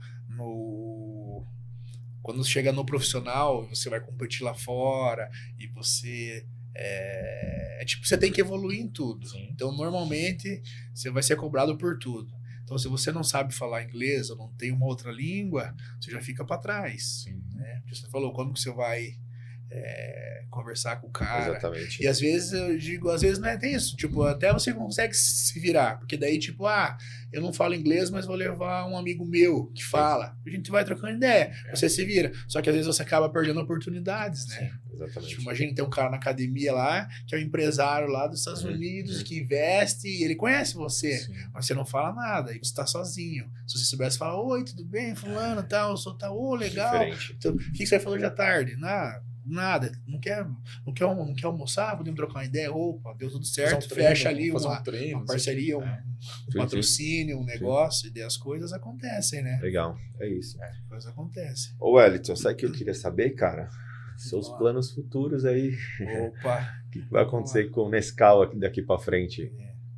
quando chega no profissional, você vai competir lá fora e você tipo, você tem que evoluir em tudo. Então, normalmente, você vai ser cobrado por tudo. Então, se você não sabe falar inglês ou não tem uma outra língua, você já fica para trás. Né? Porque você falou, como que você vai conversar com o cara? Exatamente. E às vezes, eu digo, às vezes não é tem isso. Tipo, até você consegue se virar. Porque daí, tipo, eu não falo inglês, mas vou levar um amigo meu que fala. A gente vai trocando ideia. Você se vira. Só que às vezes você acaba perdendo oportunidades, né? Exatamente. Tipo, imagina, tem um cara na academia lá, que é um empresário lá dos Estados Unidos, que investe, e ele conhece você, mas você não fala nada, e você tá sozinho. Se você soubesse falar, oi, tudo bem, fulano, tal, sou tal, legal. Então, o que você falou de à tarde? Nada, não quer almoçar, podemos trocar uma ideia, opa, deu tudo certo, fecha ali uma parceria, um patrocínio, um negócio, e as coisas acontecem, né? Legal, é isso. As coisas acontecem. Ô Wellington, sabe o que eu queria saber, cara? Seus planos futuros aí. Opa! O que vai acontecer com o Nescau daqui pra frente?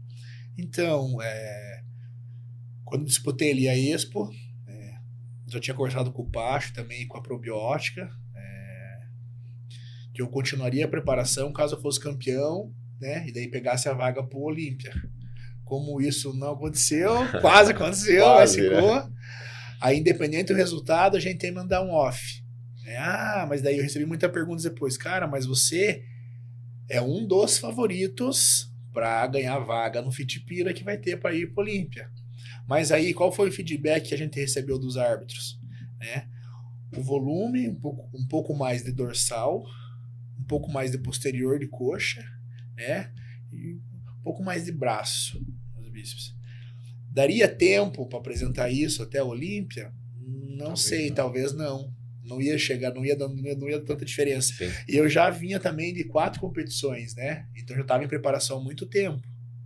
Então, quando disputei ali a Expo, já tinha conversado com o Pacho também, com a probiótica, que eu continuaria a preparação caso eu fosse campeão, né? E daí pegasse a vaga pro Olímpia. Como isso não aconteceu, quase aconteceu, mas ficou. Aí, independente do resultado, a gente tem que mandar um off. Mas daí eu recebi muita pergunta depois. Cara, mas você é um dos favoritos para ganhar vaga no Fitipira que vai ter para ir para Olímpia. Mas aí, qual foi o feedback que a gente recebeu dos árbitros? O volume, um pouco mais de dorsal, um pouco mais de posterior de coxa, e um pouco mais de braço nos bíceps. Daria tempo para apresentar isso até a Olímpia? Não sei, talvez não. Não ia chegar, não ia dar tanta diferença. Sim. E eu já vinha também de 4 competições, né? Então já estava em preparação há muito tempo.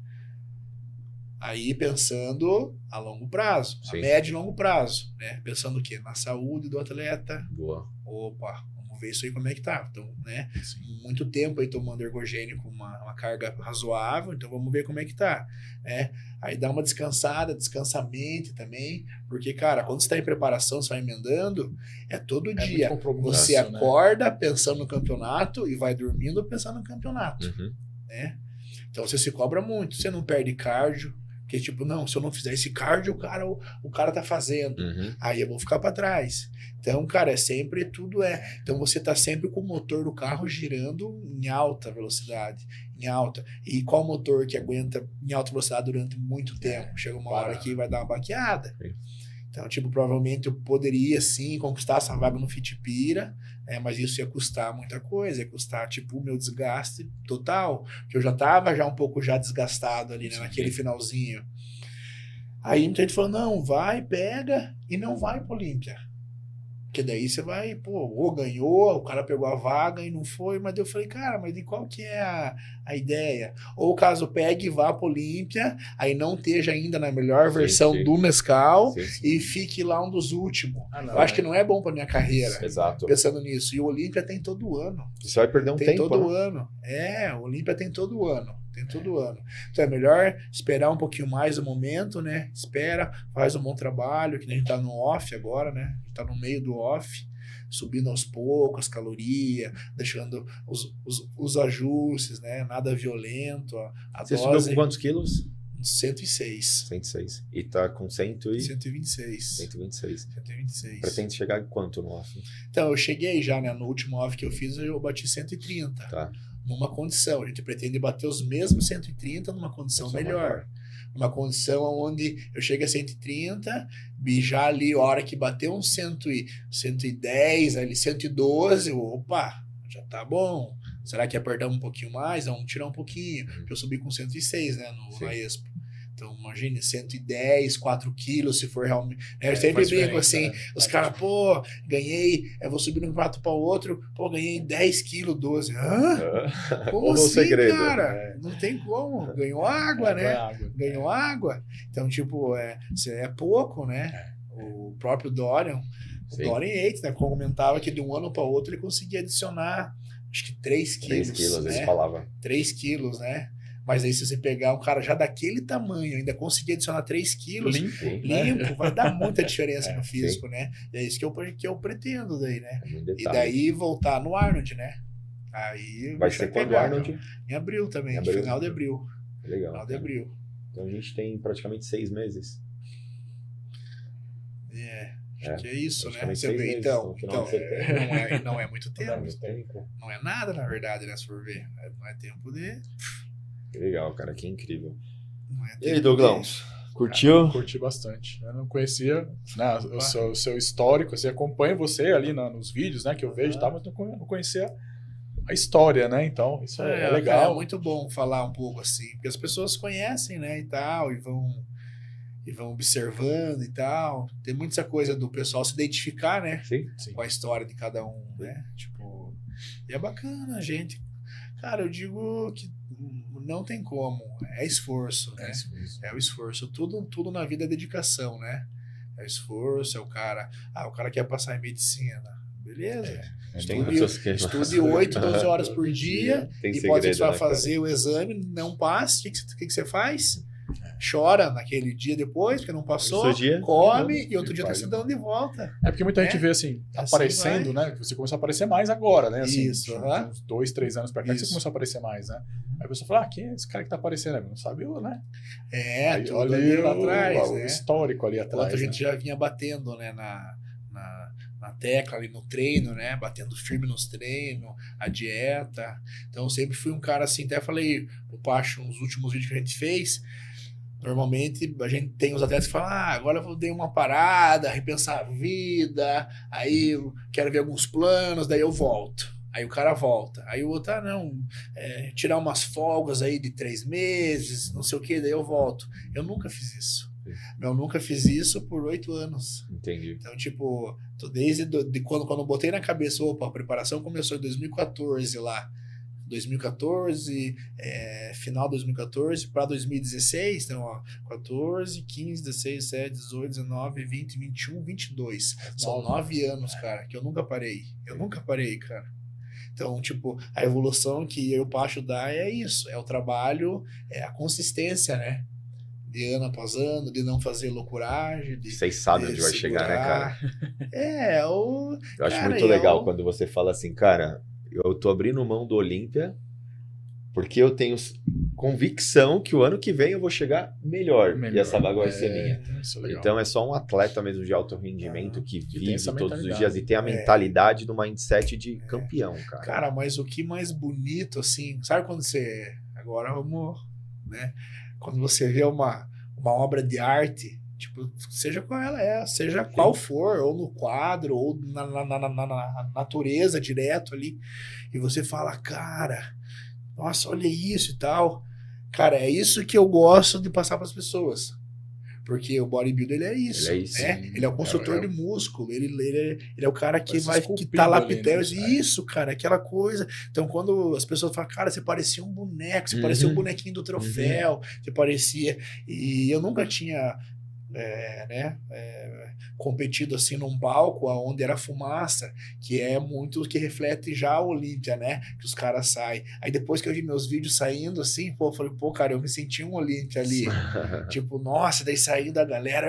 Aí pensando a longo prazo, a médio e longo prazo, né? Pensando o quê? Na saúde do atleta. Boa. Opa, vamos ver isso aí como é que tá. Então, né? Muito tempo aí tomando ergogênico, uma carga razoável, então vamos ver como é que tá, né? Aí dá uma descansada, descansa a mente também, porque, cara, quando você tá em preparação, você vai emendando, todo dia. Você acorda pensando no campeonato e vai dormindo pensando no campeonato, né? Então você se cobra muito, você não perde cardio, porque tipo, não, se eu não fizer esse cardio, o cara tá fazendo, aí eu vou ficar para trás. Então, cara, tudo Então você tá sempre com o motor do carro girando em alta velocidade, em alta. E qual motor que aguenta em alta velocidade durante muito tempo? Chega uma hora que vai dar uma baqueada. Então, tipo, provavelmente eu poderia, sim, conquistar essa vaga no Fitipira, mas isso ia custar muita coisa, ia custar, tipo, o meu desgaste total, que eu já tava um pouco desgastado ali, né, naquele finalzinho. Aí muita gente falou, não, vai, pega e não vai pro Olímpia. Porque daí você vai, ou ganhou, o cara pegou a vaga e não foi, mas eu falei, cara, mas de qual que é a ideia? Ou caso pegue e vá para Olímpia, aí não esteja ainda na melhor versão do Mescal e fique lá um dos últimos. Eu acho que não é bom para minha carreira. Exato. Pensando nisso. E o Olímpia tem todo ano. Você vai perder um tempo. Tem todo ano. O Olímpia tem todo ano. Tem todo ano. Então é melhor esperar um pouquinho mais o momento, né? Espera, faz um bom trabalho, que a gente tá no off agora, né? A gente tá no meio do off, subindo aos poucos as calorias, deixando os ajustes, né? Nada violento. Você subiu com quantos quilos? 106. 106. E tá com 126. 126. 126. Pretende chegar em quanto no off? Então, eu cheguei já, né? No último off que eu fiz, eu bati 130. Tá. Numa condição, a gente pretende bater os mesmos 130 numa condição melhor. Uma condição onde eu chego a 130 e já ali, a hora que bater uns 110, ali 112, opa, já tá bom. Será que apertamos um pouquinho mais? Vamos tirar um pouquinho. Eu subi com 106, né, na Expo. Então, imagine, 110, 4 quilos, se for realmente... Eu sempre brinco assim, os caras, ganhei, eu vou subir de um prato para o outro, ganhei 10 quilos, 12. Hã? Como assim, segredo, cara? Não tem como. Ganhou água, né? Ganhou água. Então, tipo, é pouco, né? O próprio Dorian, o Dorian Yates, né, comentava que de um ano para o outro ele conseguia adicionar, acho que 3 quilos. 3 quilos, né? ele falava. 3 quilos, né? Mas aí se você pegar um cara já daquele tamanho, ainda conseguir adicionar 3 quilos limpo, vai dar muita diferença no físico, né? E é isso que eu pretendo daí, né? E daí voltar no Arnold, né? Aí vai ser quando o Arnold? Em abril também, final de abril. Legal. Final de abril. Então a gente tem praticamente 6 meses. Acho que é isso, né? Você vê, então não é muito tempo. Não é nada, na verdade, né? Se for ver. Não é tempo de... Que legal, cara, que incrível. E aí, Douglão? Curtiu? Curti bastante. Eu não conhecia, né, o seu histórico, você acompanha você ali nos vídeos, né, que eu vejo e tal, mas não conhecia a história, né? Então, isso é legal. Cara, é muito bom falar um pouco assim, porque as pessoas conhecem, né, e tal, e vão observando e tal. Tem muita coisa do pessoal se identificar, né? Sim. Com a história de cada um, né? Tipo, e é bacana, gente. Cara, eu digo que não tem como. É esforço, né? É o esforço. Tudo na vida é dedicação, né? É esforço, o cara quer passar em medicina. Beleza. Estude 8, 12 horas por dia. E pode ser que você vai fazer o exame, não passe. O que você faz? chora naquele dia depois, porque não passou, seu dia. come e outro E dia tá vai, se dando de volta. É porque muita gente vê assim, Assim aparecendo, né? Você começou a aparecer mais agora, né? Assim, Isso, de aham. uns 2, 3 anos pra cá que Isso. você começou a aparecer mais, né? Aí a pessoa fala, quem é esse cara que tá aparecendo? Não sabe, né? É, Aí, tudo olha ali lá o atrás, o né? histórico ali atrás. Enquanto a né? gente já vinha batendo, né, na tecla ali no treino, né, batendo firme nos treinos, a dieta. Então eu sempre fui um cara assim, até falei pro Pacho nos últimos vídeos que a gente fez, normalmente a gente tem os atletas que falam, agora eu dei uma parada, repensar a vida, aí eu quero ver alguns planos, daí eu volto. Aí o cara volta. Aí o outro, tirar umas folgas aí de 3 meses, não sei o que, daí eu volto. Eu nunca fiz isso. Eu nunca fiz isso por 8 anos. Entendi. Então, tipo, tô desde quando eu botei na cabeça, a preparação começou em 2014 lá. 2014, final de 2014 para 2016, então, ó, 14, 15, 16, 17, 18, 19, 20, 21, 22. São 9 anos, cara, que eu nunca parei. Eu nunca parei, cara. Então, tipo, a evolução que eu e o Pacho dá é isso, é o trabalho, é a consistência, né? De ano após ano, de não fazer loucuragem. Vocês sabem onde vai chegar, né, cara? Eu acho muito legal quando você fala assim, cara, eu tô abrindo mão do Olímpia porque eu tenho convicção que o ano que vem eu vou chegar melhor. E essa vaga vai ser minha. Então é só um atleta mesmo de alto rendimento que vive todos os dias e tem a mentalidade do mindset de campeão, cara. Cara, mas o que mais bonito, assim, sabe quando você... Agora vamos, né? Quando você vê uma obra de arte, tipo, seja qual ela é, seja qual for, ou no quadro, ou na natureza direto ali, e você fala, cara, nossa, olha isso e tal. Cara, é isso que eu gosto de passar para as pessoas. Porque o bodybuilder, ele é isso. Ele é, isso, né? Ele é o construtor de músculo. Ele é o cara que tá lapidando. Isso, cara, aquela coisa. Então, quando as pessoas falam, cara, você parecia um boneco, você parecia um bonequinho do troféu, você parecia... E eu nunca tinha... competido assim num palco onde era fumaça, que é muito que reflete já a Olímpia, né? Que os caras saem. Aí depois que eu vi meus vídeos saindo assim, eu falei, cara, eu me senti um Olímpia ali. Tipo, nossa, daí saiu da galera.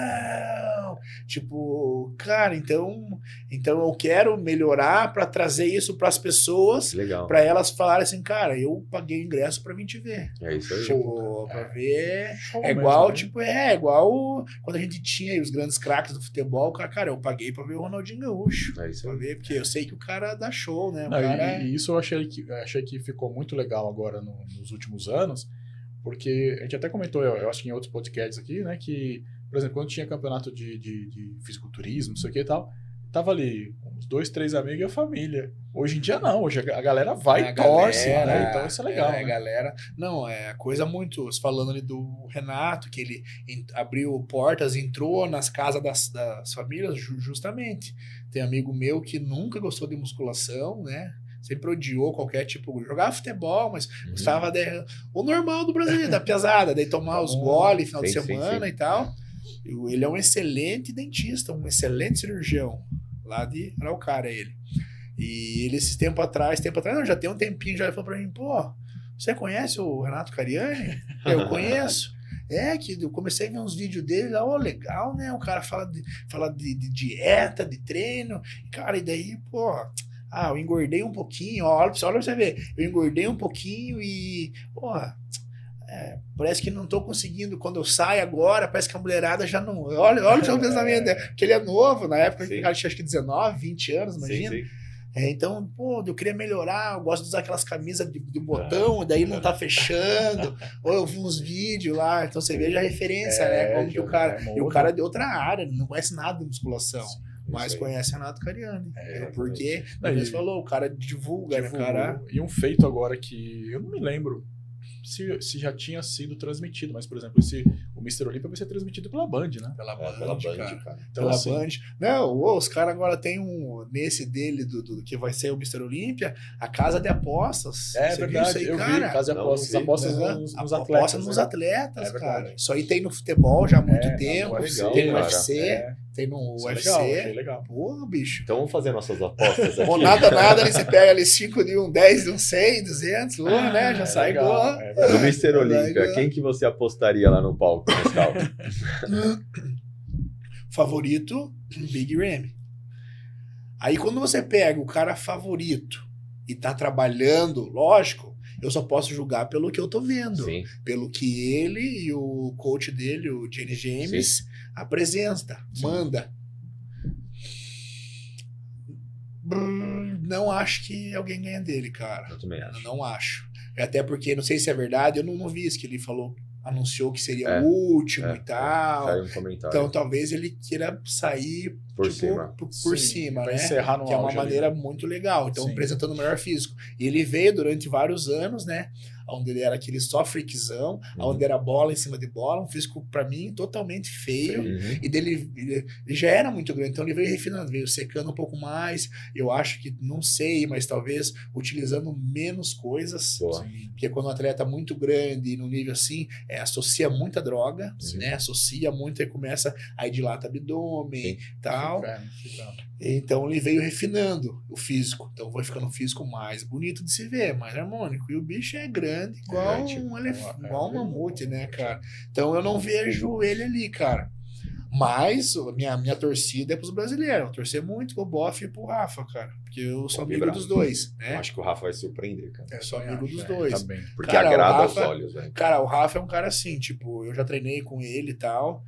Uau! Tipo, cara, então eu quero melhorar para trazer isso para as pessoas, para elas falarem assim, cara, eu paguei ingresso para vir te ver. É isso aí. Tipo, para ver. É igual, mesmo, tipo, é igual quando a gente tinha os grandes craques do futebol, cara, eu paguei pra ver o Ronaldinho Gaúcho. É isso. Pra ver, porque eu sei que o cara dá show, né? E isso eu achei que ficou muito legal agora nos últimos anos, porque a gente até comentou, eu acho que em outros podcasts aqui, né, que, por exemplo, quando tinha campeonato de fisiculturismo, não sei o que e tal, tava ali uns 2, 3 amigos e a família. Hoje em dia não, hoje a galera vai e torce, né? Então isso é legal. Né? Galera. Não, é coisa muito. Falando ali do Renato, que ele abriu portas, entrou nas casas das famílias, justamente. Tem amigo meu que nunca gostou de musculação, né? Sempre odiou qualquer tipo, jogava futebol, mas gostava o normal do brasileiro, da pesada, daí tomar os goles final de semana e tal. Ele é um excelente dentista, um excelente cirurgião, lá de Araucária ele. E ele esses tempo atrás, não, já tem um tempinho, já falou pra mim, pô, você conhece o Renato Cariani? Eu conheço. Que eu comecei a ver uns vídeos dele, legal, né? O cara fala de dieta, de treino, cara, e daí, pô... eu engordei um pouquinho, olha pra você ver, eu engordei um pouquinho e, parece que não tô conseguindo, quando eu saio agora, parece que a mulherada já não, olha o seu pensamento, porque ele é novo, na época, ele tinha acho que 19, 20 anos, imagina. Sim. Então, eu queria melhorar, eu gosto de usar aquelas camisas de botão, daí não tá fechando, ou eu vi uns vídeos lá, então você veja a referência, né, como que o cara, e o cara é de outra área, não conhece nada de musculação. Mas conhece Renato Cariani. Porque, como você falou, o cara divulga, né, cara? E um feito agora que eu não me lembro se já tinha sido transmitido, mas, por exemplo, o Mr. Olímpia vai ser transmitido pela Band, né? Pela Band, cara. Então, pela Band. Não, os caras agora tem nesse dele, do que vai ser o Mr. Olímpia, a casa de apostas. É verdade, eu vi, casa de apostas, apostas nos atletas. Apostas nos atletas, cara. Isso aí tem no futebol já há muito tempo, legal, tem no UFC. tem no Isso é UFC. legal, achei legal. Pô, bicho. Então vamos fazer nossas apostas aqui. Ou nada, ali você pega ali 5 de um, 10 de um, 100, 200, né? Já sai legal, igual. é Do verdade. Mr. Olímpia, Vai, quem que você apostaria lá no palco, Nescau? Favorito, Big Ramy. Aí quando você pega o cara favorito e tá trabalhando, lógico, eu só posso julgar pelo que eu tô vendo. Sim. Pelo que ele e o coach dele, o Jenny James, apresenta, manda. Não acho que alguém ganha dele, cara. Eu também acho. Não acho. Até porque, não sei se é verdade, eu não vi isso que ele falou, anunciou que seria É, o último e tal. Saiu um comentário. Então talvez ele queira sair Por cima. por Sim, cima, pra né? encerrar no Que é uma auge ali. maneira muito legal. Então, Sim. apresentando o melhor físico. E ele veio durante vários anos, né? Onde ele era aquele só freakzão, onde era bola em cima de bola, um físico, pra mim, totalmente feio. Uhum. E dele, ele já era muito grande, então ele veio refinando, veio secando um pouco mais. Eu acho que, não sei, mas talvez utilizando menos coisas. Boa. Porque quando um atleta é muito grande, no nível assim, associa muita droga, Sim. né? Associa muito e começa a dilata abdômen e tal. Fica. Então ele veio refinando o físico. Então vai ficando um físico mais bonito de se ver, mais harmônico. E o bicho é grande, igual igual um mamute, né, cara? Então eu não vejo ele ali, cara. Mas a minha torcida é pros brasileiros. Eu torcer muito pro Boff e pro Rafa, cara. Porque eu sou amigo dos dois, né? Eu acho que o Rafa vai surpreender, cara. Eu sou amigo dos dois. Tá bem. Porque Cara, agrada o aos Rafa- olhos, velho. Cara, o Rafa é um cara assim, tipo, eu já treinei com ele e tal.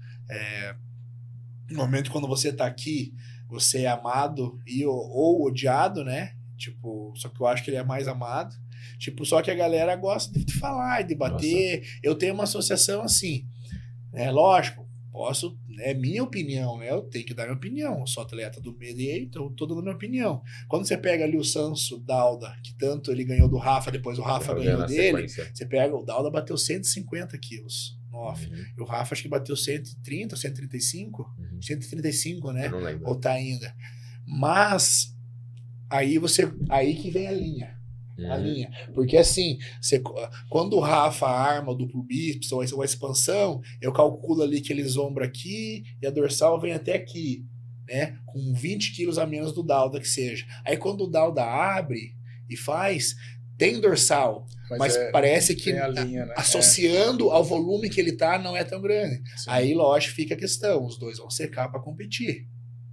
Normalmente quando você tá aqui, você é amado ou odiado, né? Tipo, só que eu acho que ele é mais amado. Tipo, só que a galera gosta de falar, de bater. Eu tenho uma associação assim, né? Lógico, posso, é minha opinião, né? Eu tenho que dar minha opinião. Eu sou atleta do meio, então eu tô dando minha opinião. Quando você pega ali o Sanso Dauda, que tanto ele ganhou do Rafa, depois o Rafa ganhou Na dele, sequência. você pega, o Dauda bateu 150 quilos no off. Uhum. E o Rafa acho que bateu 130, 135? Uhum. 135, né? Eu não lembro. Ou tá ainda. Mas aí que vem a linha. A Uhum. linha. Porque assim, quando o Rafa arma o duplo bíceps ou a expansão, eu calculo ali que eles ombro aqui e a dorsal vem até aqui, né? Com 20 quilos a menos do Dauda que seja. Aí quando o Dauda abre e faz, tem dorsal, mas parece que tem a linha, né? associando ao volume que ele tá, não é tão grande. Sim. Aí, lógico, fica a questão, os dois vão secar para competir.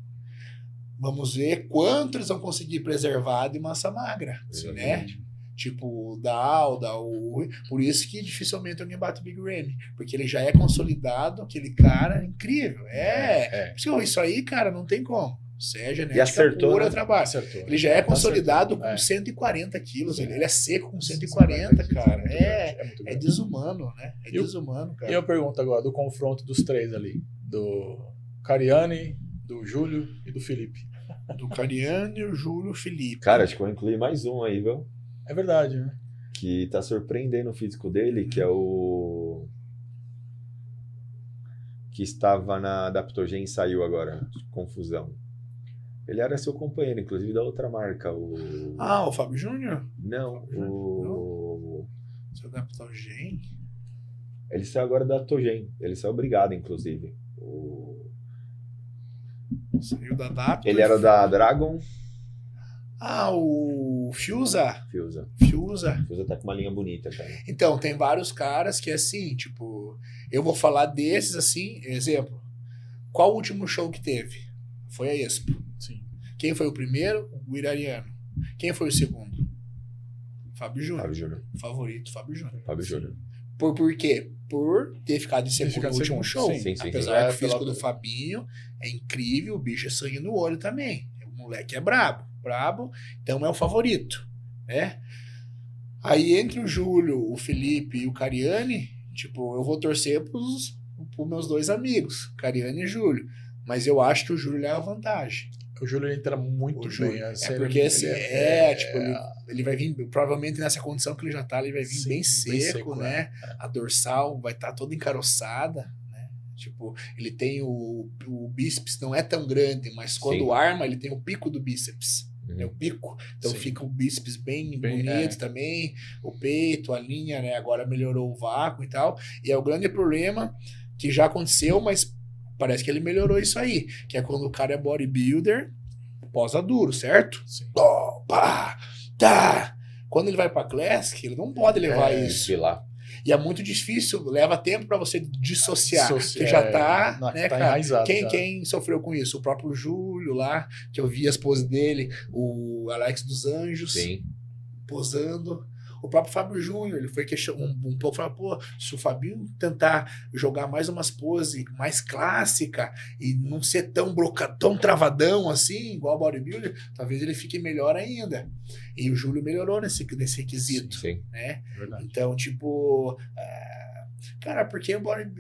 Vamos ver quanto eles vão conseguir preservar de massa magra, né? Tipo, o Dauda, por isso que dificilmente alguém bate o Big Ramy, porque ele já é consolidado, aquele cara incrível. Isso aí, cara, não tem como. Isso é genética acertou, pura né? trabalho. Acertou. Ele já é consolidado Acertou. com 140 quilos, Sim. ele é seco com 140, cara. muito É grande. desumano, né? É E eu- desumano, cara. E eu pergunto agora do confronto dos três ali: do Cariani, do Júlio e do Felipe. Do Cariani, o Júlio, o Felipe. Cara, acho que eu vou incluir mais um aí, viu? É verdade, né? Que tá surpreendendo o físico dele, que é o... que estava na Adaptogen e saiu agora. Confusão. Ele era seu companheiro, inclusive, da outra marca. O Fábio Júnior? Não, o... Seu Capital Gen? Ele saiu agora da Togen. Ele saiu obrigado, inclusive. Saiu da DAP. Ele era da Dragon. O Fusa. Fusa. Fusa. Fusa tá com uma linha bonita, cara. Então, tem vários caras que, assim, tipo... Eu vou falar desses, assim, exemplo. Qual o último show que teve? Foi a Expo. Sim. Quem foi o primeiro? O Guirariano. Quem foi o segundo? Fábio Júnior. Fábio Júnior. Favorito, Fábio Júnior. Fábio Júnior. Por quê? Por ter ficado em segundo ficado no último segundo, show. sim, sim. Apesar que o Pela- físico do Fabinho é incrível, o bicho é sangue no olho também. O moleque é brabo. Então é o favorito, né? Aí entre o Júlio, o Felipe e o Cariani, tipo, eu vou torcer pros meus dois amigos, Cariani e Júlio. Mas eu acho que o Júlio leva vantagem. O Júlio entra muito O bem. Júlio. Assim, Porque ele- assim, ele tipo, ele vai vir, provavelmente nessa condição que ele já tá, ele vai vir Sim, bem bem seco, seco, né? A dorsal vai estar toda encaroçada, né? Tipo, ele tem o bíceps não é tão grande, mas quando Sim. arma, ele tem o pico do bíceps. Uhum. É o pico. Então Sim. fica o bíceps bem Bem, bonito também, o peito, a linha, né? Agora melhorou o vácuo e tal. E é o grande problema que já aconteceu, mas parece que ele melhorou isso aí, que é quando o cara é bodybuilder, posa duro, certo? Sim. Pá, tá. Quando ele vai pra Classic, ele não pode levar isso. Sei lá. E é muito difícil, leva tempo pra você dissociar. Dissociar, que já tá, tá né, cara? enraizado. Quem sofreu com isso? O próprio Júlio lá, que eu vi as poses dele, o Alex dos Anjos Sim. posando. O próprio Fábio Júnior, ele foi um pouco, falou, pô, se o Fabinho tentar jogar mais umas poses mais clássica e não ser tão travadão assim, igual o bodybuilder, talvez ele fique melhor ainda. E o Júlio melhorou nesse requisito, Sim. né? Verdade. Então, tipo, cara, porque o body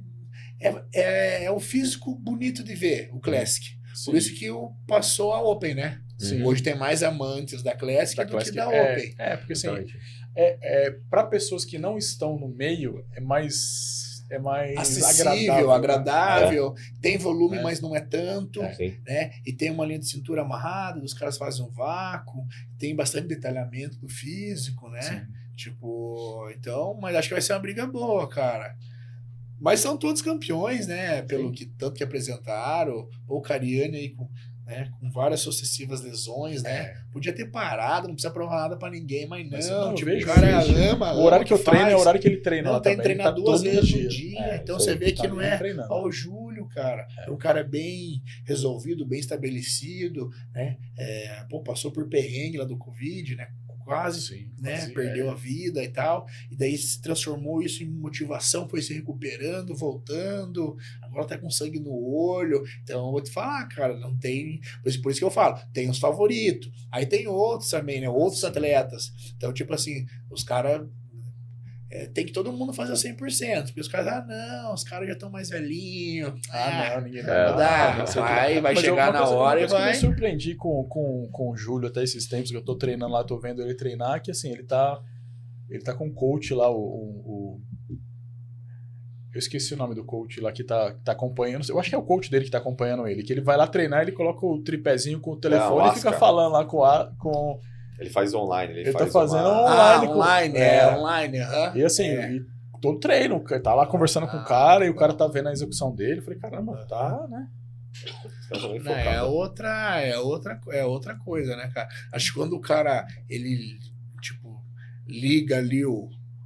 é o físico bonito de ver, o Classic. Por isso que passou a Open, né? Sim. Hoje tem mais amantes da Classic do que da Open. Porque assim, Exatamente. para pessoas que não estão no meio, é mais acessível, agradável, tem volume, É. mas não é tanto, Sim. né? E tem uma linha de cintura amarrada, os caras fazem um vácuo, tem bastante detalhamento do físico, né? Sim. Tipo, então, mas acho que vai ser uma briga boa, cara. Mas são todos campeões, né? Pelo que tanto que apresentaram, o Cariani aí com várias sucessivas lesões, né? Podia ter parado, não precisa provar nada pra ninguém, mas Mas não, não, tipo, vejo, o cara vejo. ama. O horário que eu treino é o faz. horário que ele treina. Não, lá tem que também. treinar Tá 2 todo vezes no dia. dia. Então isso você aí, vê que tá não ali é treinando. ó, o Júlio, cara. É um cara bem resolvido, bem estabelecido, né? Passou por perrengue lá do Covid, né? Quase, Sim, né? quase, Perdeu a vida e tal. E daí se transformou isso em motivação, foi se recuperando, voltando. Agora tá com sangue no olho. Então eu vou te falar, cara, não tem. Por isso que eu falo, tem os favoritos. Aí tem outros também, né? Outros atletas. Então, tipo assim, os caras. Tem que todo mundo fazer 100%. Porque os caras, não, os caras já estão mais velhinhos. Não, ninguém não dá. não sei o que. Vai Mas chegar uma na coisa, hora uma e coisa que eu vai. me surpreendi com o Júlio até esses tempos que eu tô treinando lá, tô vendo ele treinar, que assim, ele tá com um coach lá, eu esqueci o nome do coach lá que tá acompanhando. Eu acho que é o coach dele que tá acompanhando ele. Que ele vai lá treinar, ele coloca o tripézinho com o telefone e fica Oscar. falando lá com... Ele faz online. Ele faz tá fazendo uma... online. Online. E assim, e todo treino, tá lá conversando com o cara e o cara tá vendo a execução dele. Eu falei, caramba, tá, né? Não, é outra coisa, né, cara? Acho que quando o cara, ele, tipo, liga ali o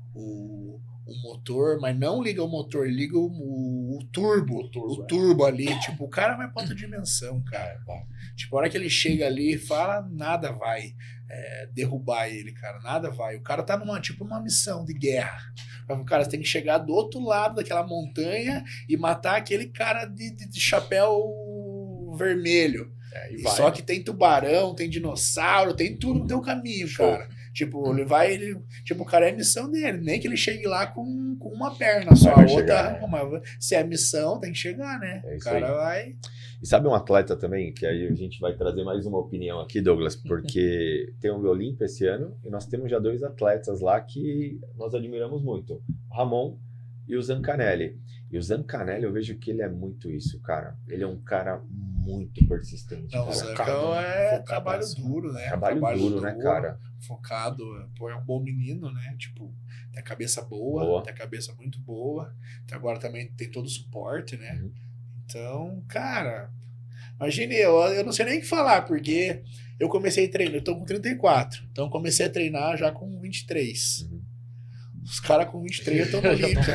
motor, mas não liga o motor, liga o turbo ali, tipo, o cara vai pra outra dimensão, cara. Tipo, a hora que ele chega ali e fala, nada vai derrubar ele, cara, nada vai. O cara tá numa missão de guerra. O cara tem que chegar do outro lado daquela montanha e matar aquele cara de chapéu vermelho. Só que tem tubarão, tem dinossauro, tem tudo no teu caminho, cara. Tipo, o cara é a missão dele. Nem que ele chegue lá com uma perna só. A outra, se é a missão, tem que chegar, né? O cara vai. E sabe um atleta também, que aí a gente vai trazer mais uma opinião aqui, Douglas, porque tem o Olímpia esse ano e nós temos já 2 atletas lá que nós admiramos muito. O Ramon e o Zancanelli. E o Zancanelli, eu vejo que ele é muito isso, cara. Ele é um cara muito persistente. Não, o Zancão é trabalho duro, né? Trabalho duro, né, cara? Focado, é um bom menino, né? Tipo, tem a cabeça boa, tem a cabeça muito boa. Agora também tem todo o suporte, né? Então, cara, imagine, eu não sei nem o que falar, porque eu comecei a treinar, eu tô com 34, então eu comecei a treinar já com 23. Os caras com 23 estão no Olímpia.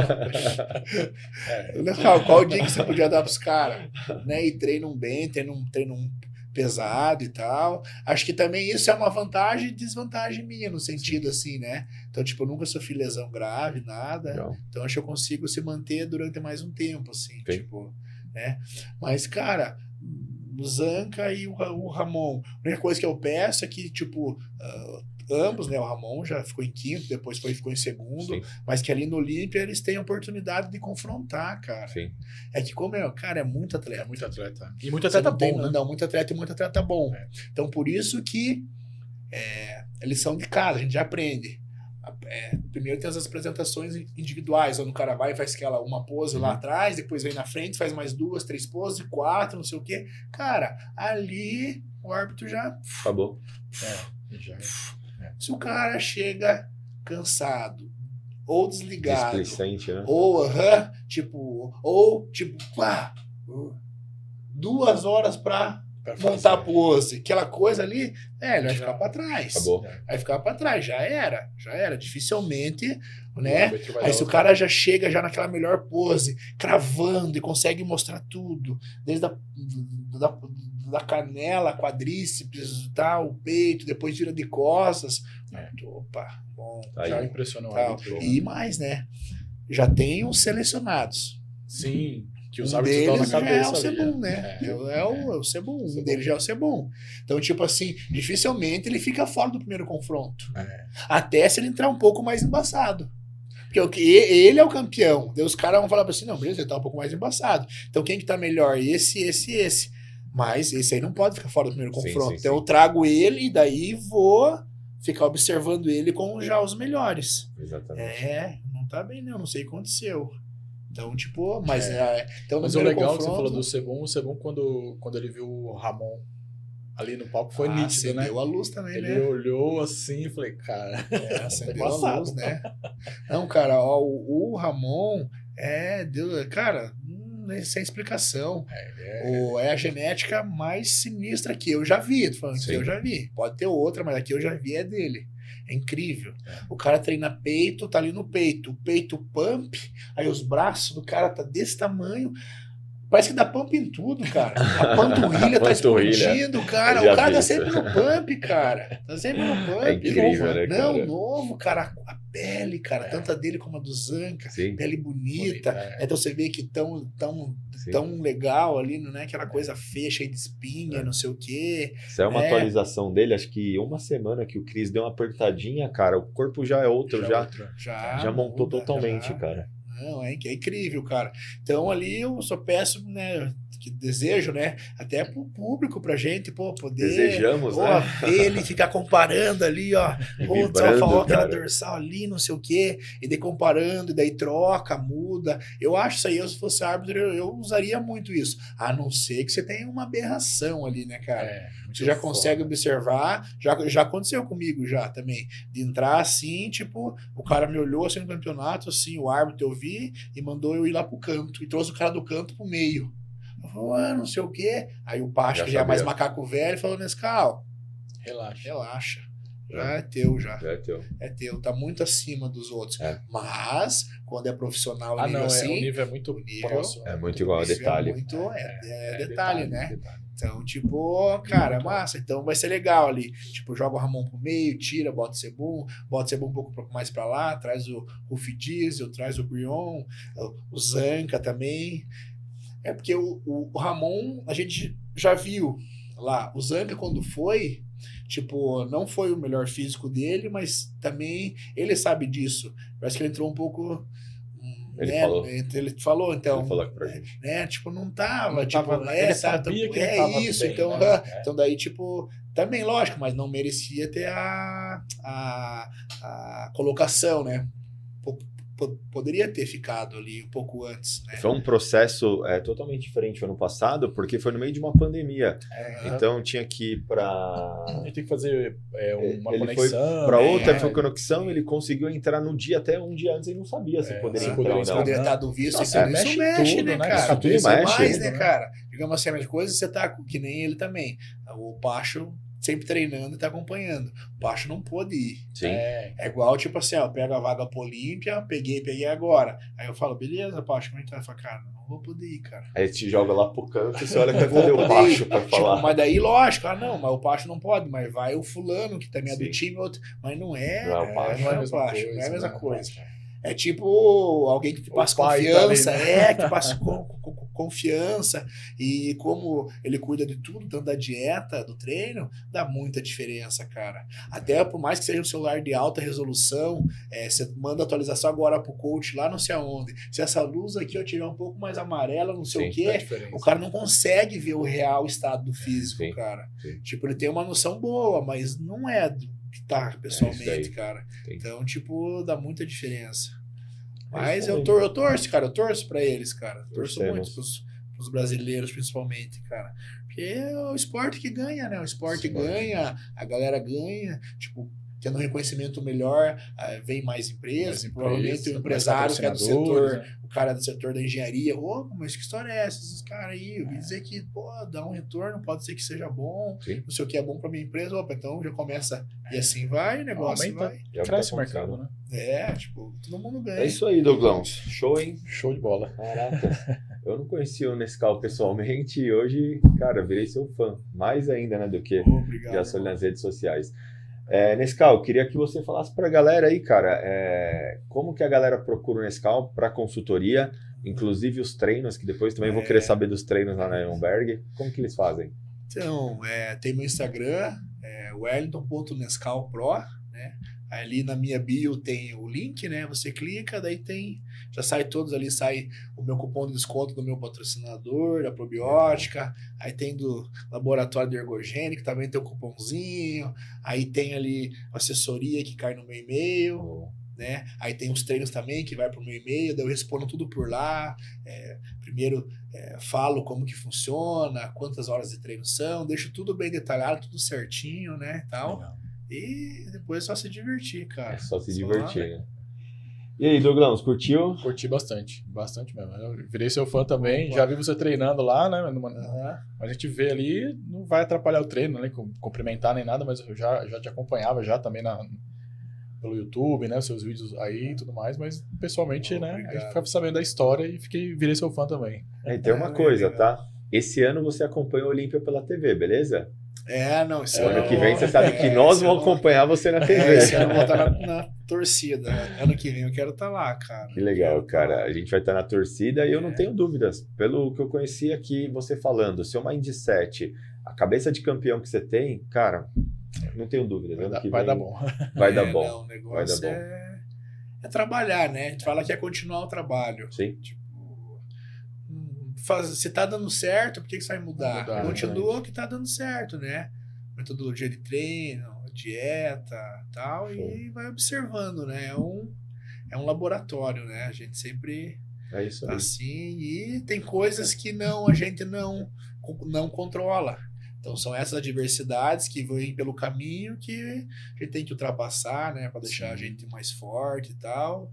Qual dia que você podia dar pros caras? Né? E treinam bem, treinam pesado e tal. Acho que também isso é uma vantagem e desvantagem minha, no sentido assim, né? Então, tipo, eu nunca sofri lesão grave, nada. Não. Então, acho que eu consigo se manter durante mais um tempo, assim, tipo, né? Mas, cara, o Zanca e o Ramon, a única coisa que eu peço é que, tipo, ambos, né? O Ramon já ficou em quinto, depois ficou em segundo, mas que ali no Olímpia eles têm a oportunidade de confrontar, cara. Sim. É que como cara, é muito atleta. É muito atleta. E muito atleta bom, né? Não, muito atleta e muito atleta bom. Então, por isso que eles são de casa, a gente já aprende. Primeiro tem as apresentações individuais, onde o cara vai e faz uma pose lá atrás, depois vem na frente, faz mais 2, 3 poses, 4, não sei o quê. Cara, ali o árbitro já... Acabou. Se o cara chega cansado, ou desligado. Displicente, né? Ou, tipo, pá, 2 horas pra montar a pose. Aquela coisa ali, ele vai ficar pra trás. Acabou. Vai ficar pra trás, já era. Dificilmente, né? Aí se o cara já chega já naquela melhor pose, cravando e consegue mostrar tudo, desde da canela, quadríceps, tal, o peito, depois vira de costas. Opa, bom. Já impressionou. E mais, né? Já tem os selecionados. Sim. Que os árbitros estão na cabeça. É o Sebum, né? É o Sebum. Um deles já é o Sebum. Então, tipo assim, dificilmente ele fica fora do primeiro confronto. Até se ele entrar um pouco mais embaçado. Porque ele é o campeão. Daí os caras vão falar assim, não, beleza, ele tá um pouco mais embaçado. Então quem que tá melhor? Esse. Mas esse aí não pode ficar fora do primeiro confronto. Sim. Então eu trago ele e daí vou ficar observando ele com já os melhores. Exatamente. Não tá bem não sei o que aconteceu. Então, tipo, mas... então, mas o legal que você falou do Sebum, o Sebum quando ele viu o Ramon ali no palco foi nítido, né? Acendeu a luz também, ele né? Ele olhou assim e falei, cara... acendeu a luz, né? Não, cara, ó, o Ramon cara, sem explicação. É a genética mais sinistra que eu já vi. Tô falando que eu já vi. Pode ter outra, mas aqui eu já vi é dele. É incrível. O cara treina peito, tá ali no peito. O peito pump, aí os braços do cara tá desse tamanho. Parece que dá pump em tudo, cara. A panturrilha tá explodindo, cara. O cara tá sempre no pump, cara. Tá sempre no pump. É incrível, novo, né, cara? Não, novo, cara. A pele, cara. Tanto a dele como a do Zanca. Sim. Pele bonita. Então você vê que tão legal ali, não é aquela coisa feia, cheia de espinha, não sei o quê. Isso é uma atualização dele, acho que uma semana que o Chris deu uma apertadinha, cara, o corpo já é outro, já montou totalmente, cara. Não, é incrível, cara. Então ali eu só peço, né, que desejo, né, até pro público, pra gente, poder... Desejamos, né? Ver ele ficar comparando ali, ó. Só falou aquela dorsal ali, não sei o quê, e daí comparando, e daí troca, muda. Eu acho isso aí, eu, se fosse árbitro, eu usaria muito isso. A não ser que você tenha uma aberração ali, né, cara? Você já consegue observar, já aconteceu comigo já também, de entrar assim, tipo, o cara me olhou assim no campeonato, assim, o árbitro eu vi e mandou eu ir lá pro canto, e trouxe o cara do canto pro meio. Eu falei, não sei o quê. Aí o Pacho, que já é mais macaco velho, falou, Nescau, relaxa. Já é teu, já. É teu, tá muito acima dos outros. Mas, quando é profissional, o nível nível é muito próximo. É muito igual a detalhe. Detalhe, né? Então, tipo, cara, massa. Então vai ser legal ali. Tipo, joga o Ramon pro meio, tira, bota o Sebum um pouco mais pra lá, traz o Rufi Diesel, traz o Brion, o Zanca também. É porque o Ramon, a gente já viu lá. O Zanca, quando foi, tipo, não foi o melhor físico dele, mas também ele sabe disso. Parece que ele entrou um pouco... Ele falou, então. Ele falou aqui pra gente. Né, tipo, não tava. Ele sabia que ele tava isso. Bem, então, né? Então, daí, tipo, também, lógico, mas não merecia ter a colocação, né? Poderia ter ficado ali um pouco antes, né? Foi um processo totalmente diferente ano passado, porque foi no meio de uma pandemia. Então tinha que ir para... Ele tem que fazer uma ele conexão. Foi para outra conexão, ele conseguiu entrar no dia, até um dia antes ele não sabia se poderia entrar ou não. Poderia estar do visto, isso mexe, tudo, né, cara? Tudo mexe, né, cara? Digamos assim, a coisa você tá que nem ele também. O Pacho sempre treinando e tá acompanhando. O Pacho não pôde ir. Sim. É igual, tipo assim, ó, eu pego a vaga pro Olímpia, peguei agora. Aí eu falo, beleza, Pacho, como é que tá? Eu falo, cara, não vou poder ir, cara. Aí te joga lá pro canto e você olha que vai o Pacho pra falar. Mas daí, lógico, não, mas o Pacho não pode, mas vai o fulano, que também é do time, outro, mas não é o Pacho, não é a mesma coisa. É tipo alguém que te passa confiança, tá ali, né? Que passa confiança, e como ele cuida de tudo, tanto da dieta, do treino, dá muita diferença, cara. Até por mais que seja um celular de alta resolução, você manda atualização agora pro coach lá não sei aonde. Se essa luz aqui eu tiver um pouco mais amarela, não sei o quê, o cara não consegue ver o real estado do físico, cara. Tipo, ele tem uma noção boa, mas não é do que tá pessoalmente, cara. Então, tipo, dá muita diferença. Mas eu torço, cara. Eu torço pra eles, cara. Torço muito pros brasileiros, principalmente, cara. Porque é o esporte que ganha, né? O esporte ganha, a galera ganha. Tipo, tendo um reconhecimento melhor, vem mais empresas, provavelmente o mais empresário que é do patrocinadores, setor, né? o cara do setor da engenharia, mas que história é essa? Esses caras aí, eu vi dizer que, pô, dá um retorno, pode ser que seja bom, Sim. não sei o que é bom pra minha empresa, opa, então já começa, e assim vai, o negócio Aumenta, vai. É o que cresce tá o mercado, acontecendo. né? Tipo, todo mundo ganha. É isso aí, Douglas. Show, hein? Show de bola. Caraca. Eu não conhecia o Nescau pessoalmente e hoje, cara, virei seu fã. Mais ainda, né, do que Obrigado. já sou nas redes sociais. Nescau, queria que você falasse pra galera aí, cara, como que a galera procura o Nescau para consultoria, inclusive os treinos, que depois também vou querer saber dos treinos lá na Ironberg. Como que eles fazem? Então, tem meu Instagram, wellington.nescalpro, né? Ali na minha bio tem o link, né? Você clica, daí já sai todos ali, sai o meu cupom de desconto do meu patrocinador, da probiótica, aí tem do laboratório de ergogênico, também tem o cupomzinho, aí tem ali a assessoria que cai no meu e-mail, né? Aí tem os treinos também que vai pro meu e-mail, daí eu respondo tudo por lá. Primeiro falo como que funciona, quantas horas de treino são, deixo tudo bem detalhado, tudo certinho, né? Tal. Legal. E depois é só se divertir, cara. É só se divertir, né? E aí, Douglas, curtiu? Curti bastante, bastante mesmo. Eu virei seu fã também, Opa. Já vi você treinando lá, né? Uhum. A gente vê ali, não vai atrapalhar o treino, né? Cumprimentar nem nada, mas eu já te acompanhava já também pelo YouTube, né? Os seus vídeos aí e tudo mais, mas pessoalmente, né? Obrigado. A gente ficava sabendo da história e virei seu fã também. E tem uma coisa, tá? Esse ano você acompanha o Olímpia pela TV, beleza? Não, esse Ano que vem você sabe que nós vamos acompanhar você na TV. Esse ano eu vou estar na torcida. Ano que vem eu quero estar lá, cara. Que legal, Quero tá cara. lá. A gente vai estar na torcida e eu não tenho dúvidas. Pelo que eu conheci aqui, você falando, seu mindset, a cabeça de campeão que você tem, cara, não tenho dúvidas. Vai dar bom. Vai dar bom. Não, o Vai negócio dar bom. é trabalhar, né? A gente fala que é continuar o trabalho. Sim. Se tá dando certo, por que você vai mudar? Vai mudar, Continua o que tá dando certo, né? Metodologia de treino, dieta, tal, e vai observando, né? É um laboratório, né? A gente sempre É isso tá aí. assim, e tem coisas que a gente não controla. Então são essas adversidades que vêm pelo caminho que a gente tem que ultrapassar, né? Para deixar a gente mais forte e tal.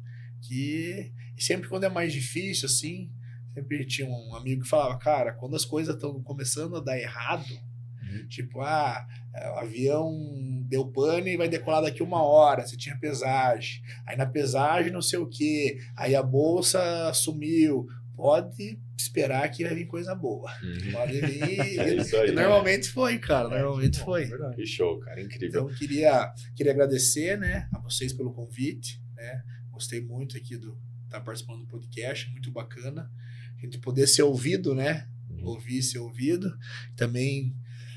E sempre quando é mais difícil, assim, sempre tinha um amigo que falava, cara, quando as coisas estão começando a dar errado, tipo, o avião deu pane e vai decolar daqui 1 hora, você tinha pesagem, aí na pesagem não sei o que, aí a bolsa sumiu, pode esperar que vai vir coisa boa. Pode vir. É isso aí. E normalmente foi, cara, normalmente foi. Verdade. Que show, cara, incrível. Então, queria agradecer, né, a vocês pelo convite, né? Gostei muito aqui estar participando do podcast, muito bacana. A gente poder ser ouvido, né? Ouvir, ser ouvido. Também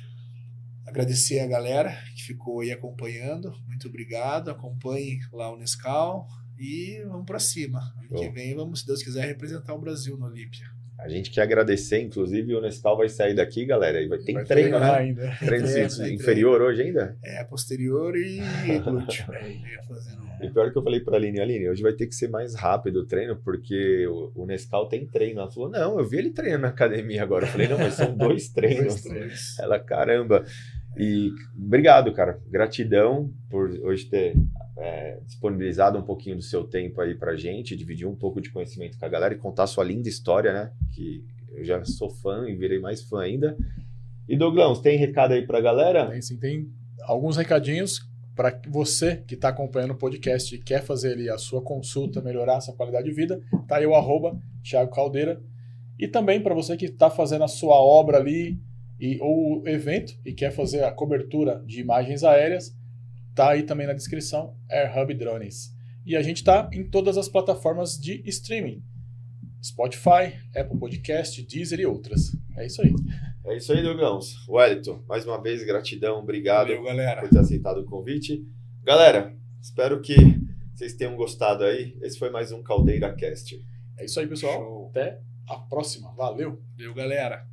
agradecer a galera que ficou aí acompanhando. Muito obrigado. Acompanhe lá o Nescau e vamos para cima. Ano que vem vamos, se Deus quiser, representar o Brasil no Olímpia. A gente quer agradecer, inclusive o Nescau vai sair daqui, galera, e vai ter Vai treino, treinar né? ainda. Treino Tem inferior hoje ainda? Posterior e glúteo. Fazendo. E pior que eu falei pra Aline, hoje vai ter que ser mais rápido o treino, porque o Nescau tem treino. Ela falou, não, eu vi ele treinando na academia agora. Eu falei, não, mas são 2 treinos. Ela, caramba. E obrigado, cara. Gratidão por hoje ter disponibilizado um pouquinho do seu tempo aí pra gente, dividir um pouco de conhecimento com a galera e contar sua linda história, né? Que eu já sou fã e virei mais fã ainda. E Douglas, tem recado aí pra galera? Tem alguns recadinhos para você que está acompanhando o podcast e quer fazer ali a sua consulta, melhorar a sua qualidade de vida. Tá aí o @Thiago Caldeira. E também para você que está fazendo a sua obra ali ou o evento e quer fazer a cobertura de imagens aéreas, tá aí também na descrição, AirHub Drones. E a gente está em todas as plataformas de streaming. Spotify, Apple Podcast, Deezer e outras. É isso aí. É isso aí, Douglas. Wellington, mais uma vez, gratidão, obrigado. Valeu, galera. Por ter aceitado o convite. Galera, espero que vocês tenham gostado aí. Esse foi mais um Caldeira Cast. É isso aí, pessoal. Show. Até a próxima. Valeu. Valeu, galera.